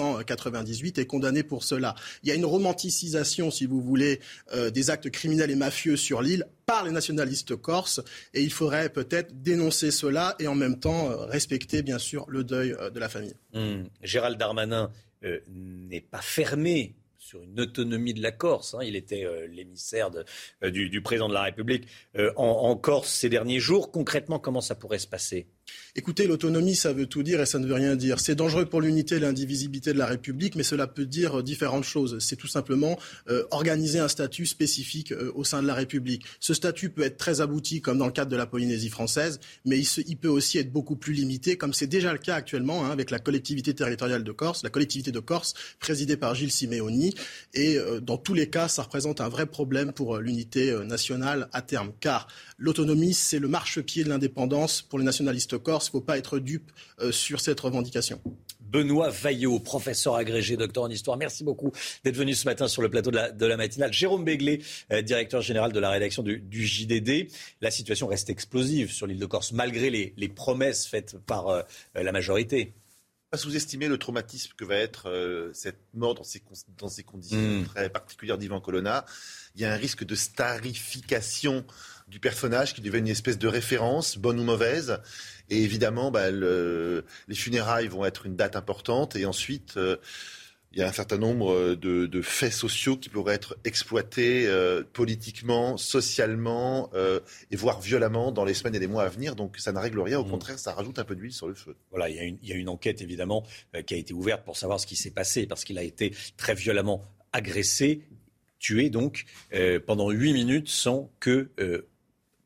1998 et condamné pour cela. Il y a une romanticisation, si vous voulez, des actes criminels et mafieux sur l'île par les nationalistes corses et il faudrait peut-être dénoncer cela et en même temps respecter, bien sûr, le deuil de la famille. Gérald Darmanin n'est pas fermé sur une autonomie de la Corse. Il était l'émissaire du président de la République en Corse ces derniers jours. Concrètement, comment ça pourrait se passer ? Écoutez, l'autonomie, ça veut tout dire et ça ne veut rien dire. C'est dangereux pour l'unité et l'indivisibilité de la République, mais cela peut dire différentes choses. C'est tout simplement organiser un statut spécifique au sein de la République. Ce statut peut être très abouti, comme dans le cadre de la Polynésie française, mais il peut aussi être beaucoup plus limité, comme c'est déjà le cas actuellement avec la collectivité territoriale de Corse, la collectivité de Corse, présidée par Gilles Simeoni. Et dans tous les cas, ça représente un vrai problème pour l'unité nationale à terme, car l'autonomie, c'est le marchepied de l'indépendance pour les nationalistes corse. Il ne faut pas être dupe sur cette revendication. Benoît Veillot, professeur agrégé, docteur en histoire. Merci beaucoup d'être venu ce matin sur le plateau de la matinale. Jérôme Béglé, directeur général de la rédaction du JDD. La situation reste explosive sur l'île de Corse, malgré les promesses faites par la majorité. Pas sous-estimer le traumatisme que va être cette mort dans ces conditions très particulières d'Yvan Colonna. Il y a un risque de starification du personnage qui devient une espèce de référence, bonne ou mauvaise. Et évidemment, les funérailles vont être une date importante. Et ensuite, il y a un certain nombre de faits sociaux qui pourraient être exploités politiquement, socialement et voire violemment dans les semaines et les mois à venir. Donc ça ne règle rien. Au contraire, ça rajoute un peu d'huile sur le feu. Voilà, il y a une enquête évidemment qui a été ouverte pour savoir ce qui s'est passé parce qu'il a été très violemment agressé, tué donc pendant 8 minutes sans que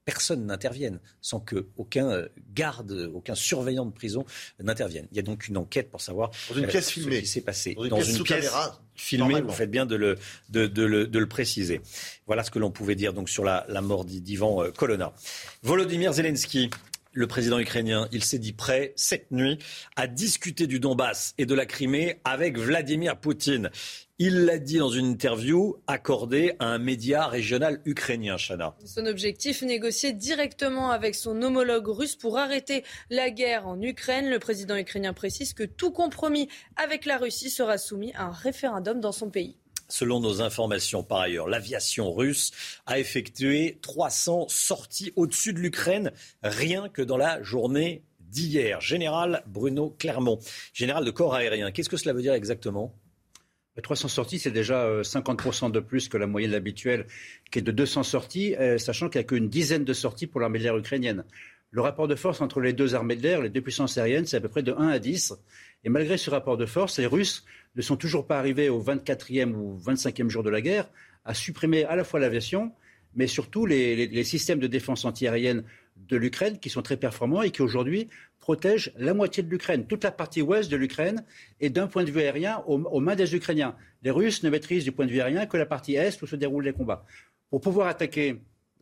personne n'intervienne, sans qu'aucun garde, aucun surveillant de prison n'intervienne. Il y a donc une enquête pour savoir dans une pièce filmée. Ce qui s'est passé. Dans une pièce filmée, vous faites bien de le préciser. Voilà ce que l'on pouvait dire donc sur la mort d'Ivan Colonna. Volodymyr Zelensky, le président ukrainien, il s'est dit prêt cette nuit à discuter du Donbass et de la Crimée avec Vladimir Poutine. Il l'a dit dans une interview accordée à un média régional ukrainien, Chana. Son objectif, négocier directement avec son homologue russe pour arrêter la guerre en Ukraine. Le président ukrainien précise que tout compromis avec la Russie sera soumis à un référendum dans son pays. Selon nos informations, par ailleurs, l'aviation russe a effectué 300 sorties au-dessus de l'Ukraine, rien que dans la journée d'hier. Général Bruno Clermont, général de corps aérien, qu'est-ce que cela veut dire exactement ? 300 sorties, c'est déjà 50% de plus que la moyenne habituelle, qui est de 200 sorties, sachant qu'il n'y a qu'une dizaine de sorties pour l'armée de l'air ukrainienne. Le rapport de force entre les deux armées de l'air, les deux puissances aériennes, c'est à peu près de 1 à 10. Et malgré ce rapport de force, les Russes ne sont toujours pas arrivés au 24e ou 25e jour de la guerre à supprimer à la fois l'aviation, mais surtout les systèmes de défense antiaérienne de l'Ukraine, qui sont très performants et qui aujourd'hui protègent la moitié de l'Ukraine. Toute la partie ouest de l'Ukraine est d'un point de vue aérien aux mains des Ukrainiens. Les Russes ne maîtrisent du point de vue aérien que la partie est où se déroulent les combats. Pour pouvoir attaquer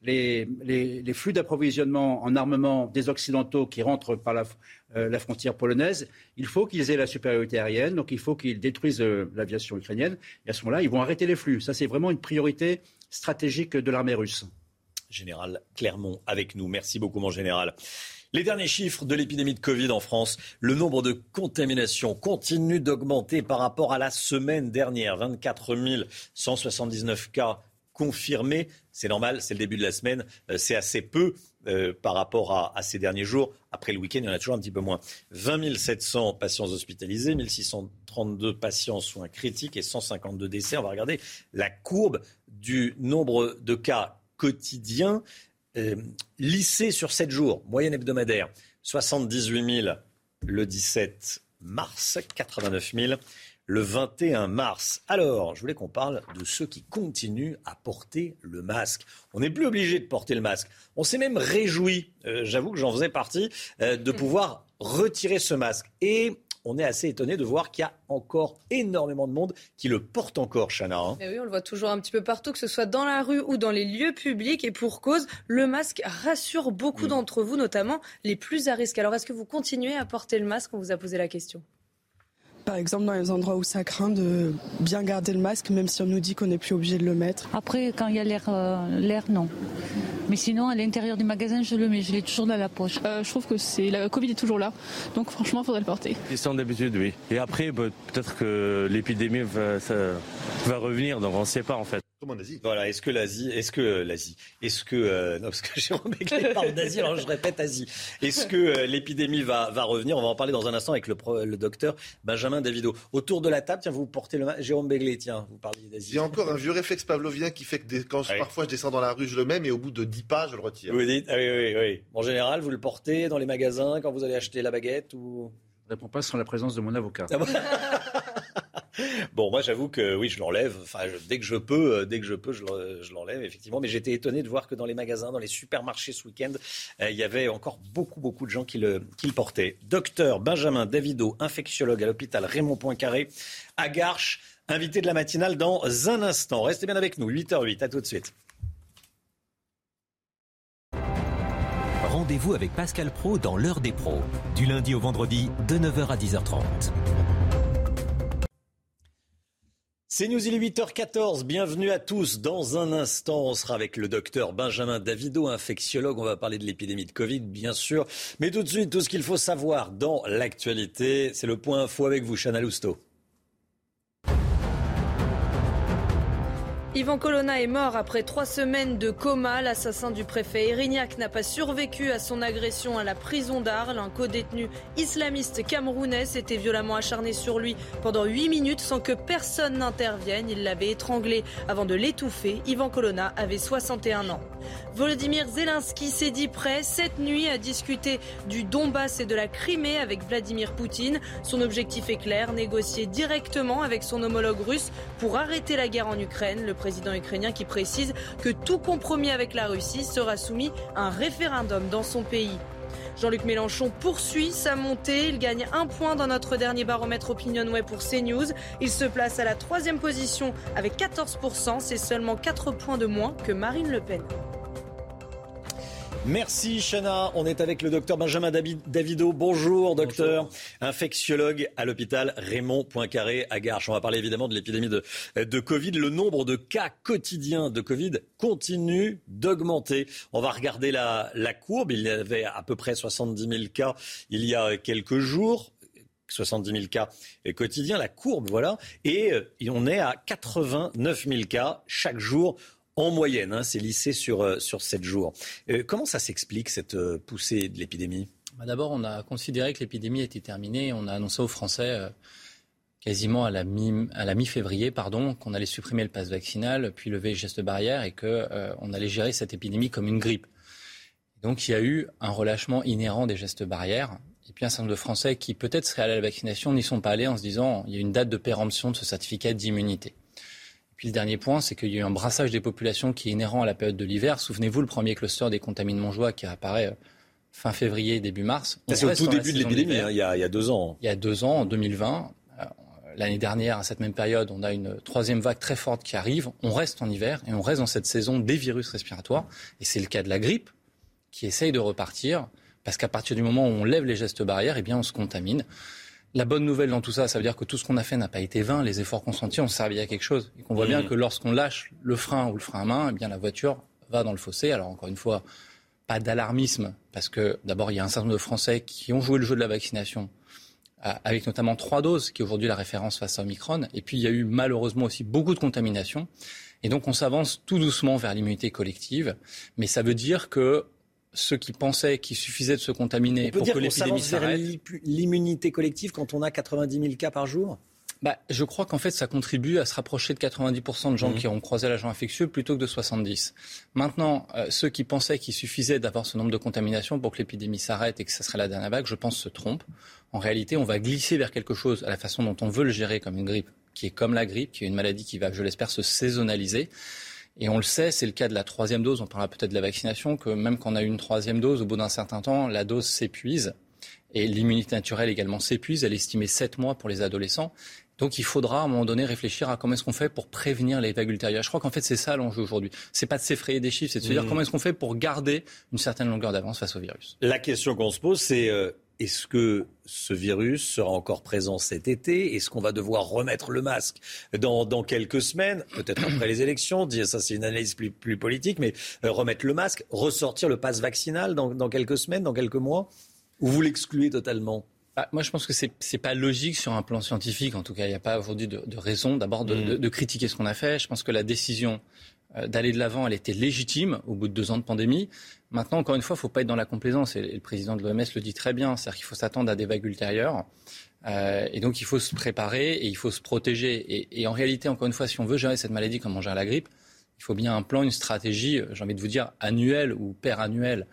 les flux d'approvisionnement en armement des Occidentaux qui rentrent par la frontière polonaise, il faut qu'ils aient la supériorité aérienne, donc il faut qu'ils détruisent l'aviation ukrainienne. Et à ce moment-là, ils vont arrêter les flux. Ça, c'est vraiment une priorité stratégique de l'armée russe. Général Clermont avec nous. Merci beaucoup, mon général. Les derniers chiffres de l'épidémie de Covid en France, le nombre de contaminations continue d'augmenter par rapport à la semaine dernière. 24 179 cas confirmés. C'est normal, c'est le début de la semaine. C'est assez peu par rapport à ces derniers jours. Après le week-end, il y en a toujours un petit peu moins. 20 700 patients hospitalisés, 1632 patients en soins critiques et 152 décès. On va regarder la courbe du nombre de cas quotidiens. Lissé sur 7 jours, moyenne hebdomadaire, 78 000 le 17 mars, 89 000 le 21 mars. Alors, je voulais qu'on parle de ceux qui continuent à porter le masque. On n'est plus obligé de porter le masque. On s'est même réjoui, j'avoue que j'en faisais partie, de pouvoir retirer ce masque. Et on est assez étonné de voir qu'il y a encore énormément de monde qui le porte encore, Chana. Hein. Et oui, on le voit toujours un petit peu partout, que ce soit dans la rue ou dans les lieux publics. Et pour cause, le masque rassure beaucoup d'entre vous, notamment les plus à risque. Alors, est-ce que vous continuez à porter le masque ? On vous a posé la question. Par exemple, dans les endroits où ça craint, de bien garder le masque, même si on nous dit qu'on n'est plus obligé de le mettre. Après, quand il y a l'air, non. Mais sinon, à l'intérieur du magasin, je le mets, je l'ai toujours dans la poche. Je trouve que la Covid est toujours là, donc franchement, il faudrait le porter. Question d'habitude, oui. Et après, peut-être que l'épidémie va revenir, donc on ne sait pas en fait. Voilà, est-ce que non, parce que Jérôme Béglé parle d'Asie, alors je répète Asie. Est-ce que l'épidémie va revenir ? On va en parler dans un instant avec le docteur Benjamin Davido. Autour de la table, tiens, vous portez le masque. Jérôme Béglé, tiens, vous parliez d'Asie. J'ai encore un vieux réflexe pavlovien qui fait que parfois je descends dans la rue, je le mets, mais au bout de 10 pas, je le retire. Vous dites, oui. En général, vous le portez dans les magasins quand vous allez acheter la baguette ou... Je ne réponds pas sans la présence de mon avocat. Bon, moi, j'avoue que oui, je l'enlève. Enfin, dès que je peux, je l'enlève, effectivement. Mais j'étais étonné de voir que dans les magasins, dans les supermarchés ce week-end, il y avait encore beaucoup de gens qui le portaient. Docteur Benjamin Davido, infectiologue à l'hôpital Raymond Poincaré à Garches, invité de la matinale dans un instant. Restez bien avec nous, 8h08, à tout de suite. Rendez-vous avec Pascal Praud dans l'heure des pros, du lundi au vendredi de 9h à 10h30. C'est News, il est 8h14, bienvenue à tous. Dans un instant, on sera avec le docteur Benjamin Davido, infectiologue. On va parler de l'épidémie de Covid, bien sûr. Mais tout de suite, tout ce qu'il faut savoir dans l'actualité, c'est le point info avec vous, Chana Lousteau. Ivan Colonna est mort après 3 semaines de coma. L'assassin du préfet Erignac n'a pas survécu à son agression à la prison d'Arles. Un codétenu islamiste camerounais s'était violemment acharné sur lui pendant 8 minutes sans que personne n'intervienne. Il l'avait étranglé avant de l'étouffer. Ivan Colonna avait 61 ans. Volodymyr Zelensky s'est dit prêt cette nuit à discuter du Donbass et de la Crimée avec Vladimir Poutine. Son objectif est clair, négocier directement avec son homologue russe pour arrêter la guerre en Ukraine. Le président ukrainien qui précise que tout compromis avec la Russie sera soumis à un référendum dans son pays. Jean-Luc Mélenchon poursuit sa montée. Il gagne 1 point dans notre dernier baromètre OpinionWay pour CNews. Il se place à la 3e position avec 14%. C'est seulement 4 points de moins que Marine Le Pen. Merci Chana. On est avec le docteur Benjamin Davido. Bonjour docteur. Bonjour. Infectiologue à l'hôpital Raymond Poincaré à Garches. On va parler évidemment de l'épidémie de Covid. Le nombre de cas quotidiens de Covid continue d'augmenter. On va regarder la courbe. Il y avait à peu près 70 000 cas il y a quelques jours. 70 000 cas quotidiens, la courbe, voilà. Et on est à 89 000 cas chaque jour. En moyenne, c'est lissé sur 7 jours. Comment ça s'explique, cette poussée de l'épidémie ? D'abord, on a considéré que l'épidémie était terminée. On a annoncé aux Français quasiment à la mi-février qu'on allait supprimer le pass vaccinal, puis lever les gestes barrières et qu'on allait gérer cette épidémie comme une grippe. Donc il y a eu un relâchement inhérent des gestes barrières. Et puis un certain nombre de Français qui peut-être seraient allés à la vaccination n'y sont pas allés en se disant il y a une date de péremption de ce certificat d'immunité. Puis le dernier point, c'est qu'il y a eu un brassage des populations qui est inhérent à la période de l'hiver. Souvenez-vous, le premier cluster des contamines Montjoie qui apparaît fin février, début mars. C'est au tout début de l'épidémie, il y a 2 ans. Il y a 2 ans, en 2020. L'année dernière, à cette même période, on a une 3e vague très forte qui arrive. On reste en hiver et on reste dans cette saison des virus respiratoires. Et c'est le cas de la grippe qui essaye de repartir parce qu'à partir du moment où on lève les gestes barrières, eh bien, on se contamine. La bonne nouvelle dans tout ça, ça veut dire que tout ce qu'on a fait n'a pas été vain. Les efforts consentis ont servi à quelque chose. Et qu'on voit bien que lorsqu'on lâche le frein ou le frein à main, eh bien, la voiture va dans le fossé. Alors, encore une fois, pas d'alarmisme, parce que d'abord, il y a un certain nombre de Français qui ont joué le jeu de la vaccination, avec notamment 3 doses, qui est aujourd'hui la référence face à Omicron. Et puis, il y a eu malheureusement aussi beaucoup de contamination. Et donc, on s'avance tout doucement vers l'immunité collective. Mais ça veut dire que ceux qui pensaient qu'il suffisait de se contaminer pour que l'épidémie s'arrête. Vers l'immunité collective quand on a 90 000 cas par jour ? Je crois qu'en fait, ça contribue à se rapprocher de 90% de gens qui ont croisé l'agent infectieux plutôt que de 70. Maintenant, ceux qui pensaient qu'il suffisait d'avoir ce nombre de contaminations pour que l'épidémie s'arrête et que ça serait la dernière vague, je pense, se trompent. En réalité, on va glisser vers quelque chose à la façon dont on veut le gérer comme une grippe, qui est comme la grippe, qui est une maladie qui va, je l'espère, se saisonnaliser. Et on le sait, c'est le cas de la 3e dose, on parlera peut-être de la vaccination, que même quand on a eu une 3e dose, au bout d'un certain temps, la dose s'épuise. Et l'immunité naturelle également s'épuise, elle est estimée 7 mois pour les adolescents. Donc il faudra à un moment donné réfléchir à comment est-ce qu'on fait pour prévenir les vagues ultérieures. Je crois qu'en fait c'est ça l'enjeu aujourd'hui. C'est pas de s'effrayer des chiffres, c'est de se dire comment est-ce qu'on fait pour garder une certaine longueur d'avance face au virus. La question qu'on se pose, c'est est-ce que ce virus sera encore présent cet été ? Est-ce qu'on va devoir remettre le masque dans quelques semaines, peut-être après les élections ? Ça, c'est une analyse plus politique, mais remettre le masque, ressortir le pass vaccinal dans quelques semaines, dans quelques mois ? Ou vous l'excluez totalement ? Moi, je pense que c'est pas logique sur un plan scientifique. En tout cas, il n'y a pas aujourd'hui de raison d'abord de critiquer ce qu'on a fait. Je pense que la décision d'aller de l'avant, elle était légitime au bout de 2 ans de pandémie. Maintenant, encore une fois, il ne faut pas être dans la complaisance. Et le président de l'OMS le dit très bien. C'est-à-dire qu'il faut s'attendre à des vagues ultérieures. Et donc, il faut se préparer et il faut se protéger. Et en réalité, encore une fois, si on veut gérer cette maladie comme on gère la grippe, il faut bien un plan, une stratégie, j'ai envie de vous dire, annuelle ou perannuelle.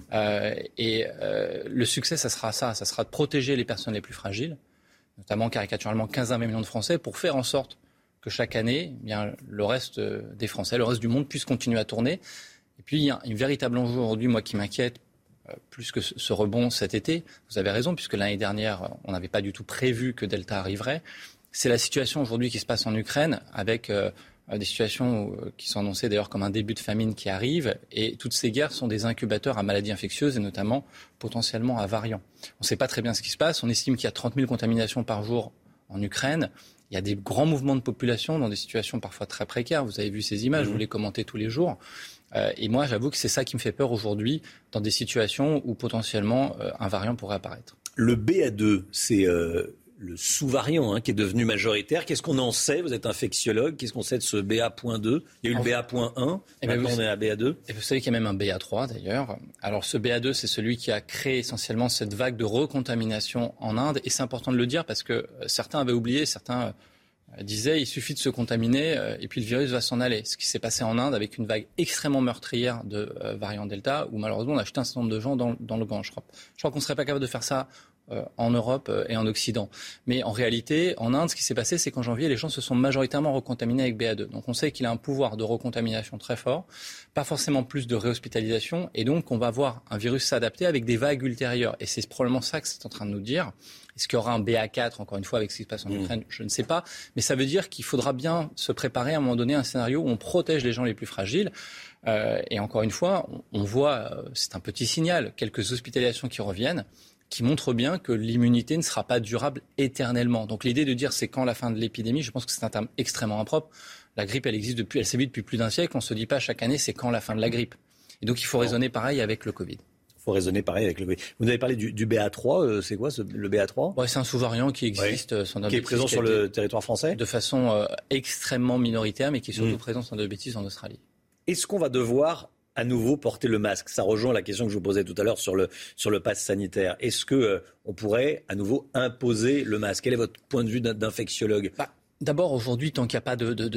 Le succès, ça sera de protéger les personnes les plus fragiles, notamment caricaturalement 15 millions de Français, pour faire en sorte que chaque année, le reste des Français, le reste du monde puisse continuer à tourner. Et puis, il y a un véritable enjeu aujourd'hui, moi, qui m'inquiète, plus que ce rebond cet été. Vous avez raison, puisque l'année dernière, on n'avait pas du tout prévu que Delta arriverait. C'est la situation aujourd'hui qui se passe en Ukraine, avec des situations qui sont annoncées d'ailleurs comme un début de famine qui arrive. Et toutes ces guerres sont des incubateurs à maladies infectieuses et notamment potentiellement à variants. On ne sait pas très bien ce qui se passe. On estime qu'il y a 30 000 contaminations par jour en Ukraine. Il y a des grands mouvements de population dans des situations parfois très précaires. Vous avez vu ces images, vous les commentez tous les jours. Et moi, j'avoue que c'est ça qui me fait peur aujourd'hui dans des situations où potentiellement un variant pourrait apparaître. Le BA2, c'est le sous-variant qui est devenu majoritaire. Qu'est-ce qu'on en sait ? Vous êtes infectiologue. Qu'est-ce qu'on sait de ce BA.2 ? Il y a eu le BA.1, maintenant on est à BA2. Et vous savez qu'il y a même un BA3 d'ailleurs. Alors ce BA2, c'est celui qui a créé essentiellement cette vague de recontamination en Inde. Et c'est important de le dire parce que certains avaient oublié, certains disaient il suffit de se contaminer et puis le virus va s'en aller. Ce qui s'est passé en Inde avec une vague extrêmement meurtrière de variant Delta où malheureusement on a jeté un certain nombre de gens dans le Gange. Je crois qu'on ne serait pas capable de faire ça en Europe et en Occident. Mais en réalité, en Inde, ce qui s'est passé, c'est qu'en janvier, les gens se sont majoritairement recontaminés avec BA2. Donc on sait qu'il a un pouvoir de recontamination très fort, pas forcément plus de réhospitalisation, et donc on va voir un virus s'adapter avec des vagues ultérieures. Et c'est probablement ça que c'est en train de nous dire. Est-ce qu'il y aura un BA4, encore une fois, avec ce qui se passe en Ukraine ? Je ne sais pas. Mais ça veut dire qu'il faudra bien se préparer à un moment donné à un scénario où on protège les gens les plus fragiles. Et encore une fois, on voit, c'est un petit signal, quelques hospitalisations qui reviennent, qui montrent bien que l'immunité ne sera pas durable éternellement. Donc l'idée de dire c'est quand la fin de l'épidémie, je pense que c'est un terme extrêmement impropre. La grippe, elle sévit depuis plus d'un siècle. On ne se dit pas chaque année c'est quand la fin de la grippe. Et donc il faut raisonner pareil avec le Covid. Il faut raisonner pareil avec le Covid. Vous avez parlé du BA3, c'est quoi le BA3 ? C'est un sous-variant qui existe. Qui est présent sur le territoire français ? De façon extrêmement minoritaire, mais qui est surtout présent, sans de bêtises, en Australie. Est-ce qu'on va devoir à nouveau porter le masque ? Ça rejoint la question que je vous posais tout à l'heure sur le pass sanitaire. Est-ce qu'on pourrait à nouveau imposer le masque ? Quel est votre point de vue d'infectiologue ? D'abord, aujourd'hui, tant qu'il n'y a pas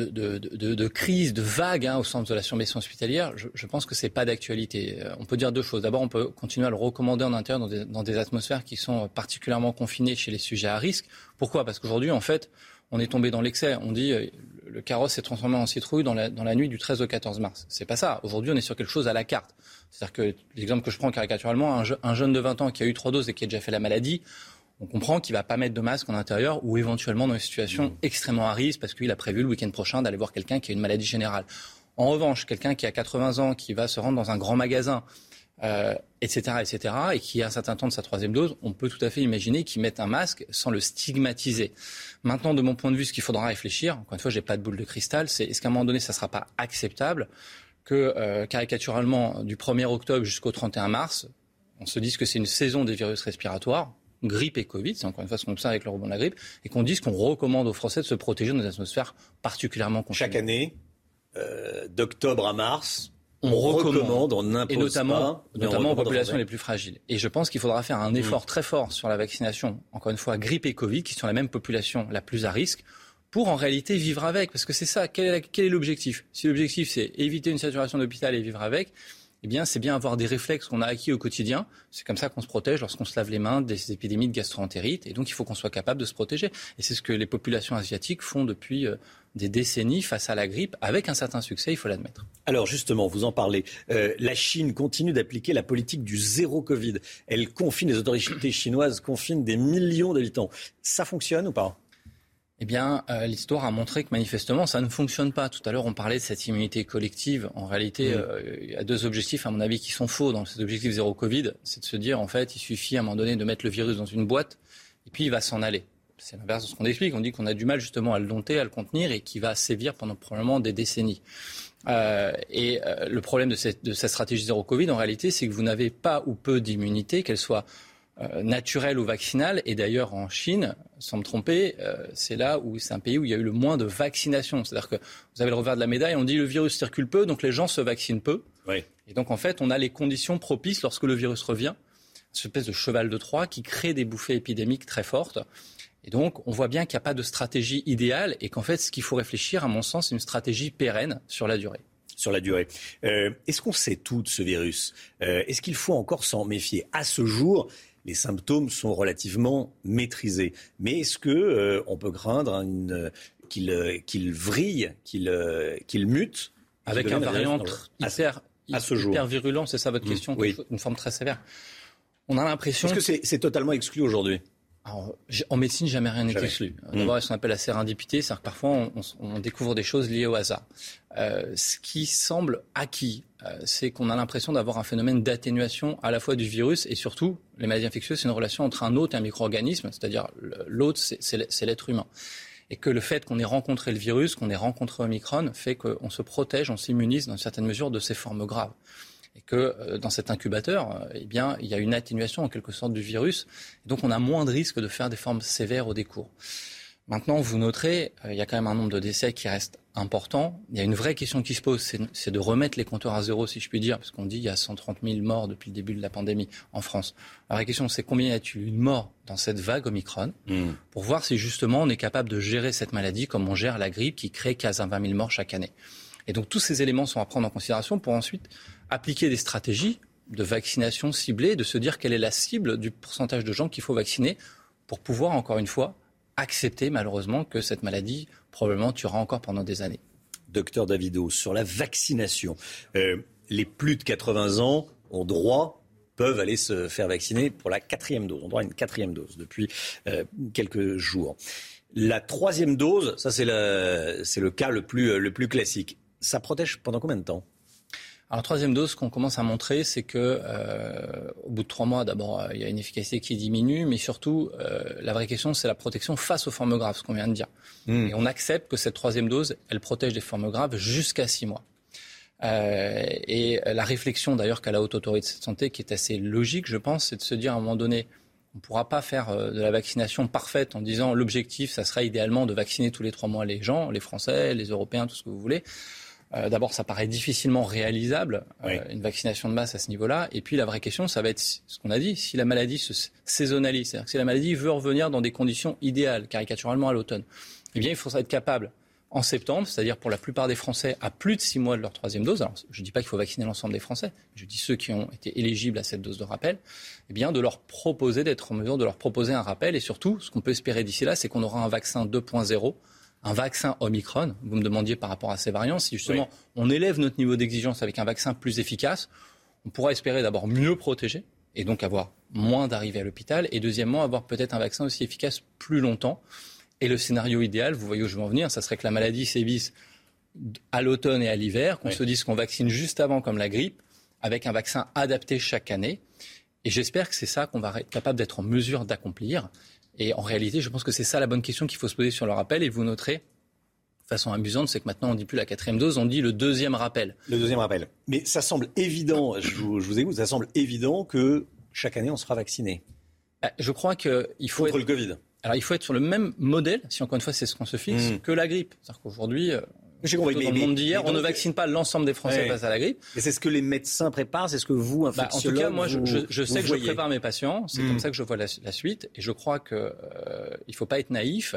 de crise, de vague au centre de la surveillance hospitalière, je pense que ce n'est pas d'actualité. On peut dire deux choses. D'abord, on peut continuer à le recommander en intérieur dans des atmosphères qui sont particulièrement confinées chez les sujets à risque. Pourquoi ? Parce qu'aujourd'hui, en fait, on est tombé dans l'excès. On dit le carrosse s'est transformé en citrouille dans la nuit du 13 au 14 mars. C'est pas ça. Aujourd'hui, on est sur quelque chose à la carte. C'est-à-dire que l'exemple que je prends caricaturalement, un jeune de 20 ans qui a eu 3 doses et qui a déjà fait la maladie, on comprend qu'il ne va pas mettre de masque en intérieur ou éventuellement dans une situation extrêmement à risque parce qu'il a prévu le week-end prochain d'aller voir quelqu'un qui a une maladie générale. En revanche, quelqu'un qui a 80 ans, qui va se rendre dans un grand magasin, etc., et qui a un certain temps de sa 3e dose, on peut tout à fait imaginer qu'il mette un masque sans le stigmatiser. Maintenant, de mon point de vue, ce qu'il faudra réfléchir, encore une fois, je n'ai pas de boule de cristal, c'est est-ce qu'à un moment donné, ça ne sera pas acceptable que, caricaturalement, du 1er octobre jusqu'au 31 mars, on se dise que c'est une saison des virus respiratoires, grippe et Covid, c'est encore une fois ce qu'on observe avec le rebond de la grippe, et qu'on dise qu'on recommande aux Français de se protéger dans des atmosphères particulièrement confinées. Chaque année, d'octobre à mars, on recommande, on n'impose et notamment aux populations les plus fragiles. Et je pense qu'il faudra faire un effort très fort sur la vaccination, encore une fois, grippe et Covid, qui sont la même population la plus à risque, pour en réalité vivre avec. Parce que c'est ça, quel est l'objectif ? Si l'objectif c'est éviter une saturation d'hôpital et vivre avec, eh bien, c'est bien avoir des réflexes qu'on a acquis au quotidien. C'est comme ça qu'on se protège lorsqu'on se lave les mains des épidémies de gastro-entérite. Et donc, il faut qu'on soit capable de se protéger. Et c'est ce que les populations asiatiques font depuis des décennies face à la grippe, avec un certain succès, il faut l'admettre. Alors justement, vous en parlez. La Chine continue d'appliquer la politique du zéro Covid. Elle confine, les autorités chinoises confinent des millions d'habitants. Ça fonctionne ou pas ? Eh bien, l'histoire a montré que manifestement, ça ne fonctionne pas. Tout à l'heure, on parlait de cette immunité collective. En réalité, il y a 2 objectifs, à mon avis, qui sont faux dans cet objectif zéro Covid. C'est de se dire, en fait, il suffit à un moment donné de mettre le virus dans une boîte et puis il va s'en aller. C'est l'inverse de ce qu'on explique. On dit qu'on a du mal justement à le dompter, à le contenir et qu'il va sévir pendant probablement des décennies. Le problème de cette stratégie zéro Covid, en réalité, c'est que vous n'avez pas ou peu d'immunité, qu'elle soit naturelle ou vaccinale. Et d'ailleurs, en Chine, sans me tromper, c'est là où c'est un pays où il y a eu le moins de vaccination. C'est-à-dire que vous avez le revers de la médaille, on dit le virus circule peu, donc les gens se vaccinent peu. Oui. Et donc, en fait, on a les conditions propices lorsque le virus revient, cette espèce de cheval de Troie qui crée des bouffées épidémiques très fortes. Et donc, on voit bien qu'il n'y a pas de stratégie idéale et qu'en fait, ce qu'il faut réfléchir, à mon sens, c'est une stratégie pérenne sur la durée. Sur la durée. Est-ce qu'on sait tout de ce virus ? Est-ce qu'il faut encore s'en méfier ? À ce jour, les symptômes sont relativement maîtrisés. Mais est-ce qu'on peut craindre qu'il vrille, qu'il mute ? Avec un variant hyper virulent, c'est ça votre question ? Oui. Une forme très sévère. On a l'impression... Est-ce que c'est totalement exclu aujourd'hui ? Alors, en médecine, jamais rien n'est exclu. D'abord, il y a ce qu'on appelle la sérendipité, c'est-à-dire que parfois, on découvre des choses liées au hasard. Ce qui semble acquis, c'est qu'on a l'impression d'avoir un phénomène d'atténuation à la fois du virus et surtout, les maladies infectieuses, c'est une relation entre un hôte et un micro-organisme, c'est-à-dire l'hôte, c'est l'être humain. Et que le fait qu'on ait rencontré le virus, qu'on ait rencontré Omicron, fait qu'on se protège, on s'immunise dans une certaine mesure de ces formes graves. Et que dans cet incubateur, eh bien, il y a une atténuation en quelque sorte du virus. Et donc on a moins de risques de faire des formes sévères au décours. Maintenant, vous noterez, il y a quand même un nombre de décès qui reste important. Il y a une vraie question qui se pose, c'est de remettre les compteurs à zéro, si je puis dire, parce qu'on dit qu'il y a 130 000 morts depuis le début de la pandémie en France. La vraie question, c'est combien y a-t-il eu de morts dans cette vague Omicron, pour voir si justement on est capable de gérer cette maladie comme on gère la grippe qui crée 15 à 20 000 morts chaque année. Et donc tous ces éléments sont à prendre en considération pour ensuite appliquer des stratégies de vaccination ciblée, de se dire quelle est la cible du pourcentage de gens qu'il faut vacciner pour pouvoir, encore une fois, accepter malheureusement que cette maladie probablement tuera encore pendant des années. Docteur Davido, sur la vaccination, les plus de 80 ans peuvent aller se faire vacciner pour la 4e dose. On droit à une 4e dose depuis quelques jours. La 3e dose, ça c'est le cas le plus classique. Ça protège pendant combien de temps ? Alors, 3e dose, ce qu'on commence à montrer, c'est que au bout de 3 mois, d'abord, il y a une efficacité qui diminue, mais surtout, la vraie question, c'est la protection face aux formes graves, ce qu'on vient de dire. Et on accepte que cette 3e dose, elle protège des formes graves jusqu'à 6 mois. Et la réflexion, d'ailleurs, qu'a la Haute Autorité de Santé, qui est assez logique, je pense, c'est de se dire à un moment donné, on ne pourra pas faire de la vaccination parfaite en disant l'objectif, ça serait idéalement de vacciner tous les 3 mois les gens, les Français, les Européens, tout ce que vous voulez. D'abord, ça paraît difficilement réalisable, une vaccination de masse à ce niveau-là. Et puis, la vraie question, ça va être ce qu'on a dit, si la maladie se saisonnalise, c'est-à-dire que si la maladie veut revenir dans des conditions idéales, caricaturalement à l'automne, eh bien, il faudra être capable, en septembre, c'est-à-dire pour la plupart des Français, à plus de 6 mois de leur 3e dose, alors je ne dis pas qu'il faut vacciner l'ensemble des Français, je dis ceux qui ont été éligibles à cette dose de rappel, eh bien, d'être en mesure de leur proposer un rappel. Et surtout, ce qu'on peut espérer d'ici là, c'est qu'on aura un vaccin 2.0, un vaccin Omicron. Vous me demandiez par rapport à ces variants, si justement on élève notre niveau d'exigence avec un vaccin plus efficace, on pourra espérer d'abord mieux protéger et donc avoir moins d'arrivées à l'hôpital, et deuxièmement avoir peut-être un vaccin aussi efficace plus longtemps. Et le scénario idéal, vous voyez où je veux en venir, ça serait que la maladie sévisse à l'automne et à l'hiver, qu'on se dise qu'on vaccine juste avant comme la grippe, avec un vaccin adapté chaque année. Et j'espère que c'est ça qu'on va être capable d'être en mesure d'accomplir. Et en réalité, je pense que c'est ça la bonne question qu'il faut se poser sur le rappel. Et vous noterez, de façon amusante, c'est que maintenant on ne dit plus la 4e dose, on dit le 2e rappel. Le 2e rappel. Mais ça semble évident, je vous écoute, ça semble évident que chaque année on sera vacciné. Je crois qu'il faut contre le Covid. Alors il faut être sur le même modèle, si encore une fois c'est ce qu'on se fixe, que la grippe. C'est-à-dire qu'aujourd'hui, dans le monde d'hier, on ne vaccine pas l'ensemble des Français face à la grippe. Et c'est ce que les médecins préparent, c'est ce que vous, infectiologue, en tout cas, moi, je sais que voyez. je prépare mes patients, c'est comme ça que je vois la suite, et je crois qu'il ne faut pas être naïf.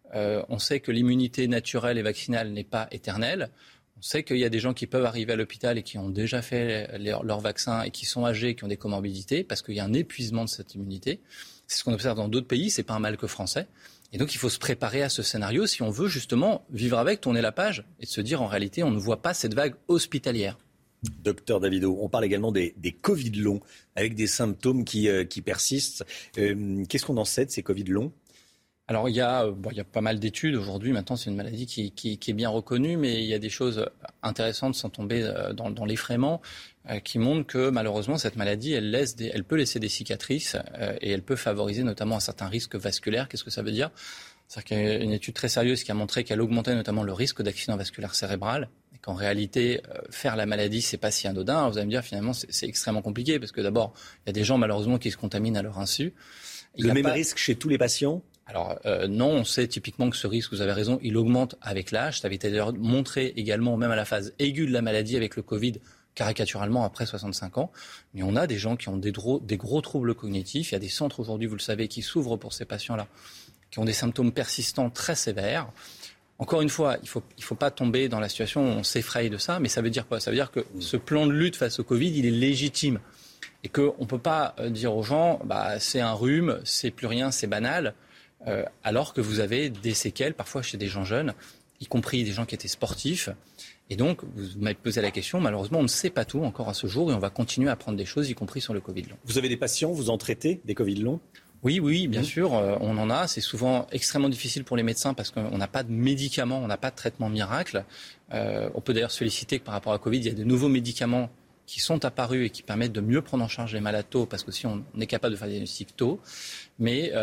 On sait que l'immunité naturelle et vaccinale n'est pas éternelle. On sait qu'il y a des gens qui peuvent arriver à l'hôpital et qui ont déjà fait leur vaccin et qui sont âgés, qui ont des comorbidités, parce qu'il y a un épuisement de cette immunité. C'est ce qu'on observe dans d'autres pays, c'est pas un mal que français. Et donc il faut se préparer à ce scénario si on veut justement vivre avec, tourner la page et se dire en réalité on ne voit pas cette vague hospitalière. Docteur Davido, on parle également des Covid longs avec des symptômes qui persistent. Qu'est-ce qu'on en sait de ces Covid longs ? Alors il y a pas mal d'études aujourd'hui. Maintenant c'est une maladie qui est bien reconnue, mais il y a des choses intéressantes sans tomber dans l'effrayement qui montrent que malheureusement cette maladie elle peut laisser des cicatrices et elle peut favoriser notamment un certain risque vasculaire. Qu'est-ce que ça veut dire ? C'est-à-dire qu'il y a une étude très sérieuse qui a montré qu'elle augmentait notamment le risque d'accident vasculaire cérébral et qu'en réalité faire la maladie c'est pas si anodin. Alors, vous allez me dire finalement c'est extrêmement compliqué parce que d'abord il y a des gens malheureusement qui se contaminent à leur insu. Le même risque chez tous les patients ? Alors non, on sait typiquement que ce risque, vous avez raison, il augmente avec l'âge. Ça avait été d'ailleurs montré également même à la phase aiguë de la maladie avec le Covid, caricaturalement après 65 ans. Mais on a des gens qui ont des gros troubles cognitifs. Il y a des centres aujourd'hui, vous le savez, qui s'ouvrent pour ces patients-là, qui ont des symptômes persistants très sévères. Encore une fois, il faut pas tomber dans la situation où on s'effraie de ça, mais ça veut dire quoi ? Ça veut dire que ce plan de lutte face au Covid, il est légitime. Et qu'on ne peut pas dire aux gens, c'est un rhume, c'est plus rien, c'est banal. Alors que vous avez des séquelles, parfois chez des gens jeunes, y compris des gens qui étaient sportifs. Et donc, vous m'avez posé la question, malheureusement, on ne sait pas tout encore à ce jour et on va continuer à apprendre des choses, y compris sur le Covid long. Vous avez des patients, vous en traitez des Covid longs ? Oui, bien sûr, on en a. C'est souvent extrêmement difficile pour les médecins parce qu'on n'a pas de médicaments, on n'a pas de traitement miracle. On peut d'ailleurs se féliciter que par rapport à Covid, il y a de nouveaux médicaments qui sont apparus et qui permettent de mieux prendre en charge les malades tôt, parce que si on est capable de faire des diagnostics tôt, mais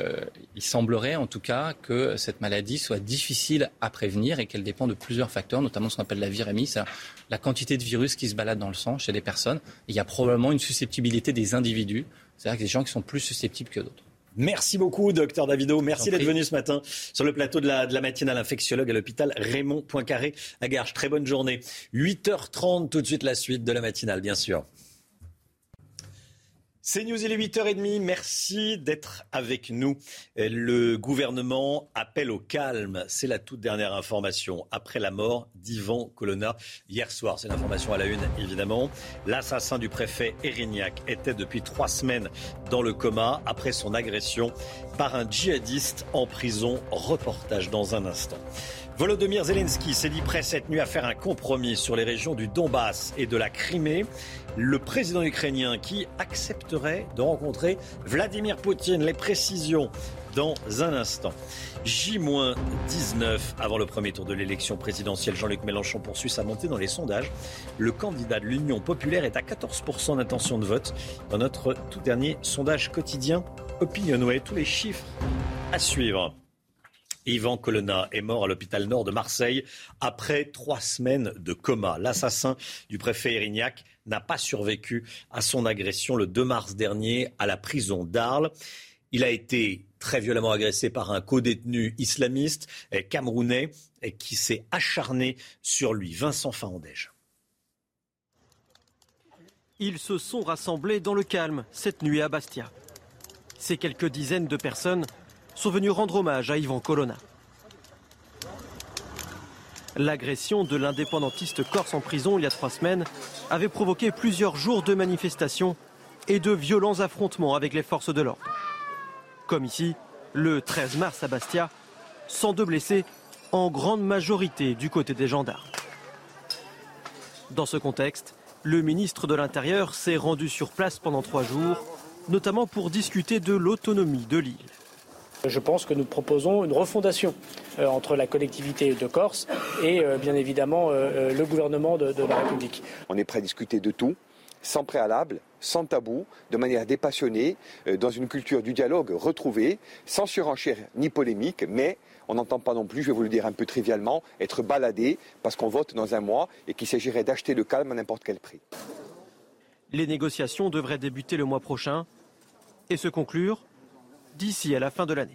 il semblerait en tout cas que cette maladie soit difficile à prévenir et qu'elle dépend de plusieurs facteurs, notamment ce qu'on appelle la virémie, c'est la quantité de virus qui se balade dans le sang chez des personnes. Et il y a probablement une susceptibilité des individus, c'est-à-dire que des gens qui sont plus susceptibles que d'autres. Merci beaucoup, docteur Davido. Merci d'être venu ce matin sur le plateau de la matinale, infectiologue à l'hôpital Raymond Poincaré à Garches. Très bonne journée. 8h30, tout de suite la suite de la matinale, bien sûr. C'est News, il est 8h30. Merci d'être avec nous. Le gouvernement appelle au calme. C'est la toute dernière information après la mort d'Yvan Colonna hier soir. C'est l'information à la une, évidemment. L'assassin du préfet Erignac était depuis 3 semaines dans le coma après son agression par un djihadiste en prison. Reportage dans un instant. Volodymyr Zelensky s'est dit prêt cette nuit à faire un compromis sur les régions du Donbass et de la Crimée. Le président ukrainien qui accepterait de rencontrer Vladimir Poutine. Les précisions dans un instant. J-19 avant le premier tour de l'élection présidentielle. Jean-Luc Mélenchon poursuit sa montée dans les sondages. Le candidat de l'Union populaire est à 14% d'intention de vote dans notre tout dernier sondage quotidien Opinionway. Tous les chiffres à suivre. Yvan Colonna est mort à l'hôpital Nord de Marseille après 3 semaines de coma. L'assassin du préfet Erignac n'a pas survécu à son agression le 2 mars dernier à la prison d'Arles. Il a été très violemment agressé par un codétenu islamiste camerounais qui s'est acharné sur lui. Vincent Farandège. Ils se sont rassemblés dans le calme cette nuit à Bastia. Ces quelques dizaines de personnes sont venus rendre hommage à Yvan Colonna. L'agression de l'indépendantiste corse en prison il y a 3 semaines avait provoqué plusieurs jours de manifestations et de violents affrontements avec les forces de l'ordre. Comme ici, le 13 mars à Bastia, 102 blessés, en grande majorité du côté des gendarmes. Dans ce contexte, le ministre de l'Intérieur s'est rendu sur place pendant 3 jours, notamment pour discuter de l'autonomie de l'île. Je pense que nous proposons une refondation entre la collectivité de Corse et bien évidemment le gouvernement de la République. On est prêt à discuter de tout, sans préalable, sans tabou, de manière dépassionnée, dans une culture du dialogue retrouvée, sans surenchère ni polémique, mais on n'entend pas non plus, je vais vous le dire un peu trivialement, être baladé parce qu'on vote dans un mois et qu'il s'agirait d'acheter le calme à n'importe quel prix. Les négociations devraient débuter le mois prochain et se conclure d'ici à la fin de l'année.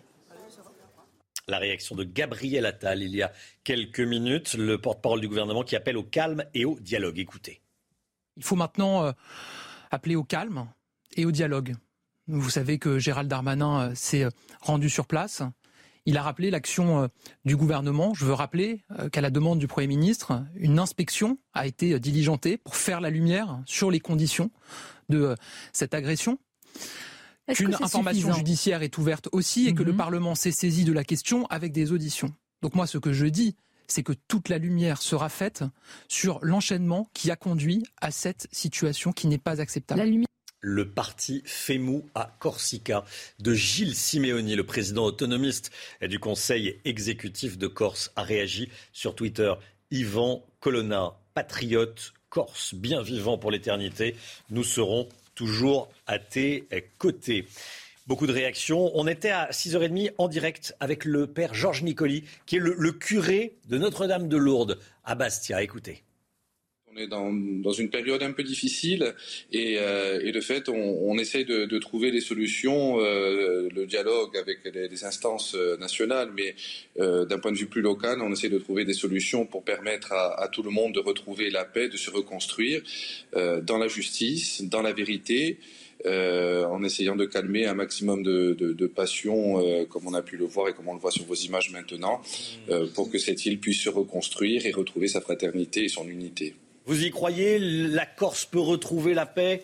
La réaction de Gabriel Attal il y a quelques minutes, le porte-parole du gouvernement qui appelle au calme et au dialogue. Écoutez. Il faut maintenant appeler au calme et au dialogue. Vous savez que Gérald Darmanin s'est rendu sur place. Il a rappelé l'action du gouvernement. Je veux rappeler qu'à la demande du Premier ministre, une inspection a été diligentée pour faire la lumière sur les conditions de cette agression. Qu'une information judiciaire est ouverte aussi et que le Parlement s'est saisi de la question avec des auditions. Donc moi, ce que je dis, c'est que toute la lumière sera faite sur l'enchaînement qui a conduit à cette situation qui n'est pas acceptable. Le parti Femou à Corsica de Gilles Simeoni, le président autonomiste du Conseil exécutif de Corse, a réagi sur Twitter. Yvan Colonna, patriote corse, bien vivant pour l'éternité. Nous serons toujours à tes côtés. Beaucoup de réactions. On était à 6h30 en direct avec le père Georges Nicoli, qui est le curé de Notre-Dame de Lourdes à Bastia. Écoutez. On est dans une période un peu difficile et de fait, on essaye de trouver les solutions, le dialogue avec les instances nationales, mais d'un point de vue plus local, on essaie de trouver des solutions pour permettre à tout le monde de retrouver la paix, de se reconstruire dans la justice, dans la vérité, en essayant de calmer un maximum de passion, comme on a pu le voir et comme on le voit sur vos images maintenant, pour que cette île puisse se reconstruire et retrouver sa fraternité et son unité. Vous y croyez? La Corse peut retrouver la paix?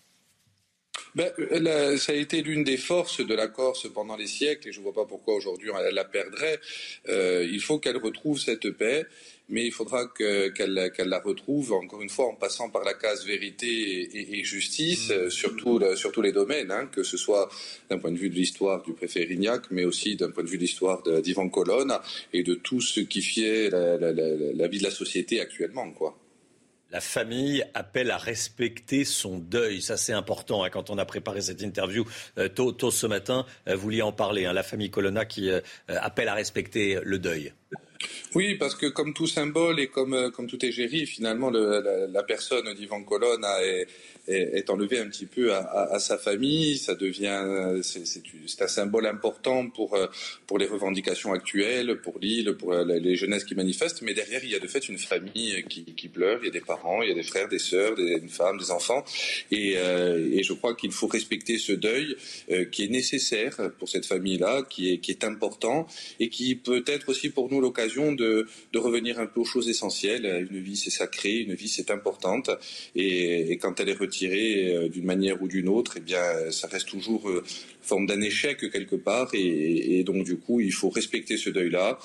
Ça a été l'une des forces de la Corse pendant les siècles et je ne vois pas pourquoi aujourd'hui elle la perdrait. Il faut qu'elle retrouve cette paix, mais il faudra qu'elle la retrouve, encore une fois, en passant par la case vérité et justice, sur tous les domaines, que ce soit d'un point de vue de l'histoire du préfet Erignac, mais aussi d'un point de vue de l'histoire d'Yvan Colonna et de tout ce qui fait la vie de la société actuellement, quoi. La famille appelle à respecter son deuil. Ça, c'est important. Quand on a préparé cette interview tôt ce matin, vous vouliez en parler. La famille Colonna qui appelle à respecter le deuil. Oui, parce que comme tout symbole et comme tout égérie, finalement, la personne d'Ivan Colonna est enlevée un petit peu à sa famille. Ça devient, c'est un symbole important pour les revendications actuelles, pour l'île, pour les jeunesses qui manifestent. Mais derrière, il y a de fait une famille qui pleure. Il y a des parents, il y a des frères, des sœurs, une femme, des enfants. Et je crois qu'il faut respecter ce deuil qui est nécessaire pour cette famille-là, qui est important et qui peut être aussi pour nous l'occasion de revenir un peu aux choses essentielles. Une vie, c'est sacré, une vie, c'est importante. Et quand elle est retirée d'une manière ou d'une autre, eh bien, ça reste toujours forme d'un échec quelque part. Et donc, du coup, il faut respecter ce deuil-là.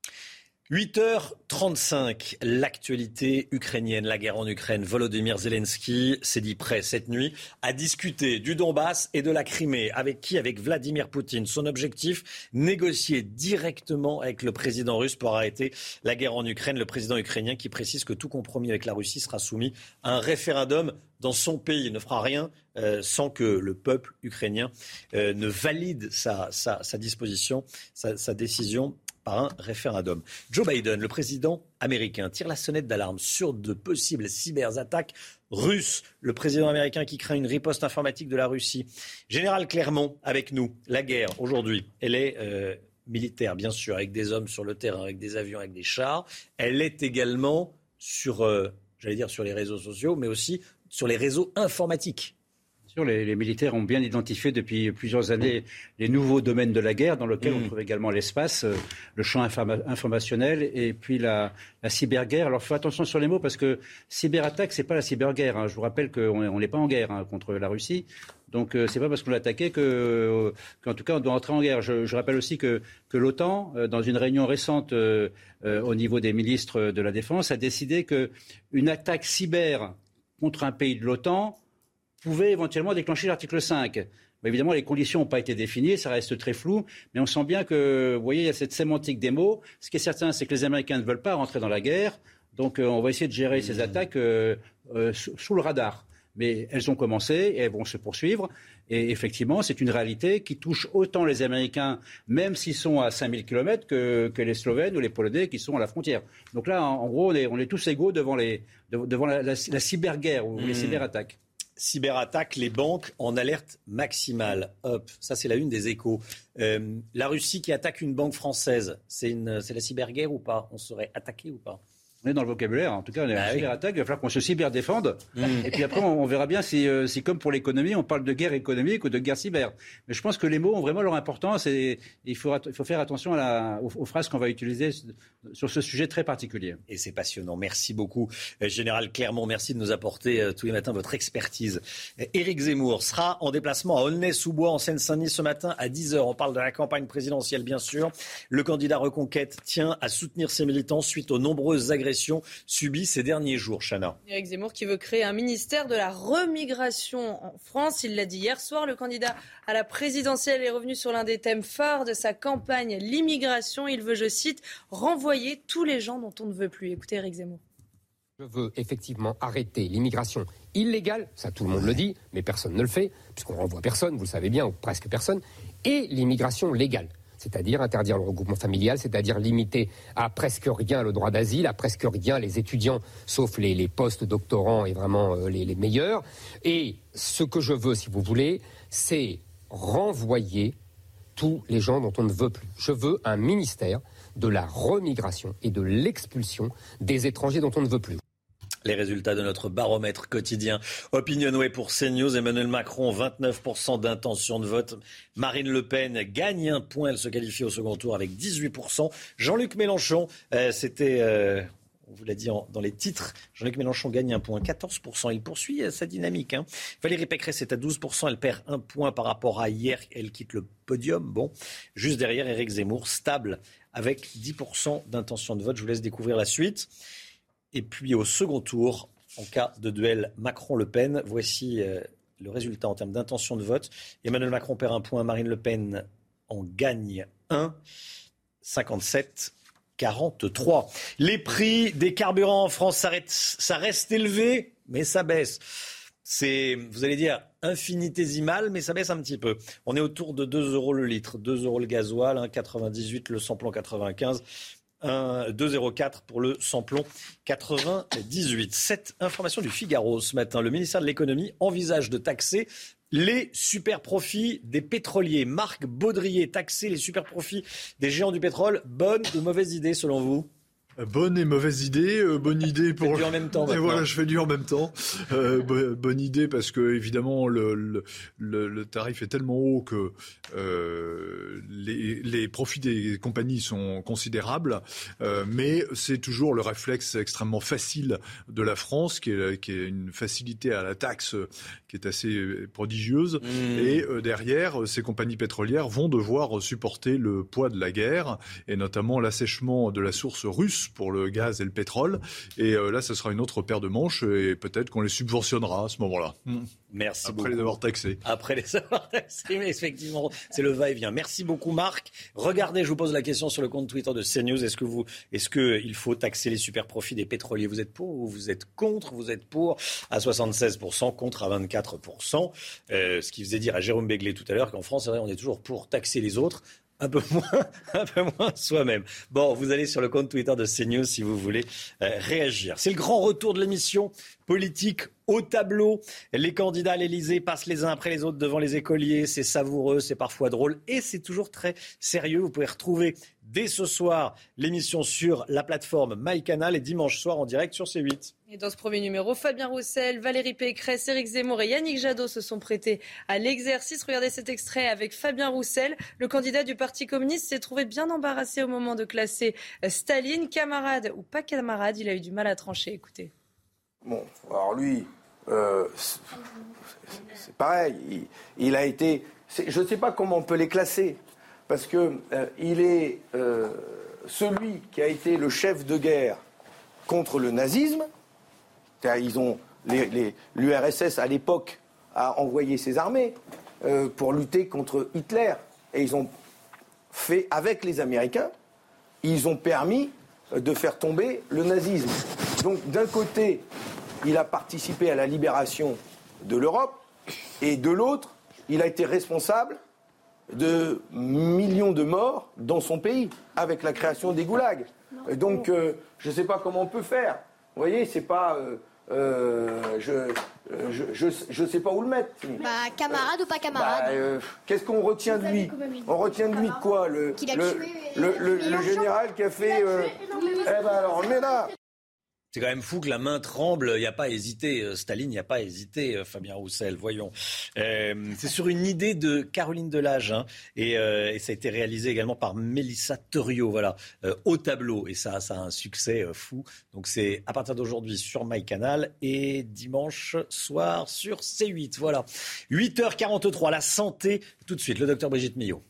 8h35, l'actualité ukrainienne, la guerre en Ukraine. Volodymyr Zelensky s'est dit prêt cette nuit à discuter du Donbass et de la Crimée. Avec qui ? Avec Vladimir Poutine. Son objectif, négocier directement avec le président russe pour arrêter la guerre en Ukraine. Le président ukrainien qui précise que tout compromis avec la Russie sera soumis à un référendum dans son pays. Il ne fera rien sans que le peuple ukrainien ne valide sa disposition, sa décision par un référendum. Joe Biden, le président américain, tire la sonnette d'alarme sur de possibles cyberattaques russes. Le président américain qui craint une riposte informatique de la Russie. Général Clermont, avec nous. La guerre, aujourd'hui, elle est militaire, bien sûr, avec des hommes sur le terrain, avec des avions, avec des chars. Elle est également sur les réseaux sociaux, mais aussi sur les réseaux informatiques. Les militaires ont bien identifié depuis plusieurs années les nouveaux domaines de la guerre dans lesquels on trouve également l'espace, le champ informationnel et puis la cyberguerre. Alors, faites attention sur les mots parce que cyberattaque, c'est pas la cyberguerre. Hein. Je vous rappelle qu'on n'est pas en guerre contre la Russie. Donc, c'est pas parce qu'on l'a attaqué qu'en tout cas, on doit entrer en guerre. Je rappelle aussi que l'OTAN, dans une réunion récente au niveau des ministres de la Défense, a décidé qu'une attaque cyber contre un pays de l'OTAN pouvait éventuellement déclencher l'article 5. Mais évidemment, les conditions n'ont pas été définies, ça reste très flou, mais on sent bien que, vous voyez, il y a cette sémantique des mots. Ce qui est certain, c'est que les Américains ne veulent pas rentrer dans la guerre, donc on va essayer de gérer ces attaques sous le radar. Mais elles ont commencé et elles vont se poursuivre. Et effectivement, c'est une réalité qui touche autant les Américains, même s'ils sont à 5000 km, que les Slovènes ou les Polonais qui sont à la frontière. Donc là, en gros, on est tous égaux devant la cyberguerre ou les cyberattaques. Cyberattaque, les banques en alerte maximale. Hop, ça c'est la une des Échos. La Russie qui attaque une banque française, c'est la cyberguerre ou pas ? On serait attaqué ou pas ? On est dans le vocabulaire, en tout cas, on est en cyberattaque, il va falloir qu'on se cyberdéfende. Et puis après, on verra bien si comme pour l'économie, on parle de guerre économique ou de guerre cyber. Mais je pense que les mots ont vraiment leur importance et il faut faire attention aux phrases qu'on va utiliser sur ce sujet très particulier. Et c'est passionnant. Merci beaucoup, Général Clermont. Merci de nous apporter tous les matins votre expertise. Éric Zemmour sera en déplacement à Aulnay-sous-Bois, en Seine-Saint-Denis, ce matin à 10h. On parle de la campagne présidentielle, bien sûr. Le candidat Reconquête tient à soutenir ses militants suite aux nombreuses agressions subies ces derniers jours. Chana. Éric Zemmour qui veut créer un ministère de la remigration en France. Il l'a dit hier soir. Le candidat à la présidentielle est revenu sur l'un des thèmes phares de sa campagne, l'immigration. Il veut, je cite, renvoyer tous les gens dont on ne veut plus. Écoutez Éric Zemmour. Je veux effectivement arrêter l'immigration illégale, ça tout le monde le dit, mais personne ne le fait, puisqu'on ne renvoie personne, vous le savez bien, ou presque personne, et l'immigration légale. C'est-à-dire interdire le regroupement familial, c'est-à-dire limiter à presque rien le droit d'asile, à presque rien les étudiants, sauf les post-doctorants et vraiment les meilleurs. Et ce que je veux, si vous voulez, c'est renvoyer tous les gens dont on ne veut plus. Je veux un ministère de la remigration et de l'expulsion des étrangers dont on ne veut plus. Les résultats de notre baromètre quotidien Opinionway pour CNews. Emmanuel Macron, 29% d'intention de vote. Marine Le Pen gagne un point. Elle se qualifie au second tour avec 18%. Jean-Luc Mélenchon, on vous l'a dit dans les titres, Jean-Luc Mélenchon gagne un point, 14%. Il poursuit sa dynamique. Valérie Pécresse est à 12%. Elle perd un point par rapport à hier. Elle quitte le podium. Bon, juste derrière, Éric Zemmour, stable avec 10% d'intention de vote. Je vous laisse découvrir la suite. Et puis au second tour, en cas de duel Macron-Le Pen, voici le résultat en termes d'intention de vote. Emmanuel Macron perd un point, Marine Le Pen en gagne un, 57-43. Les prix des carburants en France, ça reste élevé, mais ça baisse. C'est, vous allez dire, infinitésimal, mais ça baisse un petit peu. On est autour de 2 € le litre, 2 € le gasoil, 1,98 le samplon 95. 2,04 pour le samplon 98. Cette information du Figaro ce matin, le ministère de l'économie envisage de taxer les super profits des pétroliers. Marc Baudrier, taxer les super profits des géants du pétrole, bonne ou mauvaise idée selon vous ? Bonne et mauvaise idée. Bonne idée pour. Du en même temps. Et voilà, je fais du en même temps. Bonne idée parce que évidemment le tarif est tellement haut que les profits des compagnies sont considérables. Mais c'est toujours le réflexe extrêmement facile de la France, qui est une facilité à la taxe qui est assez prodigieuse. Et derrière, ces compagnies pétrolières vont devoir supporter le poids de la guerre et notamment l'assèchement de la source russe pour le gaz et le pétrole. Et là, ça sera une autre paire de manches et peut-être qu'on les subventionnera à ce moment-là. Merci beaucoup. Après les avoir taxés. Après les avoir taxés, mais effectivement, c'est le va-et-vient. Merci beaucoup Marc. Regardez, je vous pose la question sur le compte Twitter de CNews. Est-ce qu'il faut taxer les super profits des pétroliers ? Vous êtes pour ou vous êtes contre ? Vous êtes pour à 76%, contre à 24%. Ce qui faisait dire à Jérôme Béglé tout à l'heure qu'en France, c'est vrai, on est toujours pour taxer les autres. Un peu moins soi-même. Bon, vous allez sur le compte Twitter de CNews si vous voulez réagir. C'est le grand retour de l'émission politique au tableau. Les candidats à l'Élysée passent les uns après les autres devant les écoliers. C'est savoureux, c'est parfois drôle et c'est toujours très sérieux. Vous pouvez retrouver dès ce soir l'émission sur la plateforme MyCanal et dimanche soir en direct sur C8. Et dans ce premier numéro, Fabien Roussel, Valérie Pécresse, Éric Zemmour et Yannick Jadot se sont prêtés à l'exercice. Regardez cet extrait avec Fabien Roussel. Le candidat du Parti communiste s'est trouvé bien embarrassé au moment de classer Staline. Camarade ou pas camarade, il a eu du mal à trancher. Écoutez. Bon, alors lui, c'est pareil. Il a été... Je ne sais pas comment on peut les classer. Parce que il est celui qui a été le chef de guerre contre le nazisme. L'URSS, à l'époque, a envoyé ses armées pour lutter contre Hitler. Et ils ont fait, avec les Américains, ils ont permis de faire tomber le nazisme. Donc, d'un côté, il a participé à la libération de l'Europe, et de l'autre, il a été responsable de millions de morts dans son pays, avec la création des goulags. Donc, je ne sais pas comment on peut faire. Vous voyez, c'est pas... je sais pas où le mettre. Camarade ou pas camarade Qu'est-ce qu'on retient de lui ? On retient de lui de quoi ? Le général qui a fait... alors, on est là. C'est quand même fou que la main tremble. Il n'y a pas hésité. Staline n'y a pas hésité, Fabien Roussel. Voyons. C'est sur une idée de Caroline Delage. Et ça a été réalisé également par Mélissa Theriot. Voilà, au tableau. Et ça a un succès fou. Donc c'est à partir d'aujourd'hui sur MyCanal et dimanche soir sur C8. Voilà. 8h43, la santé. Tout de suite, le docteur Brigitte Millot.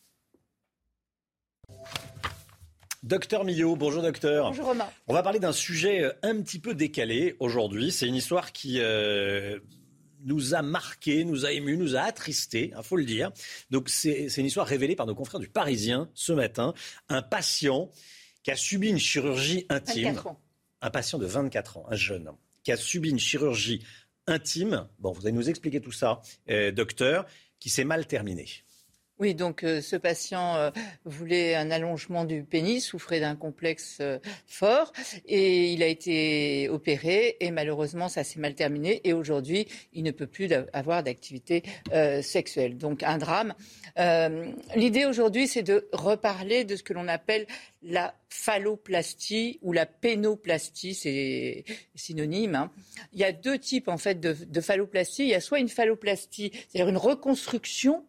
Docteur Millot, bonjour docteur. Bonjour Romain. On va parler d'un sujet un petit peu décalé aujourd'hui. C'est une histoire qui nous a marqué, nous a ému, nous a attristé, faut le dire. Donc c'est une histoire révélée par nos confrères du Parisien ce matin. Un patient qui a subi une chirurgie intime. 24 ans. Un patient de 24 ans, un jeune homme, qui a subi une chirurgie intime. Bon, vous allez nous expliquer tout ça, docteur, qui s'est mal terminé. Oui, donc ce patient voulait un allongement du pénis, souffrait d'un complexe fort et il a été opéré et malheureusement ça s'est mal terminé et aujourd'hui il ne peut plus avoir d'activité sexuelle. Donc un drame. L'idée aujourd'hui c'est de reparler de ce que l'on appelle la phalloplastie ou la pénoplastie, c'est synonyme. Il y a deux types en fait de phalloplastie. Il y a soit une phalloplastie, c'est-à-dire une reconstruction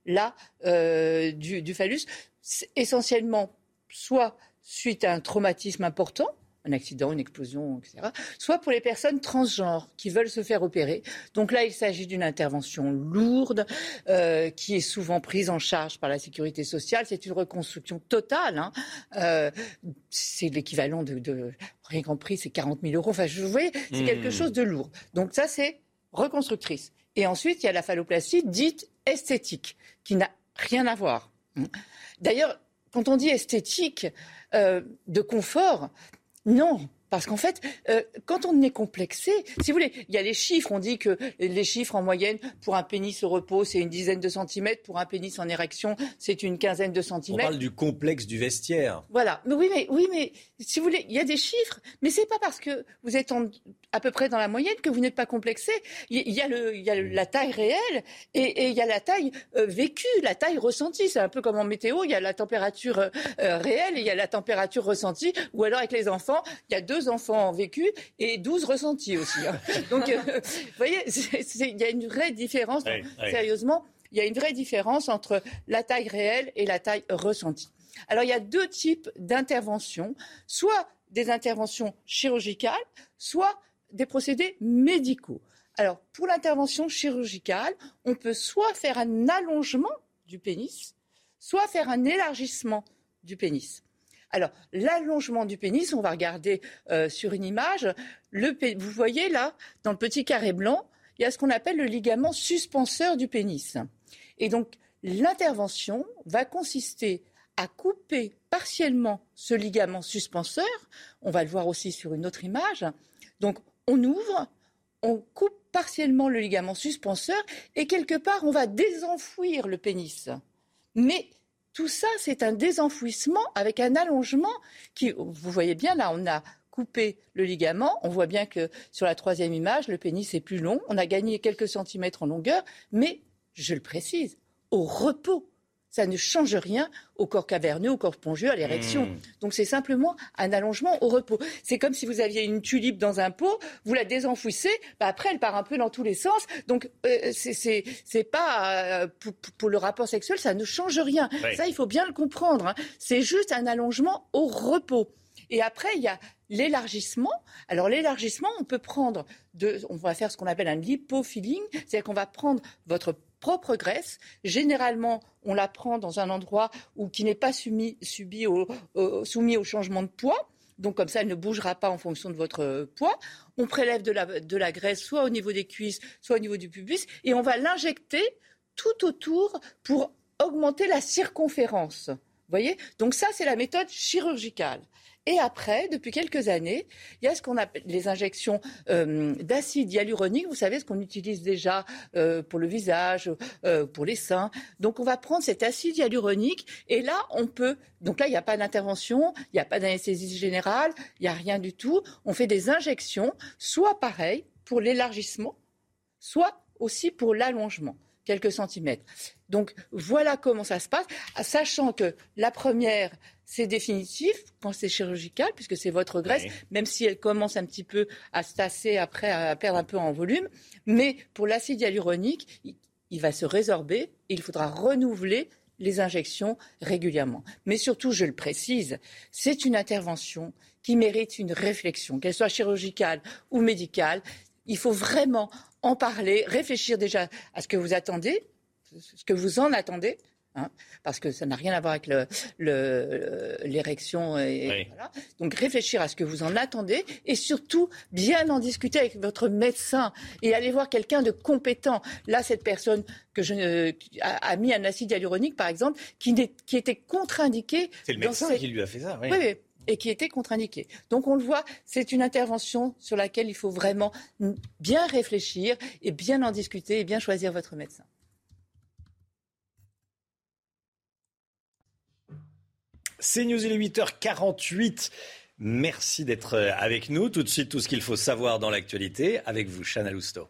du phallus, essentiellement soit suite à un traumatisme important, un accident, une explosion, etc., soit pour les personnes transgenres qui veulent se faire opérer. Donc là, il s'agit d'une intervention lourde qui est souvent prise en charge par la sécurité sociale. C'est une reconstruction totale. C'est l'équivalent de rien compris, c'est 40 000 €. Enfin, vous voyez, c'est quelque chose de lourd. Donc ça, c'est reconstructrice. Et ensuite, il y a la phalloplastie dite esthétique, qui n'a rien à voir. D'ailleurs, quand on dit esthétique, de confort, non, Parce qu'en fait, quand on est complexé, si vous voulez, il y a les chiffres. On dit que les chiffres en moyenne pour un pénis au repos, c'est une dizaine de centimètres. Pour un pénis en érection, c'est une quinzaine de centimètres. On parle du complexe du vestiaire. Voilà. Mais oui, mais si vous voulez, il y a des chiffres. Mais c'est pas parce que vous êtes à peu près dans la moyenne que vous n'êtes pas complexé. Il y a la taille réelle et il y a la taille vécue, la taille ressentie. C'est un peu comme en météo. Il y a la température réelle et il y a la température ressentie. Ou alors avec les enfants, il y a 2 enfants vécus et 12 ressentis aussi. Hein. Donc, vous voyez, il y a une vraie différence. Oui. Sérieusement, il y a une vraie différence entre la taille réelle et la taille ressentie. Alors, il y a 2 types d'interventions, soit des interventions chirurgicales, soit des procédés médicaux. Alors, pour l'intervention chirurgicale, on peut soit faire un allongement du pénis, soit faire un élargissement du pénis. Alors, l'allongement du pénis, on va regarder sur une image. Vous voyez là, dans le petit carré blanc, il y a ce qu'on appelle le ligament suspenseur du pénis. Et donc, l'intervention va consister à couper partiellement ce ligament suspenseur. On va le voir aussi sur une autre image. Donc, on ouvre, on coupe partiellement le ligament suspenseur et quelque part, on va désenfouir le pénis. Mais tout ça, c'est un désenfouissement avec un allongement qui, vous voyez bien, là, on a coupé le ligament. On voit bien que sur la 3e image, le pénis est plus long. On a gagné quelques centimètres en longueur, mais, je le précise, au repos. Ça ne change rien au corps caverneux, au corps spongieux, à l'érection. Donc c'est simplement un allongement au repos. C'est comme si vous aviez une tulipe dans un pot, vous la désenfouissez, après elle part un peu dans tous les sens. Donc c'est pas pour le rapport sexuel, ça ne change rien. Oui. Ça, il faut bien le comprendre. Hein. C'est juste un allongement au repos. Et après, il y a l'élargissement. Alors l'élargissement, on va faire ce qu'on appelle un lipofilling, c'est-à-dire qu'on va prendre votre propre graisse. Généralement, on la prend dans un endroit qui n'est pas soumis au changement de poids. Donc comme ça, elle ne bougera pas en fonction de votre poids. On prélève de la graisse soit au niveau des cuisses, soit au niveau du pubis, et on va l'injecter tout autour pour augmenter la circonférence. Vous voyez ? Donc ça, c'est la méthode chirurgicale. Et après, depuis quelques années, il y a ce qu'on appelle les injections d'acide hyaluronique. Vous savez, ce qu'on utilise déjà pour le visage, pour les seins. Donc, on va prendre cet acide hyaluronique et là, donc là, il n'y a pas d'intervention, il n'y a pas d'anesthésie générale, il n'y a rien du tout. On fait des injections, soit pareil pour l'élargissement, soit aussi pour l'allongement, quelques centimètres. Donc, voilà comment ça se passe, sachant que la première, c'est définitif quand c'est chirurgical, puisque c'est votre graisse, même si elle commence un petit peu à se tasser après, à perdre un peu en volume. Mais pour l'acide hyaluronique, il va se résorber et il faudra renouveler les injections régulièrement. Mais surtout, je le précise, c'est une intervention qui mérite une réflexion, qu'elle soit chirurgicale ou médicale. Il faut vraiment en parler, réfléchir déjà à ce que vous attendez, ce que vous en attendez. Hein, parce que ça n'a rien à voir avec l'érection. Voilà. Donc réfléchir à ce que vous en attendez et surtout bien en discuter avec votre médecin et aller voir quelqu'un de compétent. Là, cette personne a mis un acide hyaluronique, par exemple, qui était contre-indiqué. C'est le médecin qui lui a fait ça, oui. Oui. Et qui était contre-indiqué. Donc on le voit, c'est une intervention sur laquelle il faut vraiment bien réfléchir et bien en discuter et bien choisir votre médecin. C'est News, il est 8h48. Merci d'être avec nous. Tout de suite, tout ce qu'il faut savoir dans l'actualité avec vous, Chana Lousteau.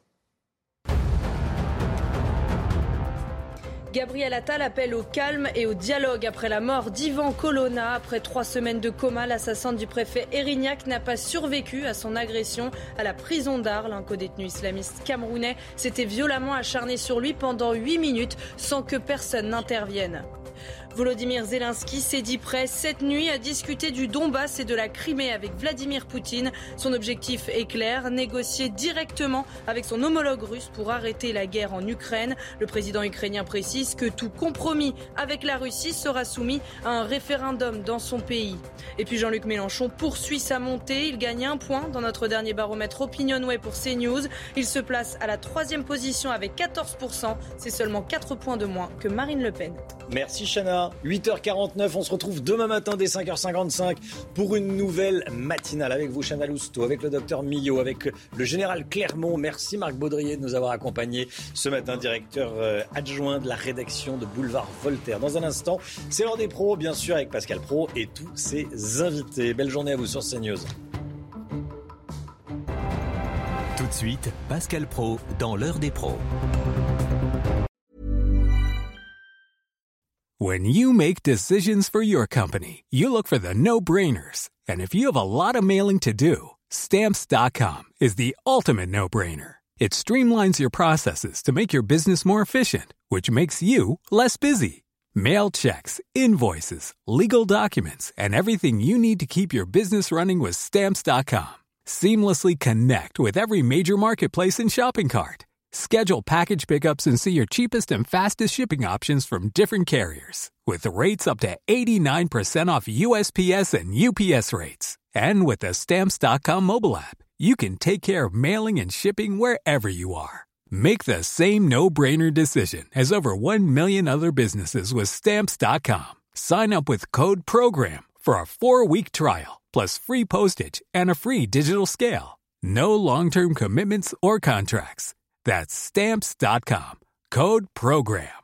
Gabriel Attal appelle au calme et au dialogue après la mort d'Ivan Colonna. Après 3 semaines de coma, l'assassin du préfet Erignac n'a pas survécu à son agression à la prison d'Arles. Un codétenu islamiste camerounais s'était violemment acharné sur lui pendant 8 minutes sans que personne n'intervienne. Volodymyr Zelensky s'est dit prêt cette nuit à discuter du Donbass et de la Crimée avec Vladimir Poutine. Son objectif est clair, négocier directement avec son homologue russe pour arrêter la guerre en Ukraine. Le président ukrainien précise que tout compromis avec la Russie sera soumis à un référendum dans son pays. Et puis Jean-Luc Mélenchon poursuit sa montée. Il gagne 1 point dans notre dernier baromètre Opinionway pour CNews. Il se place à la 3e position avec 14%. C'est seulement 4 points de moins que Marine Le Pen. Merci Chana. Voilà, 8h49, on se retrouve demain matin dès 5h55 pour une nouvelle matinale avec vous, Chana Lousteau, avec le docteur Millot, avec le général Clermont. Merci Marc Baudrier de nous avoir accompagnés ce matin, directeur adjoint de la rédaction de Boulevard Voltaire. Dans un instant, c'est l'heure des pros, bien sûr, avec Pascal Praud et tous ses invités. Belle journée à vous sur CNews. Tout de suite, Pascal Praud dans l'heure des pros. When you make decisions for your company, you look for the no-brainers. And if you have a lot of mailing to do, Stamps.com is the ultimate no-brainer. It streamlines your processes to make your business more efficient, which makes you less busy. Mail checks, invoices, legal documents, and everything you need to keep your business running with Stamps.com. Seamlessly connect with every major marketplace and shopping cart. Schedule package pickups and see your cheapest and fastest shipping options from different carriers. With rates up to 89% off USPS and UPS rates. And with the Stamps.com mobile app, you can take care of mailing and shipping wherever you are. Make the same no-brainer decision as over 1 million other businesses with Stamps.com. Sign up with code PROGRAM for a 4-week trial, plus free postage and a free digital scale. No long-term commitments or contracts. That's Stamps.com. Code PROGRAM.